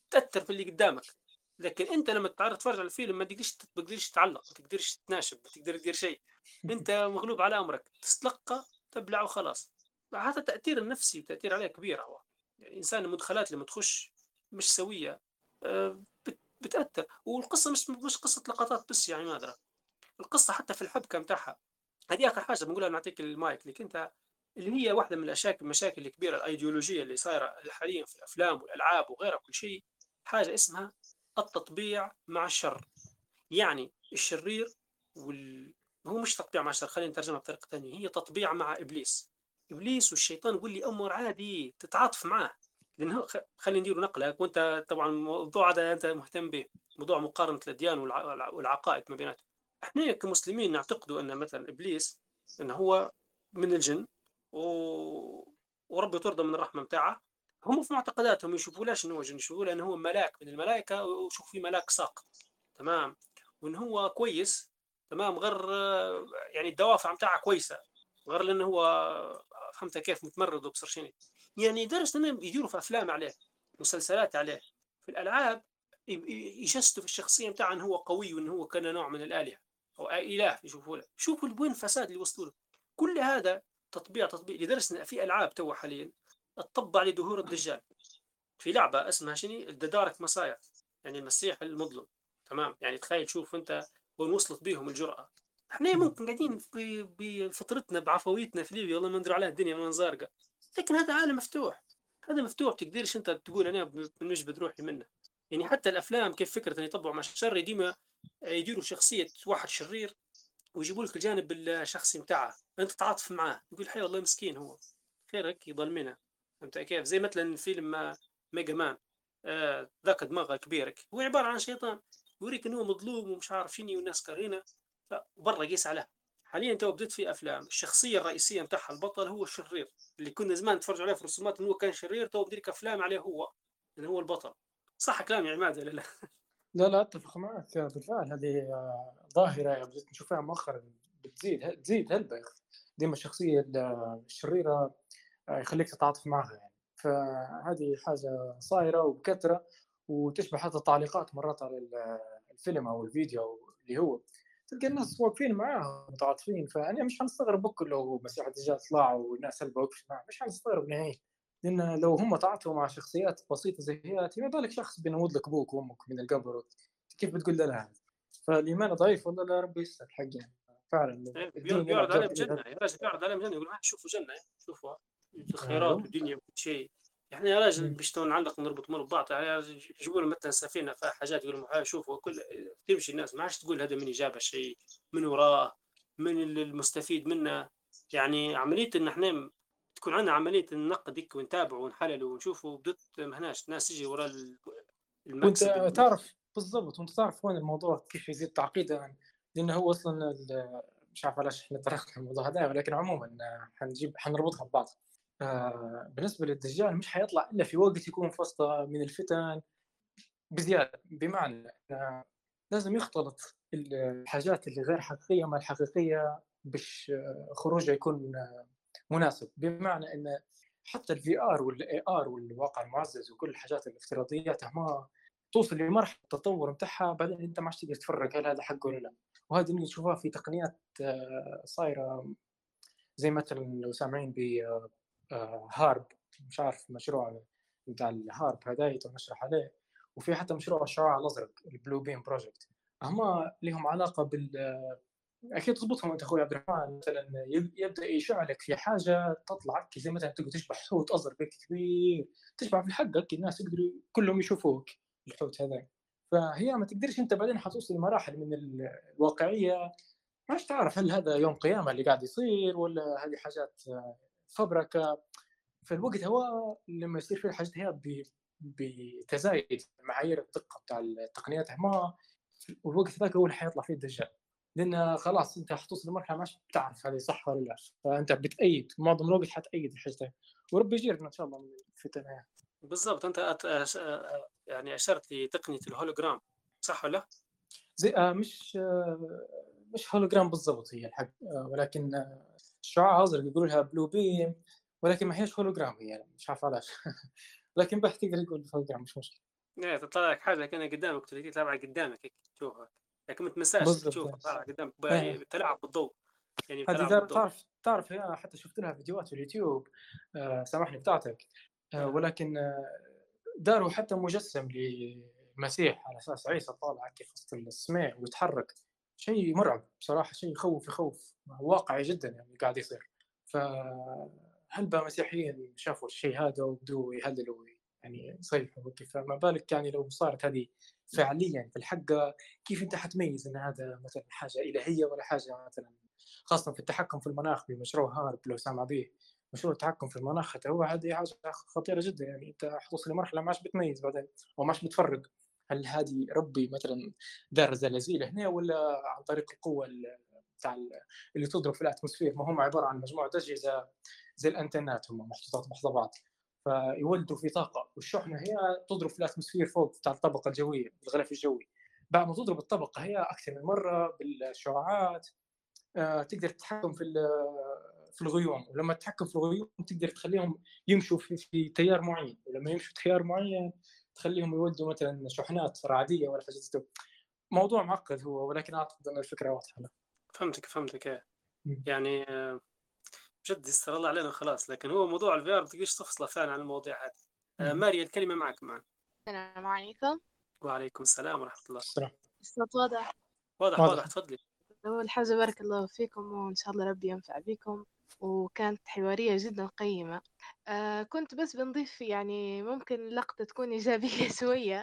تأثر في اللي قدامك. لكن انت لما تعرض تتفرج على الفيلم ما تقدرش ما تقدرش تعلق، ما تقدرش تناشب، ما تقدر تدير شيء. انت مغلوب على امرك، تستلقى تبلع وخلاص. هذا التأثير النفسي والتأثير عليه كبير. هو يعني الانسان المدخلات لما تخش مش سويه، آه، بت- بتأثر. والقصه مش مش قصه لقطات بس يعني ماذا، القصه حتى في الحبكه متاعها. هذه اخر حاجه بنقولها، نعطيك المايك لك انت. اللي هي واحده من الاشياء المشاكل الكبيره الايديولوجيه اللي صايره حاليا في الافلام والالعاب وغيرها كل شيء، حاجه اسمها التطبيع مع الشر. يعني الشرير وال... هو مش تطبيع مع الشر، خلينا نترجمها بطريقه ثانيه، هي تطبيع مع ابليس. ابليس والشيطان يقول لي امر عادي تتعاطف معاه. لانه خ... خلينا ندير نقله، وانت طبعا الموضوع هذا انت مهتم به، موضوع مقارنه الاديان والع... والعقائد ما بيناتهم. احنا كمسلمين نعتقدوا ان مثلا ابليس انه هو من الجن و... وربي طرده من الرحمه متاعه. هم في معتقداتهم يشوفوا لاش انه هو جن، يشوفوا له انه هو ملاك من الملائكه، ويشوفوا فيه ملاك ساقط. تمام. وان هو كويس. تمام. غير يعني الدوافع متاعه كويسه، غير لانه هو فهمت كيف متمرد وبصر شنو. يعني درجه انهم يديروا في افلام عليه، مسلسلات عليه، في الالعاب يجسدوا في الشخصيه متاعه انه هو قوي وانه هو كان نوع من الالهه او اله. يشوفوا له، شوفوا وين الفساد اللي وصلوا له. كل هذا تطبيع تطبيع لدرجه ان في العاب تو حاليا تطبع لظهور الدجال. في لعبه اسمها شنو ذا دارك مسايا، يعني المسيح المظلم. تمام. يعني تخيل شوف انت وين وصلت بيهم الجرأة. احنا ممكن قاعدين في- بفطرتنا بعفويتنا في ليبيا، والله ما ندري عليها الدنيا من زارقة. لكن هذا عالم مفتوح، هذا مفتوح، تقدرش انت تقول انا بنجبد روحي منه. يعني حتى الافلام كيف فكره ان يطبعوا مع الشر، ديما يديروا شخصيه واحد شرير ويجيبوا لك الجانب الشخصي متاعه، انت تتعاطف معاه، يقول حي والله مسكين هو، خيرك يضل منه. فهمت كيف؟ زي مثلا فيلم ميجا مان، آه ذاك دماغه كبيرك، هو عباره عن شيطان يوريك انه مظلوم ومش عارف شنو والناس كارهينه، فبرا قيس عليه. حاليا تو بديت في افلام الشخصيه الرئيسيه متاعها البطل هو الشرير، اللي كنا زمان نتفرج عليه في الرسومات انه هو كان شرير، تو بديك افلام عليه هو انه هو البطل. صح كلامي يا عماد ولا لا؟ لا لا أتفق معك بالفعل. هذه آه، ظاهرة بديت نشوفها مؤخرا، بتزيد تزيد هلبة يا أخي. ديما الشخصية الشريرة آه، يخليك تتعاطف معها يعني. فهذه حاجة صايرة وبكثرة، وتشبه حتى التعليقات مرات على الفيلم أو الفيديو اللي هو تلقى الناس واقفين معاه متعاطفين. فأنا مش حنستغرب بكل لو مسيح الدجال طلع والناس هلبة وقفت معاه، مش حنستغرب نهائي. لأن لو هم تعاطفوا مع شخصيات بسيطة زي هي، ما بالك شخص بينود لك أبوك وأمك من القبر، كيف بتقول له لا؟ فالإيمان ضعيف والله، لا ربي يستر حق يعني. فعلا الدين يلعب بيعرض دور عليهم كبير جنه هذا. يا راجل، بيعرض عليهم جنه، يقول ما شوفوا جنه، شوفوا الخيرات أيوه. والدنيا وكل شيء. احنا يا راجل مم. باش نعلق نربط امور ببعض، يعني يجيبوا لهم مثلا سفينه فيها حاجات، يقولوا لهم شوفوا كل تمشي الناس، ما عادش تقول هذا من جاب شيء من وراه، من المستفيد منه. يعني عمليه ان احنا تكون عندنا عمليه النقد هيك ونتابع ونحلل ونشوفوا بدت مهناش ناس تجي وراء وانت المكسب ال- تعرف بالضبط، وانت تعرف وين الموضوع كيف يزيد تعقيدا يعني. لانه هو اصلا ال- مش عارف علاش احنا طرحنا الموضوع هذا، ولكن عموما آه، حنجيب حنربطها ببعض. آه، بالنسبه للدجال مش حيطلع الا في وقت يكون في وسط من الفتن بزياده، بمعنى آه، لازم يختلط الحاجات اللي غير حقيقيه مع الحقيقيه باش آه، خروجه يكون آه، مناسب. بمعنى ان حتى الفي ار والاي ار والواقع المعزز وكل الحاجات الافتراضيات ما توصل لمرحله التطور متاعها، بعدين انت ما عادش تقدر تفرق هل هذا حق ولا لا. وهذه اللي نشوفها في تقنيات آه، صايره، زي مثلا لو سامعين ب آه، هارب، مش عارف مشروع بتاع الهارب هذا نشرح عليه. وفي حتى مشروع الشعاع الازرق البلو بيم بروجكت، هما لهم علاقه بال اكيد تضبطهم انت اخوي عبد الرحمن. مثلا يبدا يشعلك في حاجه تطلع زي مثلا تقدر تشبح حوت ازرق كبير، تشبح في حقك الناس يقدروا كلهم يشوفوك الحوت هذا. فهي ما تقدرش انت بعدين حتوصل لمراحل من الواقعيه ماش تعرف هل هذا يوم قيامه اللي قاعد يصير ولا هذه حاجات فبركه. في الوقت هو لما يصير في الحاجات هي بتزايد معايير الدقه بتاع التقنيات ما، والوقت ذاك هو اللي حيطلع فيه الدجال. لان خلاص انت حتوصل لمرحله ماش بتعرف هذه صح ولا لا، فانت بتأيد معظم الوقت حتأيد الحاجتين. وربي يجيرنا ان شاء الله من الفتن. بالضبط. انت أت... أش... يعني اشرت لتقنيه الهولوجرام، صح ولا؟ زي آه مش آه مش هولوجرام بالضبط هي الحق، آه ولكن آه الشعاع ازرق يقولوا لها بلو بيم، ولكن ما هيش هولوجرام هي يعني، مش عارف علاش. لكن بحث تقدر تقول هولوجرام مش مشكله. إيه تطلع لك حاجة كأنها قدامك ثلاثين طالعة قدامك هيك تشوفها، لكن ما تمساش هيك بالضبط. تشوفها طالعة قدامك إيه. بتلعب بالضوء، يعني هذه بتلعب دار بالضوء. تعرف تعرف هي حتى شفت لها فيديوهات في اليوتيوب. آه سامحني بتاعتك. آه آه. ولكن آه داروا حتى مجسم للمسيح على اساس عيسى طالع كيف وسط السماء ويتحرك. شيء مرعب بصراحه، شيء يخوف يخوف واقعي جدا يعني قاعد يصير. فهلبا مسيحيين شافوا الشيء هذا وبدوا يهللوا يعني يصيحوا وكيف، فما بالك يعني لو صارت هذه فعليا في الحقيقه، كيف انت حتميز ان هذا مثلا حاجه الهيه ولا حاجه مثلا، خاصة في التحكم في المناخ بمشروع هارب لو سامع به. مشروع التحكم في المناخ حتى هو هذه حاجة خطيرة جدا، يعني أنت حتوصل لمرحلة ما عادش بتميز بعدين وما عادش بتفرق هل هذه ربي مثلا دار زلازل هنا ولا عن طريق القوة ال- بتاع ال- اللي تضرب في الاتموسفير. ما هم عبارة عن مجموعة أجهزة زي الأنتنات، هم محطوطات بحظ بعض فيولدوا في طاقة، والشحنة هي تضرب في الاتموسفير فوق بتاع الطبقة الجوية الغلاف الجوي. بعد ما تضرب الطبقة هي أكثر من مرة بالشعاعات، آه، تقدر تتحكم في في الغيوم، ولما تتحكم في الغيوم تقدر تخليهم يمشوا في, في تيار معين، ولما يمشوا في تيار معين تخليهم يولدوا مثلا شحنات رعديه ولا حاجه زي كده. موضوع معقد هو، ولكن اعتقد ان الفكره واضحه. فهمتك فهمتك إيه. م. يعني آه، بجد يستر الله علينا خلاص، لكن هو موضوع الفي ار بتقدرش تفصله فعلا عن المواضيع هذه. آه، م. ماريا الكلمة معك معنا. السلام عليكم. وعليكم السلام ورحمة الله. السلام. الصوت واضح؟ واضح واضح، واضح. تفضلي. أول حاجة بارك الله فيكم وإن شاء الله ربي ينفع بكم، وكانت حوارية جدا قيمة. آه كنت بس بنضيف يعني ممكن لقطة تكون إيجابية شوية.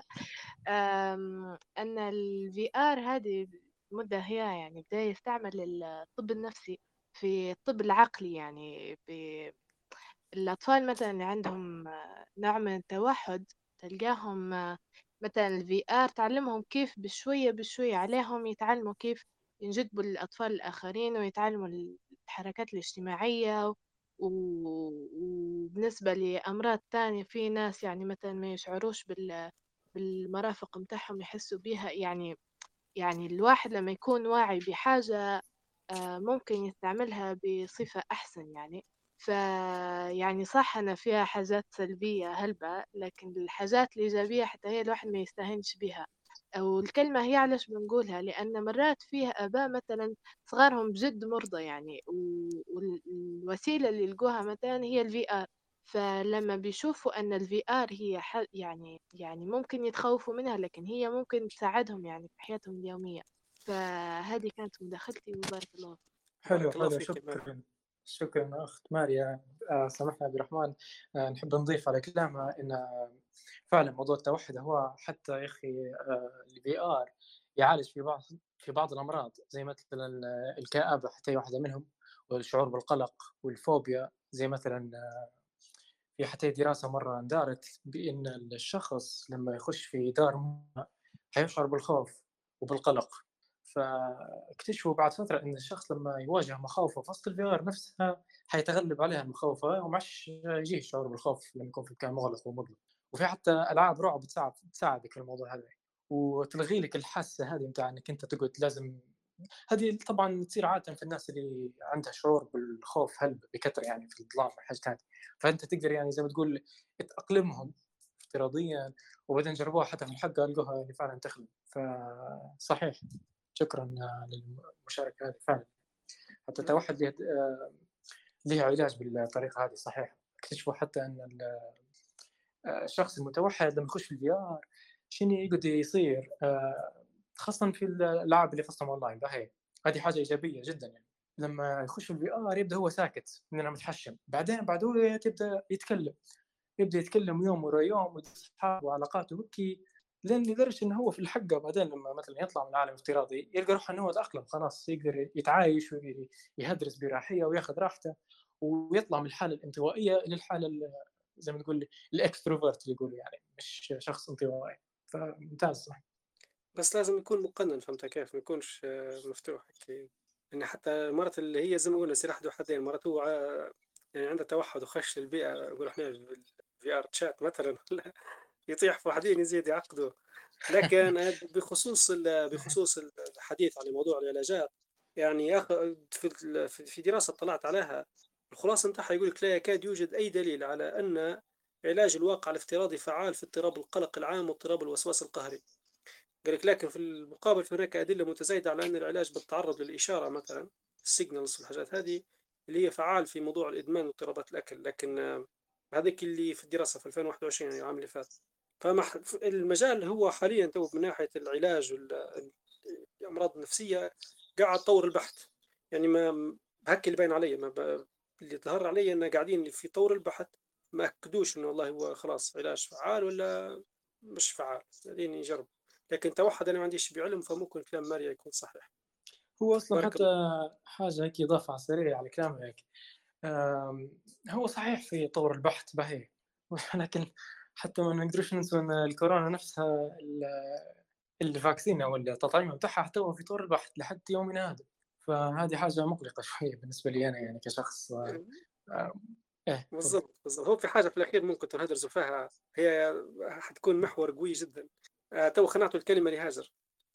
آم، أن ال في آر هذه مدة هي يعني بدأ يستعمل الطب النفسي في الطب العقلي، يعني ب- الأطفال مثلا اللي عندهم آه، نوع من التوحد، تلقاهم آه، مثلا الفي آر تعلمهم كيف بشوية بشوية عليهم يتعلموا كيف ينجذبوا للأطفال الآخرين ويتعلموا الحركات الاجتماعية. و- وبالنسبة لأمراض تانية، في ناس يعني مثلا ما يشعروش بال بالمرافق متاعهم يحسوا بيها، يعني يعني الواحد لما يكون واعي بحاجة آه، ممكن يستعملها بصفة أحسن يعني. فيعني صح أنا فيها حاجات سلبية هلبة، لكن الحاجات الإيجابية حتى هي الواحد ما يستهينش بها. أو الكلمة هي علاش بنقولها، لأن مرات فيه آباء مثلا صغارهم بجد مرضى يعني، و- والوسيلة اللي يلقوها مثلا هي الفي آر. فلما بيشوفوا أن الفي آر هي ح- يعني يعني ممكن يتخوفوا منها، لكن هي ممكن تساعدهم يعني في حياتهم اليومية. فهذه كانت مداخلتي وبارك الله فيك. حلو بارك الله حلو، فيك يا ماريا. شكرا. شكرا اخت ماريا. آه سامحنا عبد الرحمن. آه نحب نضيف على كلامها ان فعلا موضوع التوحد هو حتى يا اخي آه الفي ار يعالج في بعض في بعض الامراض زي مثلا آه، الكآبه حتى هي واحده منهم، والشعور بالقلق والفوبيا. زي مثلا آه، في حتى دراسه مره دارت بان الشخص لما يخش في دار ما حيشعر بالخوف وبالقلق. فاكتشفوا بعد فتره ان الشخص لما يواجه مخاوفه في وسط الفي ار نفسها حيتغلب عليها المخاوف وما عادش يجيه الشعور بالخوف لما يكون في مكان مغلق ومظلم. وفي حتى العاب رعب تساعد تساعدك في الموضوع هذا، وتلغي لك الحاسه هذه نتاع انك انت تقعد لازم. هذه طبعا تصير عاده في الناس اللي عندها شعور بالخوف هل بكثره يعني في الظلام وحاجات هذه. فانت تقدر يعني زي ما تقول تاقلمهم افتراضيا، وبعدين جربوها حتى في الحق لقوها يعني فعلا تخدم. فصحيح، شكرا للمشاركه هذه فعلا. حتى نعم. التوحد له له علاج بالطريقه هذه صحيح. اكتشفوا حتى ان الشخص المتوحد لما يخش في الفي ار شنو يقعد يصير، آه، خاصه في الالعاب اللي خاصه اونلاين هي هذه حاجه ايجابيه جدا يعني. لما يخش في الفي ار يبدا هو ساكت اننا متحشم، بعدين بعد هو يبدا يتكلم، يبدا يتكلم يوم ورا يوم واصحابه وعلاقاته وكي، لين لدرجه انه هو في الحقيقه بعدين لما مثلا يطلع من العالم الافتراضي يلقى روحه انه هو تاقلم خلاص، يقدر يتعايش ويهدرس بريحيه وياخذ راحته، ويطلع من الحاله الانطوائيه للحاله زي ما تقول الاكستروفرت اللي يقولوا يعني مش شخص انطوائي. فممتاز صح. بس لازم يكون مقنن، فهمت كيف؟ ما يكونش آه، مفتوح هيك. يعني حتى المرات اللي هي زي ما قلنا سلاح ذو حدين، مرات هو ع- يعني عنده توحد وخش البيئة، نقول احنا بالفي ار تشات مثلا ولا يطيح في واحدين يزيد يعقده. لكن آه، بخصوص ال- بخصوص الحديث عن موضوع العلاجات، يعني يا أخ- في ال- في دراسة طلعت عليها، الخلاصة نتاعها يقول لك لا يكاد يوجد أي دليل على أن علاج الواقع الافتراضي فعال في اضطراب القلق العام واضطراب الوسواس القهري. قال لك لكن في المقابل هناك أدلة متزايدة على أن العلاج بالتعرض للإشارة مثلا السيجنالز والحاجات هذه اللي هي فعال في موضوع الإدمان واضطرابات الأكل. لكن آه، هذيك اللي في الدراسة في ألفين وواحد وعشرين يعني العام اللي فات. فالمجال هو حاليا تو من ناحية العلاج والأمراض النفسية قاعد طور البحث. يعني ما هك اللي باين علي ما ب... اللي ظهر علي أن قاعدين في طور البحث، ما أكدوش إنه والله هو خلاص علاج فعال ولا مش فعال، قاعدين يجرب. لكن توحد أنا ما عنديش بعلم، فممكن كلام ماريا يكون صحيح. هو اصلا بارك حتى الله. حاجه هيك اضافه على السريع على كلامه هيك. آم، هو صحيح في طور البحث باهي، ولكن حتى ما نقدرش ننسى ان الكورونا نفسها ال- الفاكسين او التطعيم بتاعها حتى هو في طور البحث لحد يومنا هذا. فهذه حاجه مقلقه شويه بالنسبه لي انا يعني كشخص. آه، ايه تفضل. بالضبط بالضبط، هو في حاجة في الأخير ممكن تنهدرزوا فيها، هي حتكون محور قوي جدا. آه، تو خنعتوا الكلمة لهاجر.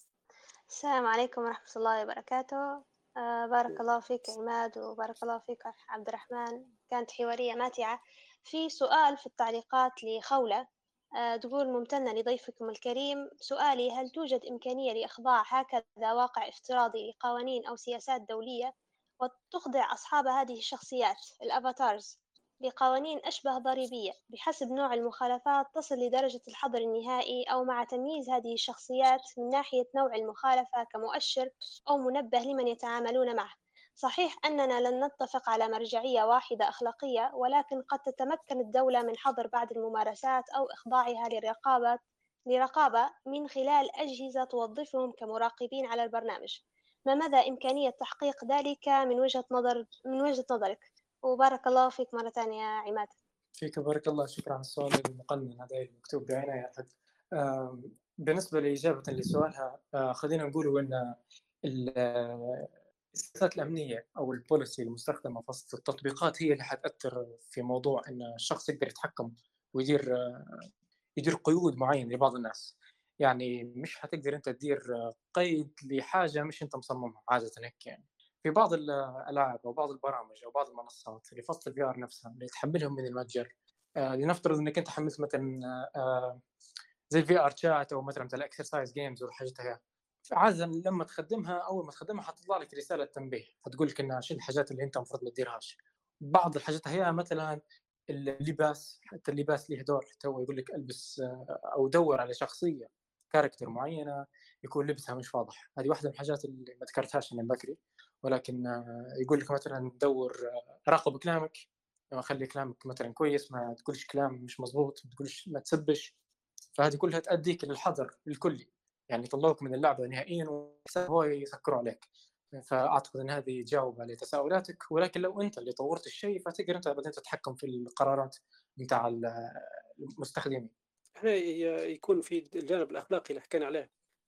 السلام عليكم ورحمة الله وبركاته. آه بارك الله فيك عماد، وبارك الله فيك عبد الرحمن، كانت حوارية ماتعة. في سؤال في التعليقات لخولة، آه تقول: ممتنة لضيفكم الكريم، سؤالي: هل توجد إمكانية لإخضاع هكذا واقع افتراضي لقوانين أو سياسات دولية، وتخضع أصحاب هذه الشخصيات الأفاتارز لقوانين أشبه ضريبية بحسب نوع المخالفات تصل لدرجة الحظر النهائي، أو مع تمييز هذه الشخصيات من ناحية نوع المخالفة كمؤشر أو منبه لمن يتعاملون معه؟ صحيح أننا لن نتفق على مرجعية واحدة أخلاقية، ولكن قد تتمكن الدولة من حظر بعض الممارسات أو إخضاعها للرقابة لرقابة من خلال أجهزة توظفهم كمراقبين على البرنامج. ما مدى إمكانية تحقيق ذلك من وجهة نظر من وجهة نظرك؟ وبارك الله فيك مرة ثانية يا عماد. فيك بارك الله، شكرا على السؤال المقنن هذا المكتوب بعناية. آم، بالنسبة لإجابة لسؤالها، آه، خلينا نقول أن ال- السياسات الأمنية أو البوليسي المستخدمة في وسط التطبيقات هي اللي حتأثر في موضوع أن الشخص يقدر يتحكم ويدير آه، يدير قيود معينة لبعض الناس. يعني مش حتقدر أنت تدير آه، قيد لحاجة مش أنت مصممها عادة هيك. يعني في بعض الألعاب أو بعض البرامج أو بعض المنصات اللي فصل الفي آر نفسها اللي تحملهم من المتجر، آه، لنفترض أنك أنت حملت مثلا آه، زي في ار شات او مثلا مثل الاكسرسايز جيمز والحاجات هي، عاده لما تخدمها اول ما تخدمها حتطلع لك رساله تنبيه حتقول لك انها شو الحاجات اللي انت المفروض ما تديرهاش. بعض الحاجات هي مثلا اللباس، حتى اللباس له دور. تو يقول لك البس آه، او دور على شخصيه كاركتر معينه يكون لبسها مش واضح. هذه واحده من الحاجات اللي ما ذكرتهاش من بكري، ولكن آه، يقول لك مثلا دور آه، راقب كلامك، خلي كلامك مثلا كويس، ما تقولش كلام مش مزبوط، ما تقولش، ما تسبش. فهذه كلها تؤديك للحظر الكلي، يعني يطلعوك من اللعبه نهائيا وهو يسكروا عليك. فاعتقد ان هذه تجاوب على تساؤلاتك، ولكن لو انت اللي طورت الشيء فتقدر انت بعدين تتحكم في القرارات نتاع المستخدمين. احنا ي- يكون في الجانب الأخلاقي اللي حكينا عليه.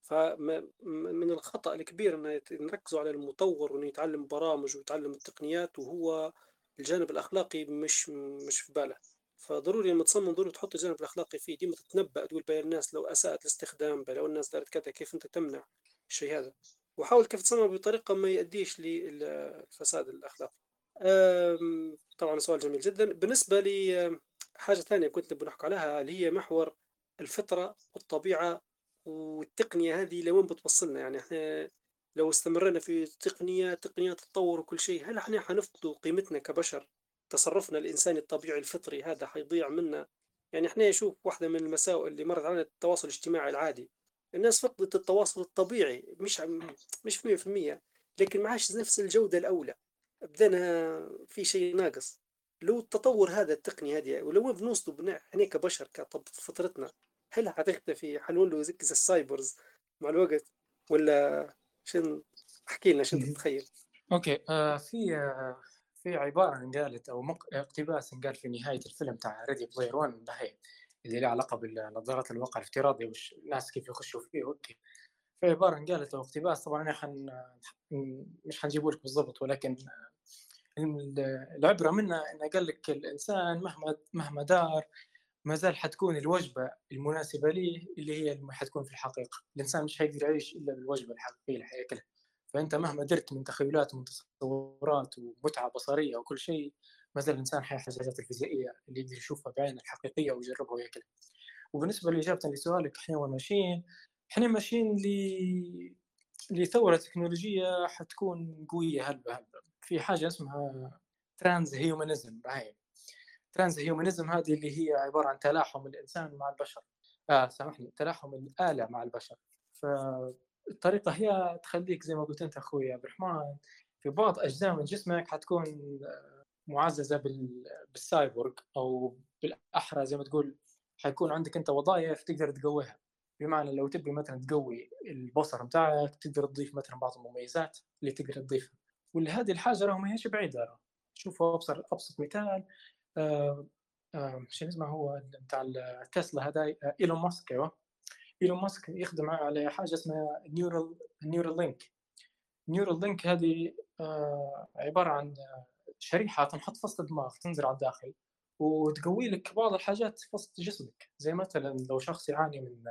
فمن الخطأ الكبير أن نركزوا على المطور وأنه يتعلم برامج ويتعلم التقنيات وهو الجانب الأخلاقي مش مش في باله. فضروري لما تصمم ضروري تحط الجانب الأخلاقي فيه، ديما تتنبأ تقول بين الناس لو أساءت الاستخدام، لو الناس دارت كذا كيف أنت تمنع الشيء هذا. وحاول كيف تصمم بطريقة ما يؤديش للفساد الأخلاقي. أم، طبعا سؤال جميل جدا. بالنسبة لي حاجة ثانية كنت بنحكي عليها اللي هي محور الفطرة والطبيعة والتقنية، هذه لوين بتوصلنا؟ يعني احنا لو استمرنا في تقنية تقنية تتطور وكل شيء، هل احنا حنفقد قيمتنا كبشر؟ تصرفنا الإنساني الطبيعي الفطري هذا حيضيع منا. يعني احنا نشوف واحدة من المساوئ اللي مرت علينا التواصل الاجتماعي العادي. الناس فقدت التواصل الطبيعي، مش مش في مية في المية، لكن ما عادش نفس الجودة الأولى. بدنا في شيء ناقص. لو التطور هذا التقني هذه ولو بنوصلوا بنا احنا كبشر كفطرتنا، هل حتختفي؟ حنولوا زي زي السايبرز مع الوقت ولا شن؟ احكي لنا شو انت تتخيل. اوكي. آه في آه في عباره انقالت او مق... اقتباس انقال في نهايه الفيلم تاع ريدي بلاير واحد بهي، اللي له علاقه بالنظارات الواقع الافتراضي والناس كيف يخشوا فيه. اوكي، في عباره انقالت او اقتباس، طبعا انا حن... مش حنجيبه لك بالضبط، ولكن العبره منها انه قال لك الانسان مهما مهما دار ما زال حتكون الوجبه المناسبه ليه اللي هي اللي حتكون في الحقيقه. الانسان مش حيقدر يعيش الا بالوجبه الحقيقيه اللي حياكلها. فانت مهما درت من تخيلات ومن تصورات ومتعه بصريه وكل شيء، ما زال الإنسان حي الحاجات الفيزيائية اللي يقدر يشوفها بعينه الحقيقية ويجربها وياكلها. وبالنسبة لإجابة لسؤالك إحنا وين ماشيين؟ إحنا ماشيين ل لثورة تكنولوجية حتكون قوية هلبة هلبة. في حاجة اسمها ترانز هيومانيزم. هاي ترانز هيومانيزم هذه اللي هي عبارة عن تلاحم الإنسان مع البشر. آه سامحني، تلاحم الآلة مع البشر. فالطريقة هي تخليك زي ما قلت أنت أخوي عبد الرحمن في بعض أجزاء من جسمك حتكون معززة بالسايبورغ، أو بالأحرى زي ما تقول حيكون عندك أنت وظائف تقدر تقويها. بمعنى لو تبي مثلا تقوي البصر متاعك تقدر تضيف مثلا بعض المميزات اللي تقدر تضيفها، واللي هذه الحاجة راه ما هيش بعيدة. شوفوا أبسط أبسط مثال آه آه شو اسمه هو بتاع تسلا هذا إيلون ماسك. ايوه إيلون ماسك يخدم على حاجة اسمها نيورال نيورال لينك. نيورال لينك هذه آه عبارة عن شريحة تنحط في وسط الدماغ تنزل على الداخل وتقوي لك بعض الحاجات في وسط جسمك. زي مثلا لو شخص يعاني من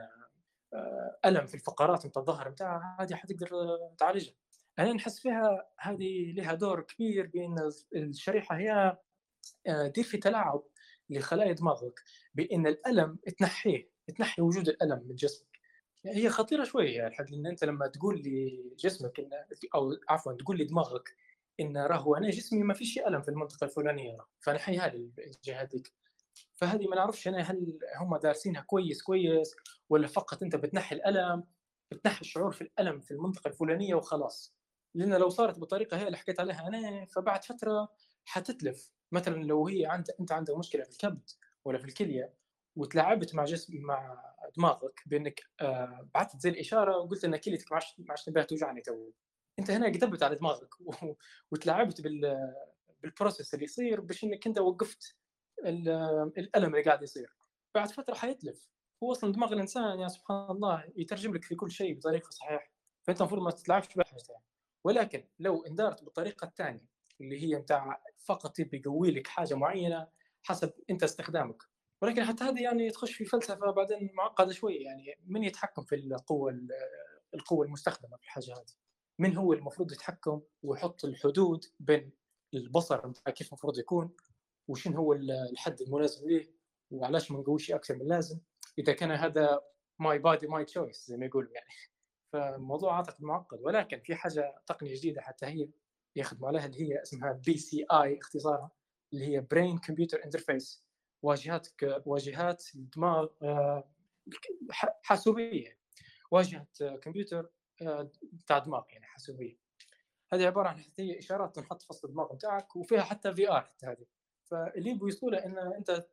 آه ألم في الفقرات نتاع الظهر بتاعه، هذه حتقدر تعالجها. أنا نحس فيها هذه لها دور كبير بأن الشريحة هي دير في تلاعب لخلايا دماغك بأن الألم تنحيه تنحي وجود الألم من جسمك. يعني هي خطيرة شوية الحق، لأن أنت لما تقول لجسمك إن أو عفوا تقول لدماغك إن راهو أنا جسمي ما فيش ألم في المنطقة الفلانية فنحي هذه الجهة ديك. فهذه ما نعرفش أنا هل هم دارسينها كويس كويس ولا فقط أنت بتنحي الألم بتنحي الشعور في الألم في المنطقة الفلانية وخلاص. لأن لو صارت بالطريقة هي اللي حكيت عليها أنا فبعد فترة حتتلف. مثلا لو هي عند انت عندك مشكله في الكبد ولا في الكليه وتلاعبت مع جسم مع دماغك بانك آه بعثت زي الاشاره وقلت ان كليتك ما عادش تبيها توجعني تو، انت هنا كتبت على دماغك وتلاعبت بال بالبروسيس اللي يصير باش انك انت وقفت الالم اللي قاعد يصير. بعد فتره حيتلف. هو اصلا دماغ الانسان يا سبحان الله يترجم لك في كل شيء بطريقه صحيحه، فانت المفروض ما تتلاعبش بحاجه. ولكن لو اندارت بالطريقه الثانيه اللي هي متاع فقط يبي يقوي لك حاجه معينه حسب انت استخدامك. ولكن حتى هذه يعني تخش في فلسفه بعدين معقده شويه. يعني من يتحكم في القوه القوه المستخدمه في الحاجه هذه؟ من هو المفروض يتحكم ويحط الحدود بين البصر متاع كيف المفروض يكون وشين هو الحد المناسب ليه وعلاش ما نقويش اكثر من اللازم اذا كان هذا ماي بادي ماي تشويس زي ما يقولوا يعني. فالموضوع اعتقد معقد. ولكن في حاجه تقنيه جديده حتى هي يخدموا عليها اللي هي اسمها بي سي اي اختصارها، اللي هي برين كمبيوتر انترفيس. واجهات واجهات دماغ حاسوبيه، واجهه كمبيوتر بتاع دماغ يعني حاسوبيه. هذه عباره عن هي اشارات تنحط في وسط الدماغ بتاعك وفيها حتى في ار حتى هذه. فاللي يبغوا يوصلوا ان انت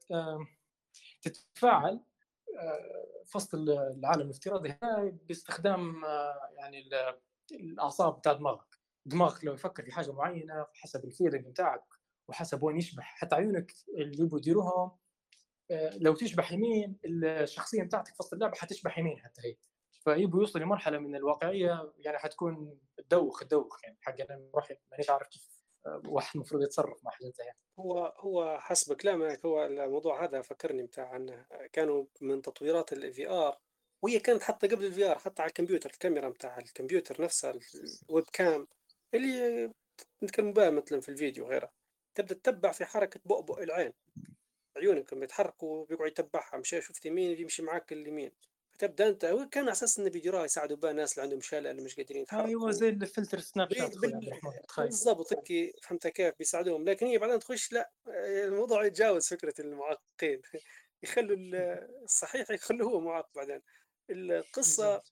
تتفاعل في وسط العالم الافتراضي باستخدام يعني الاعصاب بتاع دماغك. دماغك لو يفكر في حاجه معينه حسب الفيلينج بتاعك وحسب وين يشبه. حتى عيونك اللي يبغوا يديروهم لو تشبح يمين الشخصيه بتاعتك في وسط اللعبه حتشبح يمين حتى هي. فيبغوا يوصل لمرحله من الواقعيه يعني حتكون تدوخ تدوخ يعني حق انا روحي مانيش عارف كيف واحد المفروض يتصرف مع حاجه زي هذه. هو هو حسب كلامك هو الموضوع هذا فكرني بتاع انه كانوا من تطويرات الفي ار، وهي كانت حتى قبل الفي ار حتى على الكمبيوتر الكاميرا بتاع الكمبيوتر نفسها الويب كام اللي نتكلم بها مثلا في الفيديو غيرها تبدا تتبع في حركه بؤبؤ العين. عيونك لما يتحركوا بيقعد يتبعها مشى شفت يمين يمشي معاك اليمين فتبدا انت. هو كان على اساس انه فيديو يساعدوا بها الناس اللي عندهم شلل اللي مش قادرين يتحركوا. ايوه زي الفلتر سناب شات بالضبط هيك فهمت كيف بيساعدوهم. لكن هي بعدين تخش لا الموضوع يتجاوز فكره المعاقين يخلوا الصحيح يخلوه هو معاق. بعدين القصه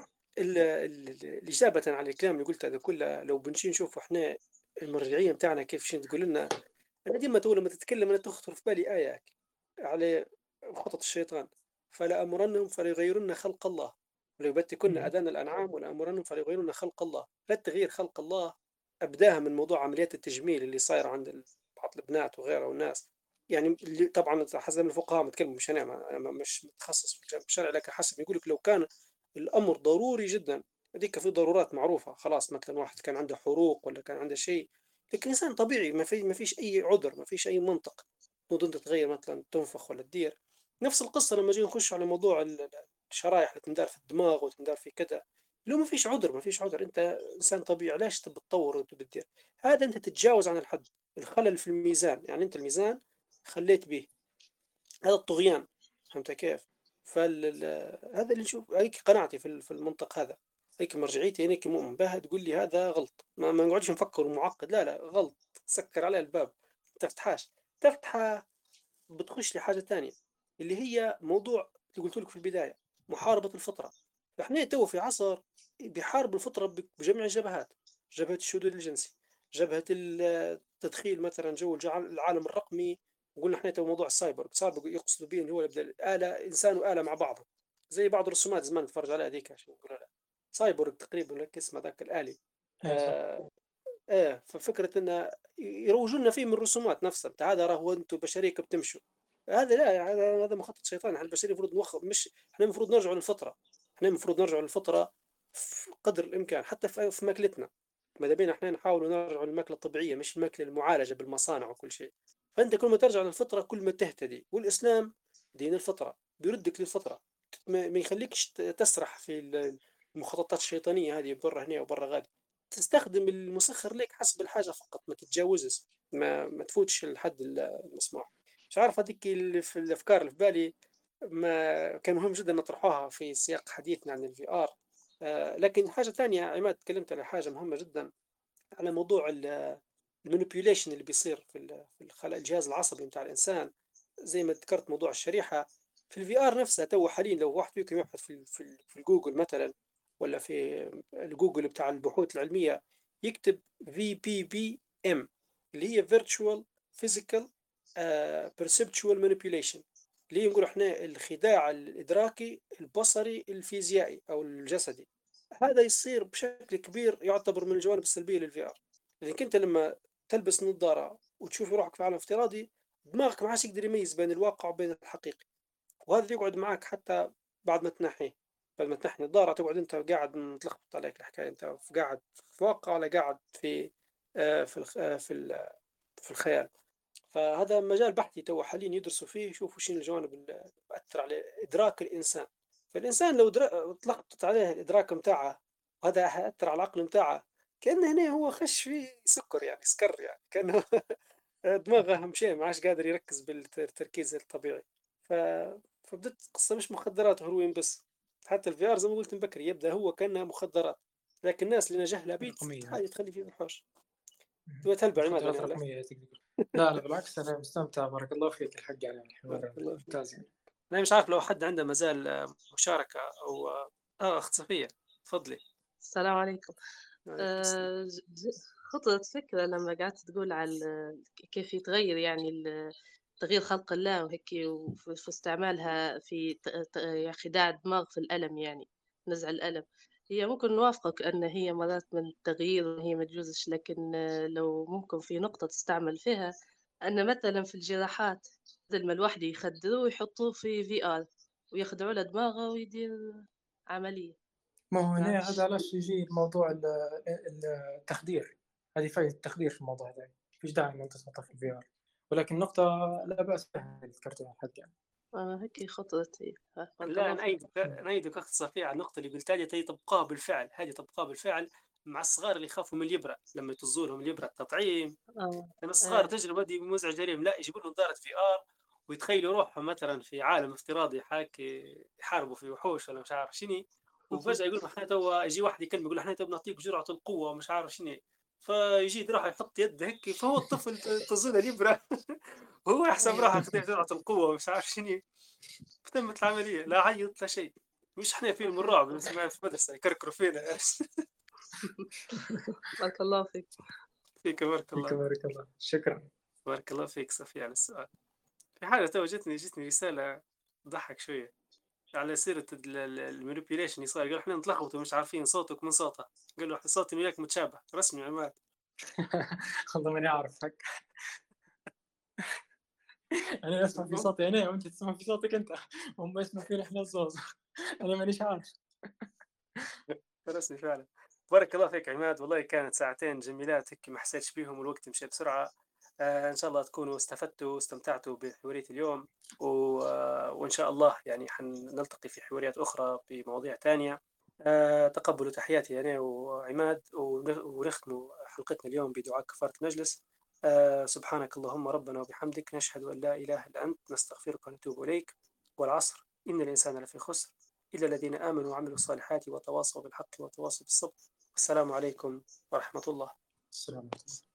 الإجابة على الكلام اللي قلت هذا كله لو بنشي نشوف احنا المرجعيه بتاعنا كيف شين تقول لنا. انا ديما تقول لما تتكلم انا تخطر في بالي ايه على خطط الشيطان فلا امرنهم فليغيرن خلق الله ولو يبتكن اذان الانعام ولا امرنهم فليغيرن خلق الله. لا تغيير خلق الله ابداها من موضوع عمليات التجميل اللي صايره عند بعض البنات وغيرها والناس. يعني اللي طبعا حسب الفقهاء متكلم مش انا مش متخصص في الشرع لكن حسب يقول لك لو كان الامر ضروري جدا هذيك في ضرورات معروفه خلاص. مثلا واحد كان عنده حروق ولا كان عنده شيء لكن انسان طبيعي ما في ما فيش اي عذر ما فيش اي منطق ضد تتغير مثلا تنفخ ولا تدير. نفس القصه لما جينا نخش على موضوع الشرايح اللي تندار في الدماغ وتندار في كذا لو ما فيش عذر ما فيش عذر، انت انسان طبيعي، ليش تبي تطور وتبي تدير؟ هذا انت تتجاوز عن الحد، الخلل في الميزان، يعني انت الميزان خليت به، هذا الطغيان. فهمت كيف؟ فال هذا اللي نشوف، هيك قناعتي في ال- في المنطق هذا، هيك مرجعيتي، هيك مؤمن بها. تقول لي هذا غلط، ما, ما نقعدش نفكر ومعقد، لا لا غلط، سكر عليه الباب، تفتحاش، تفتحه بتخش لحاجة تانية، اللي هي موضوع اللي قلت لك في البداية، محاربة الفطرة. فاحنا تو في عصر بيحارب الفطرة ب- بجميع الجبهات، جبهة الشذوذ الجنسي، جبهة التدخيل مثلا جو الجع- العالم الرقمي. وقلنا احنا تو موضوع السايبر، السايبر يقصدوا به اللي هو يبدأ الآلة، إنسان وآلة مع بعض، زي بعض الرسومات زمان نتفرج عليها ذيك عشان يقولوا لا سايبورغ تقريبا، لك اسمه ذاك الآلي. اي صح. آه، ايه، ففكرة انه يروجوا لنا فيه من الرسومات نفسها بتاع هذا راهو انتم بشرية كيف بتمشوا، هذا لا، هذا هذا مخطط شيطان. احنا البشرية المفروض نوخ مش، احنا المفروض نرجع للفطرة، احنا المفروض نرجع للفطرة في قدر الامكان، حتى في في ماكلتنا. ماذا بينا احنا نحاول نرجع للماكلة الطبيعية، مش الماكلة المعالجة بالمصانع وكل شيء. فانت كل ما ترجع للفطرة كل ما تهتدي، والاسلام دين الفطرة، بيردك للفطرة، ما ما يخليكش تسرح في المخططات الشيطانية هذه، برا هنا وبرا غادي. تستخدم المسخر لك حسب الحاجة فقط، ما تتجاوزش، ما, ما تفوتش الحد المسموح. مش عارف هذيك اللي في الأفكار اللي في بالي، ما كان مهم جدا نطرحوها في سياق حديثنا عن الفي آر. آه لكن حاجة ثانية عماد، تكلمت على حاجة مهمة جدا، على موضوع المانيبيوليشن اللي بيصير في ال- في الخلايا الجهاز العصبي بتاع الإنسان. زي ما ذكرت موضوع الشريحة في الفي آر نفسها، تو حاليا لو واحد فيكم يبحث في ال- في ال- في الجوجل مثلا، ولا في الجوجل بتاع البحوث العلمية، يكتب في بي بي إم، اللي هي Virtual Physical آه، Perceptual Manipulation، اللي هي نقول احنا الخداع الإدراكي البصري الفيزيائي أو الجسدي. هذا يصير بشكل كبير، يعتبر من الجوانب السلبية للفي آر، لأنك أنت لما تلبس نظارة وتشوف روحك في عالم افتراضي، دماغك ما عادش يقدر يميز بين الواقع وبين الحقيقي، وهذا يقعد معك حتى بعد ما تنحيه. بعد ما تنحي النظارة تقعد أنت قاعد متلخبط عليك الحكاية، أنت قاعد في واقع ولا قاعد في آه، في الخ- آه، في ال- في الخيال. فهذا مجال بحثي تو حاليا يدرسوا فيه، يشوفوا شنو الجوانب اللي تأثر على إدراك الإنسان. فالإنسان لو در... تلخبطت عليه الإدراك متاعه، وهذا هيأثر على العقل متاعه، كأنه هنا هو خش في سكر، يعني سكر، يعني كأنه دماغه مشي ما عادش قادر يركز بالتركيز الطبيعي. ف... فبدت قصة مش مخدرات وهروين بس، حتى الفي ار زي ما قلت من بكري يبدأ هو كأنها مخدرات، لكن الناس اللي نجهلها بيت رقمية. حاجة تخلي فيه الحوش. تبغى تهلب عماد مخدرات أنا ولا؟ رقمية تقدر. لا لا بالعكس، أنا مستمتع، بارك الله فيك، الحق على الحوار بارك الله فيك. ممتاز يعني. أنا مش عارف لو حد عنده مازال آه، مشاركة أو آه آه، أخت صفية تفضلي. السلام عليكم. عليكم السلام. آه، ج- ج- خطرت فكرة لما قعدت تقول على ال- كيف يتغير يعني ال- تغيير خلق الله وهيك، وفي في استعمالها في ت- ت- خداع الدماغ في الألم، يعني نزع الألم. هي ممكن نوافقك أن هي مرات من التغيير هي ما تجوزش، لكن آه، لو ممكن في نقطة تستعمل فيها، أن مثلا في الجراحات بدل ما الواحد يخدروه ويحطوه في في آر ويخدعوا له دماغه ويدير عملية. ما هو هنا هذا معرفش. علاش يجي الموضوع ال- ال- التخدير، هذه فايدة التخدير في الموضوع هذا، فيش داعي إن أنت تحطها في الفي آر، ولكن نقطة لا بأس بها اللي ذكرتها الحق يعني. آه، هيك خطرت هي. آه، بارك لا الله فيك. نأيدك نأيدك أخت صفية على النقطة اللي قلتها لي، هي طبقها بالفعل، هذه طبقها بالفعل مع الصغار اللي يخافوا من الإبرة، لما يطزوا لهم الإبرة التطعيم. اه. لأن الصغار آه. تجربة دي مزعجة لهم، لا يجيبوا لهم نظارة في آر ويتخيلوا روحهم مثلا في عالم افتراضي حاكي يحاربوا في وحوش ولا مش عارف شنو، وفجأة يقول احنا توا يجي واحد يكلم يقول احنا تبي نعطيك جرعة القوة ومش عارف شنو، فيجي يروح يحط يده هيك، فهو الطفل تظن الإبرة وهو يحسب روحه خذ جرعة القوة ومش عارف شنو. تمت العملية، لا عيط لا شيء. مش احنا فيلم الرعب نسمع في المدرسة يكركروا فينا بارك الله فيك. فيك بارك فيك الله. بارك الله، شكرا. بارك الله فيك صفي على السؤال. في حاجة تو جتني جتني رسالة تضحك شوية على سيرة المانيبيوليشن، يصير قال احنا نتلخبط ومش عارفين صوتك من صوته، قال له صوتي وياك متشابه رسمي عماد. والله ماني أعرف حق. أنا أسمع في صوتي أنا وأنت تسمع في صوتك أنت، هم يسمع فينا إحنا الصوت. أنا مانيش عارف. رسمي فعلا. بارك الله فيك عماد، والله كانت ساعتين جميلات هيك ما حسيتش بيهم والوقت مشى بسرعة. آه إن شاء الله تكونوا استفدتوا واستمتعتوا بحوارية اليوم، و... آه وإن شاء الله يعني حنلتقي في حواريات أخرى بمواضيع تانية. آه، تقبلوا تحياتي أنا وعماد، ون- ونختم حلقتنا اليوم بدعاء كفارة المجلس. آه، سبحانك اللهم ربنا وبحمدك، نشهد أن لا إله إلا أنت، نستغفرك ونتوب إليك. والعصر إن الإنسان لفي خسر إلا الذين آمنوا وعملوا الصالحات وتواصوا بالحق وتواصوا بالصبر. والسلام عليكم ورحمة الله. السلام عليكم.